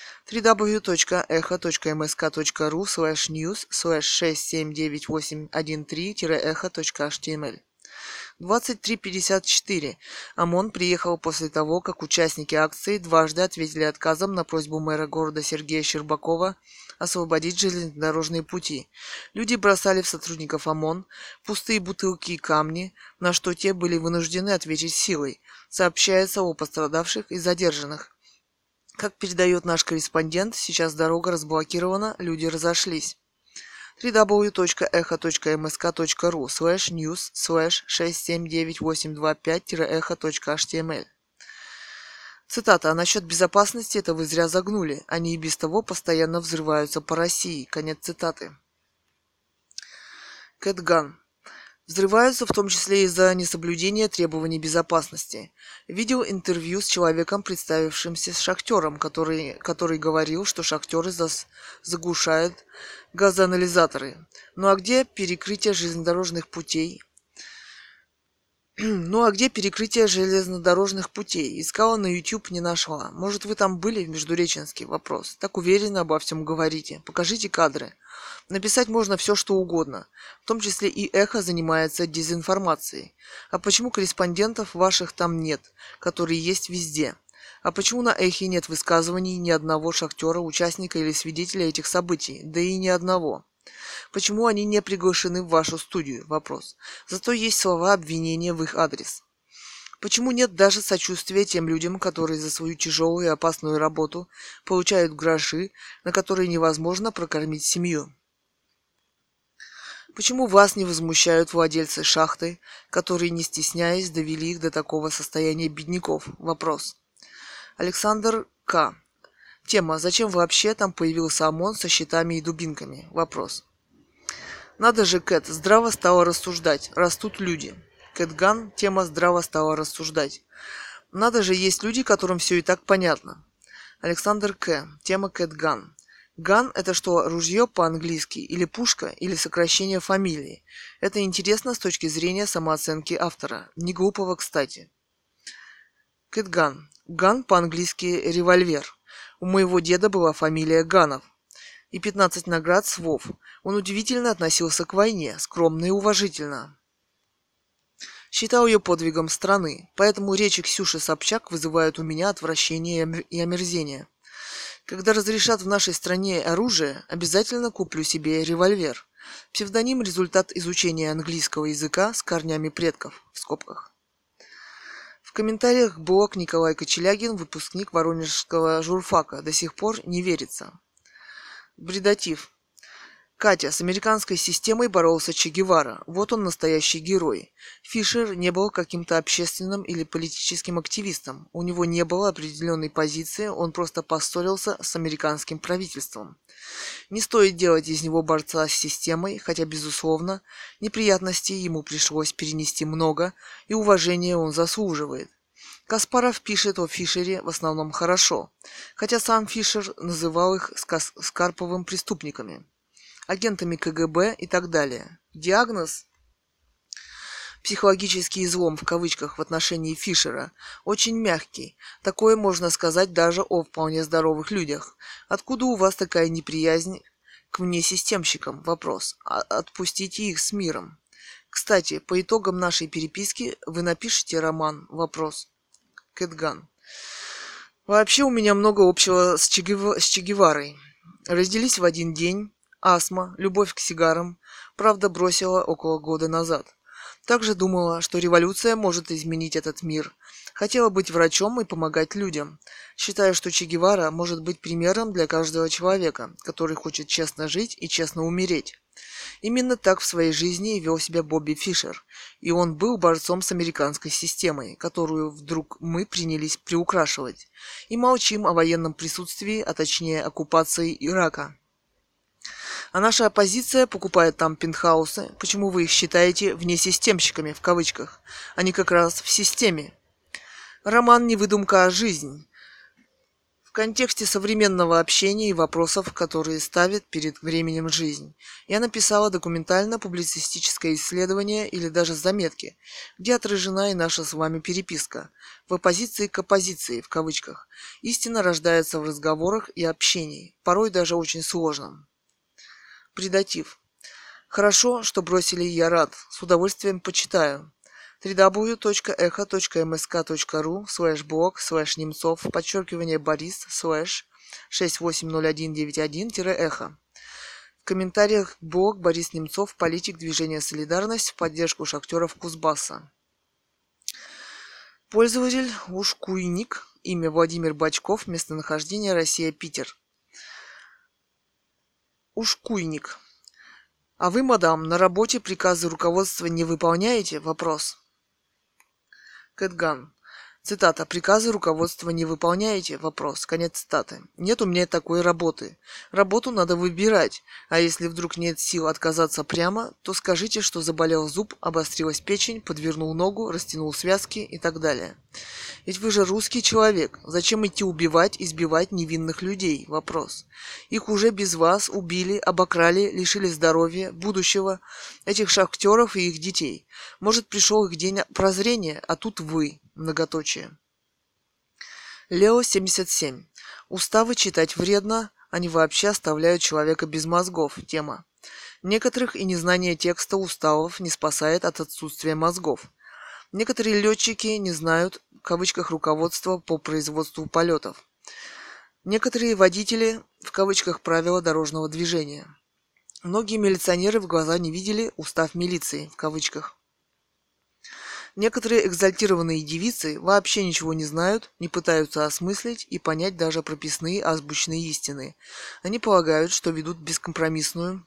www.echo.msk.ru слэш news слэш шесть семь девять восемь один три echo.html. двадцать три пятьдесят четыре. ОМОН приехал после того, как участники акции дважды ответили отказом на просьбу мэра города Сергея Щербакова освободить железнодорожные пути. Люди бросали в сотрудников ОМОН пустые бутылки и камни, на что те были вынуждены ответить силой. Сообщается о пострадавших и задержанных. Как передает наш корреспондент, сейчас дорога разблокирована, люди разошлись. www.echo.msk.ru слэш news слэш шесть семь девять восемь два пять echo.html. Цитата. «А насчет безопасности это вы зря загнули. Они и без того постоянно взрываются по России». Конец цитаты. Кэтган. Взрываются в том числе из-за несоблюдения требований безопасности. Видел интервью с человеком, представившимся шахтером, который, который говорил, что шахтеры зас, заглушают газоанализаторы. Ну а где перекрытие железнодорожных путей? Ну а где перекрытие железнодорожных путей? Искала на YouTube, не нашла. Может, вы там были в Междуреченске? Вопрос. Так уверенно обо всем говорите. Покажите кадры. Написать можно все, что угодно. В том числе и Эхо занимается дезинформацией. А почему корреспондентов ваших там нет, которые есть везде? А почему на Эхе нет высказываний ни одного шахтера, участника или свидетеля этих событий? Да и ни одного. Почему они не приглашены в вашу студию? Вопрос. Зато есть слова обвинения в их адрес. Почему нет даже сочувствия тем людям, которые за свою тяжелую и опасную работу получают гроши, на которые невозможно прокормить семью? Почему вас не возмущают владельцы шахты, которые, не стесняясь, довели их до такого состояния бедняков? Вопрос. Александр К. Тема. Зачем вообще там появился ОМОН со щитами и дубинками? Вопрос. Надо же, Кэт, здраво стала рассуждать. Растут люди. Кэтган. Тема. Здраво стала рассуждать. Надо же, есть люди, которым все и так понятно. Александр К. Тема. Кэтган. Ган – это что, ружье по-английски, или пушка, или сокращение фамилии? Это интересно с точки зрения самооценки автора. Не глупого, кстати. Кэтган. Ган по-английски револьвер. У моего деда была фамилия Ганов. И пятнадцать наград с ВОВ. Он удивительно относился к войне, скромно и уважительно. Считал ее подвигом страны, поэтому речи Ксюши Собчак вызывают у меня отвращение и омерзение. Когда разрешат в нашей стране оружие, обязательно куплю себе револьвер. Псевдоним – результат изучения английского языка с корнями предков, в скобках. В комментариях блог Николай Кочелягин, выпускник Воронежского журфака. До сих пор не верится. Бредатив. Катя, с американской системой боролся Че Гевара. Вот он настоящий герой. Фишер не был каким-то общественным или политическим активистом. У него не было определенной позиции, он просто поссорился с американским правительством. Не стоит делать из него борца с системой, хотя, безусловно, неприятностей ему пришлось перенести много, и уважения он заслуживает. Каспаров пишет о Фишере в основном хорошо, хотя сам Фишер называл их скарповым преступниками, агентами ка гэ бэ и так далее. Диагноз «психологический излом» в кавычках в отношении Фишера очень мягкий. Такое можно сказать даже о вполне здоровых людях. Откуда у вас такая неприязнь к внесистемщикам? Вопрос. А отпустите их с миром. Кстати, по итогам нашей переписки вы напишите роман? Вопрос. Кэтган. Вообще у меня много общего с Че, Гев... с Че Геварой. Родились в один день. Астма, любовь к сигарам, правда, бросила около года назад. Также думала, что революция может изменить этот мир. Хотела быть врачом и помогать людям. Считаю, что Че Гевара может быть примером для каждого человека, который хочет честно жить и честно умереть. Именно так в своей жизни и вел себя Бобби Фишер, и он был борцом с американской системой, которую вдруг мы принялись приукрашивать, и молчим о военном присутствии, а точнее оккупации Ирака. А наша оппозиция покупает там пентхаусы. Почему вы их считаете внесистемщиками, в кавычках? Они как раз в системе. Роман не выдумка, а жизнь. В контексте современного общения и вопросов, которые ставят перед временем жизнь, я написала документально-публицистическое исследование или даже заметки, где отражена и наша с вами переписка. В оппозиции к оппозиции, в кавычках. Истина рождается в разговорах и общении, порой даже очень сложном. Предатив. Хорошо, что бросили, я рад. С удовольствием почитаю. дабл ю дабл ю дабл ю точка эхо точка эм эс ка точка ру слэш блог слэш немцов подчеркивание Борис слэш шесть восемь ноль один девять один эхо. В комментариях блог Борис Немцов, политик движения «Солидарность» в поддержку шахтеров Кузбасса. Пользователь Ушкуйник. Имя Владимир Бачков. Местонахождение Россия, Питер. Ушкуйник. А вы, мадам, на работе приказы руководства не выполняете? Вопрос. Кэтган. Цитата. Приказы руководства не выполняете? Вопрос. Конец цитаты. Нет у меня такой работы. Работу надо выбирать. А если вдруг нет сил отказаться прямо, то скажите, что заболел зуб, обострилась печень, подвернул ногу, растянул связки и так далее. Ведь вы же русский человек. Зачем идти убивать, избивать невинных людей? Вопрос. Их уже без вас убили, обокрали, лишили здоровья, будущего, этих шахтеров и их детей. Может, пришел их день прозрения, а тут вы. Многоточие. Лео семьдесят семь. Уставы читать вредно, они вообще оставляют человека без мозгов. Тема. Некоторых и незнание текста уставов не спасает от отсутствия мозгов. Некоторые летчики не знают, в кавычках, руководства по производству полетов. Некоторые водители, в кавычках, правила дорожного движения. Многие милиционеры в глаза не видели устав милиции, в кавычках. Некоторые экзальтированные девицы вообще ничего не знают, не пытаются осмыслить и понять даже прописные азбучные истины. Они полагают, что ведут бескомпромиссную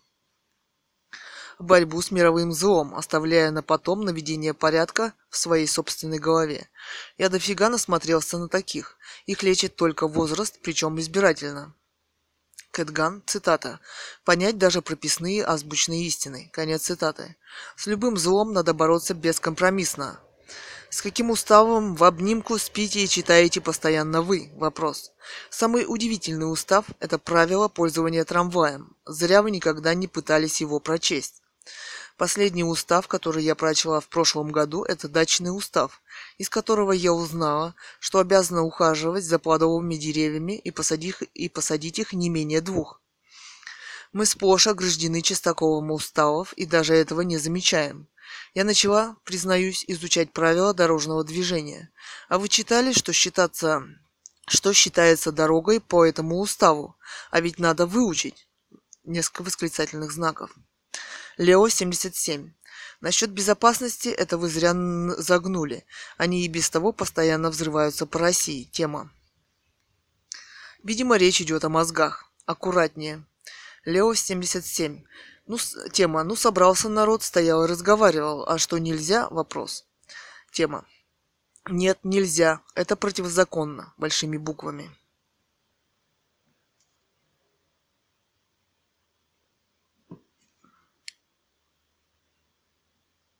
борьбу с мировым злом, оставляя на потом наведение порядка в своей собственной голове. Я дофига насмотрелся на таких. Их лечит только возраст, причем избирательно. Кэтган, цитата. «Понять даже прописные азбучные истины». Конец цитаты. «С любым злом надо бороться бескомпромиссно». С каким уставом в обнимку спите и читаете постоянно вы? Вопрос. Самый удивительный устав – это правило пользования трамваем. Зря вы никогда не пытались его прочесть. Последний устав, который я прочла в прошлом году, это дачный устав, из которого я узнала, что обязана ухаживать за плодовыми деревьями и посадить, и посадить их не менее двух. Мы сплошь ограждены чистаковым уставов и даже этого не замечаем. Я начала, признаюсь, изучать правила дорожного движения. А вы читали, что считаться, что считается дорогой по этому уставу? А ведь надо выучить. Несколько восклицательных знаков. Лео семьдесят семь. Насчет безопасности это вы зря загнули. Они и без того постоянно взрываются по России. Тема. Видимо, речь идет о мозгах. Аккуратнее. Лео семьдесят семь. Ну, тема. Ну, собрался народ, стоял и разговаривал. А что, нельзя? Вопрос. Тема. Нет, нельзя. Это противозаконно. Большими буквами.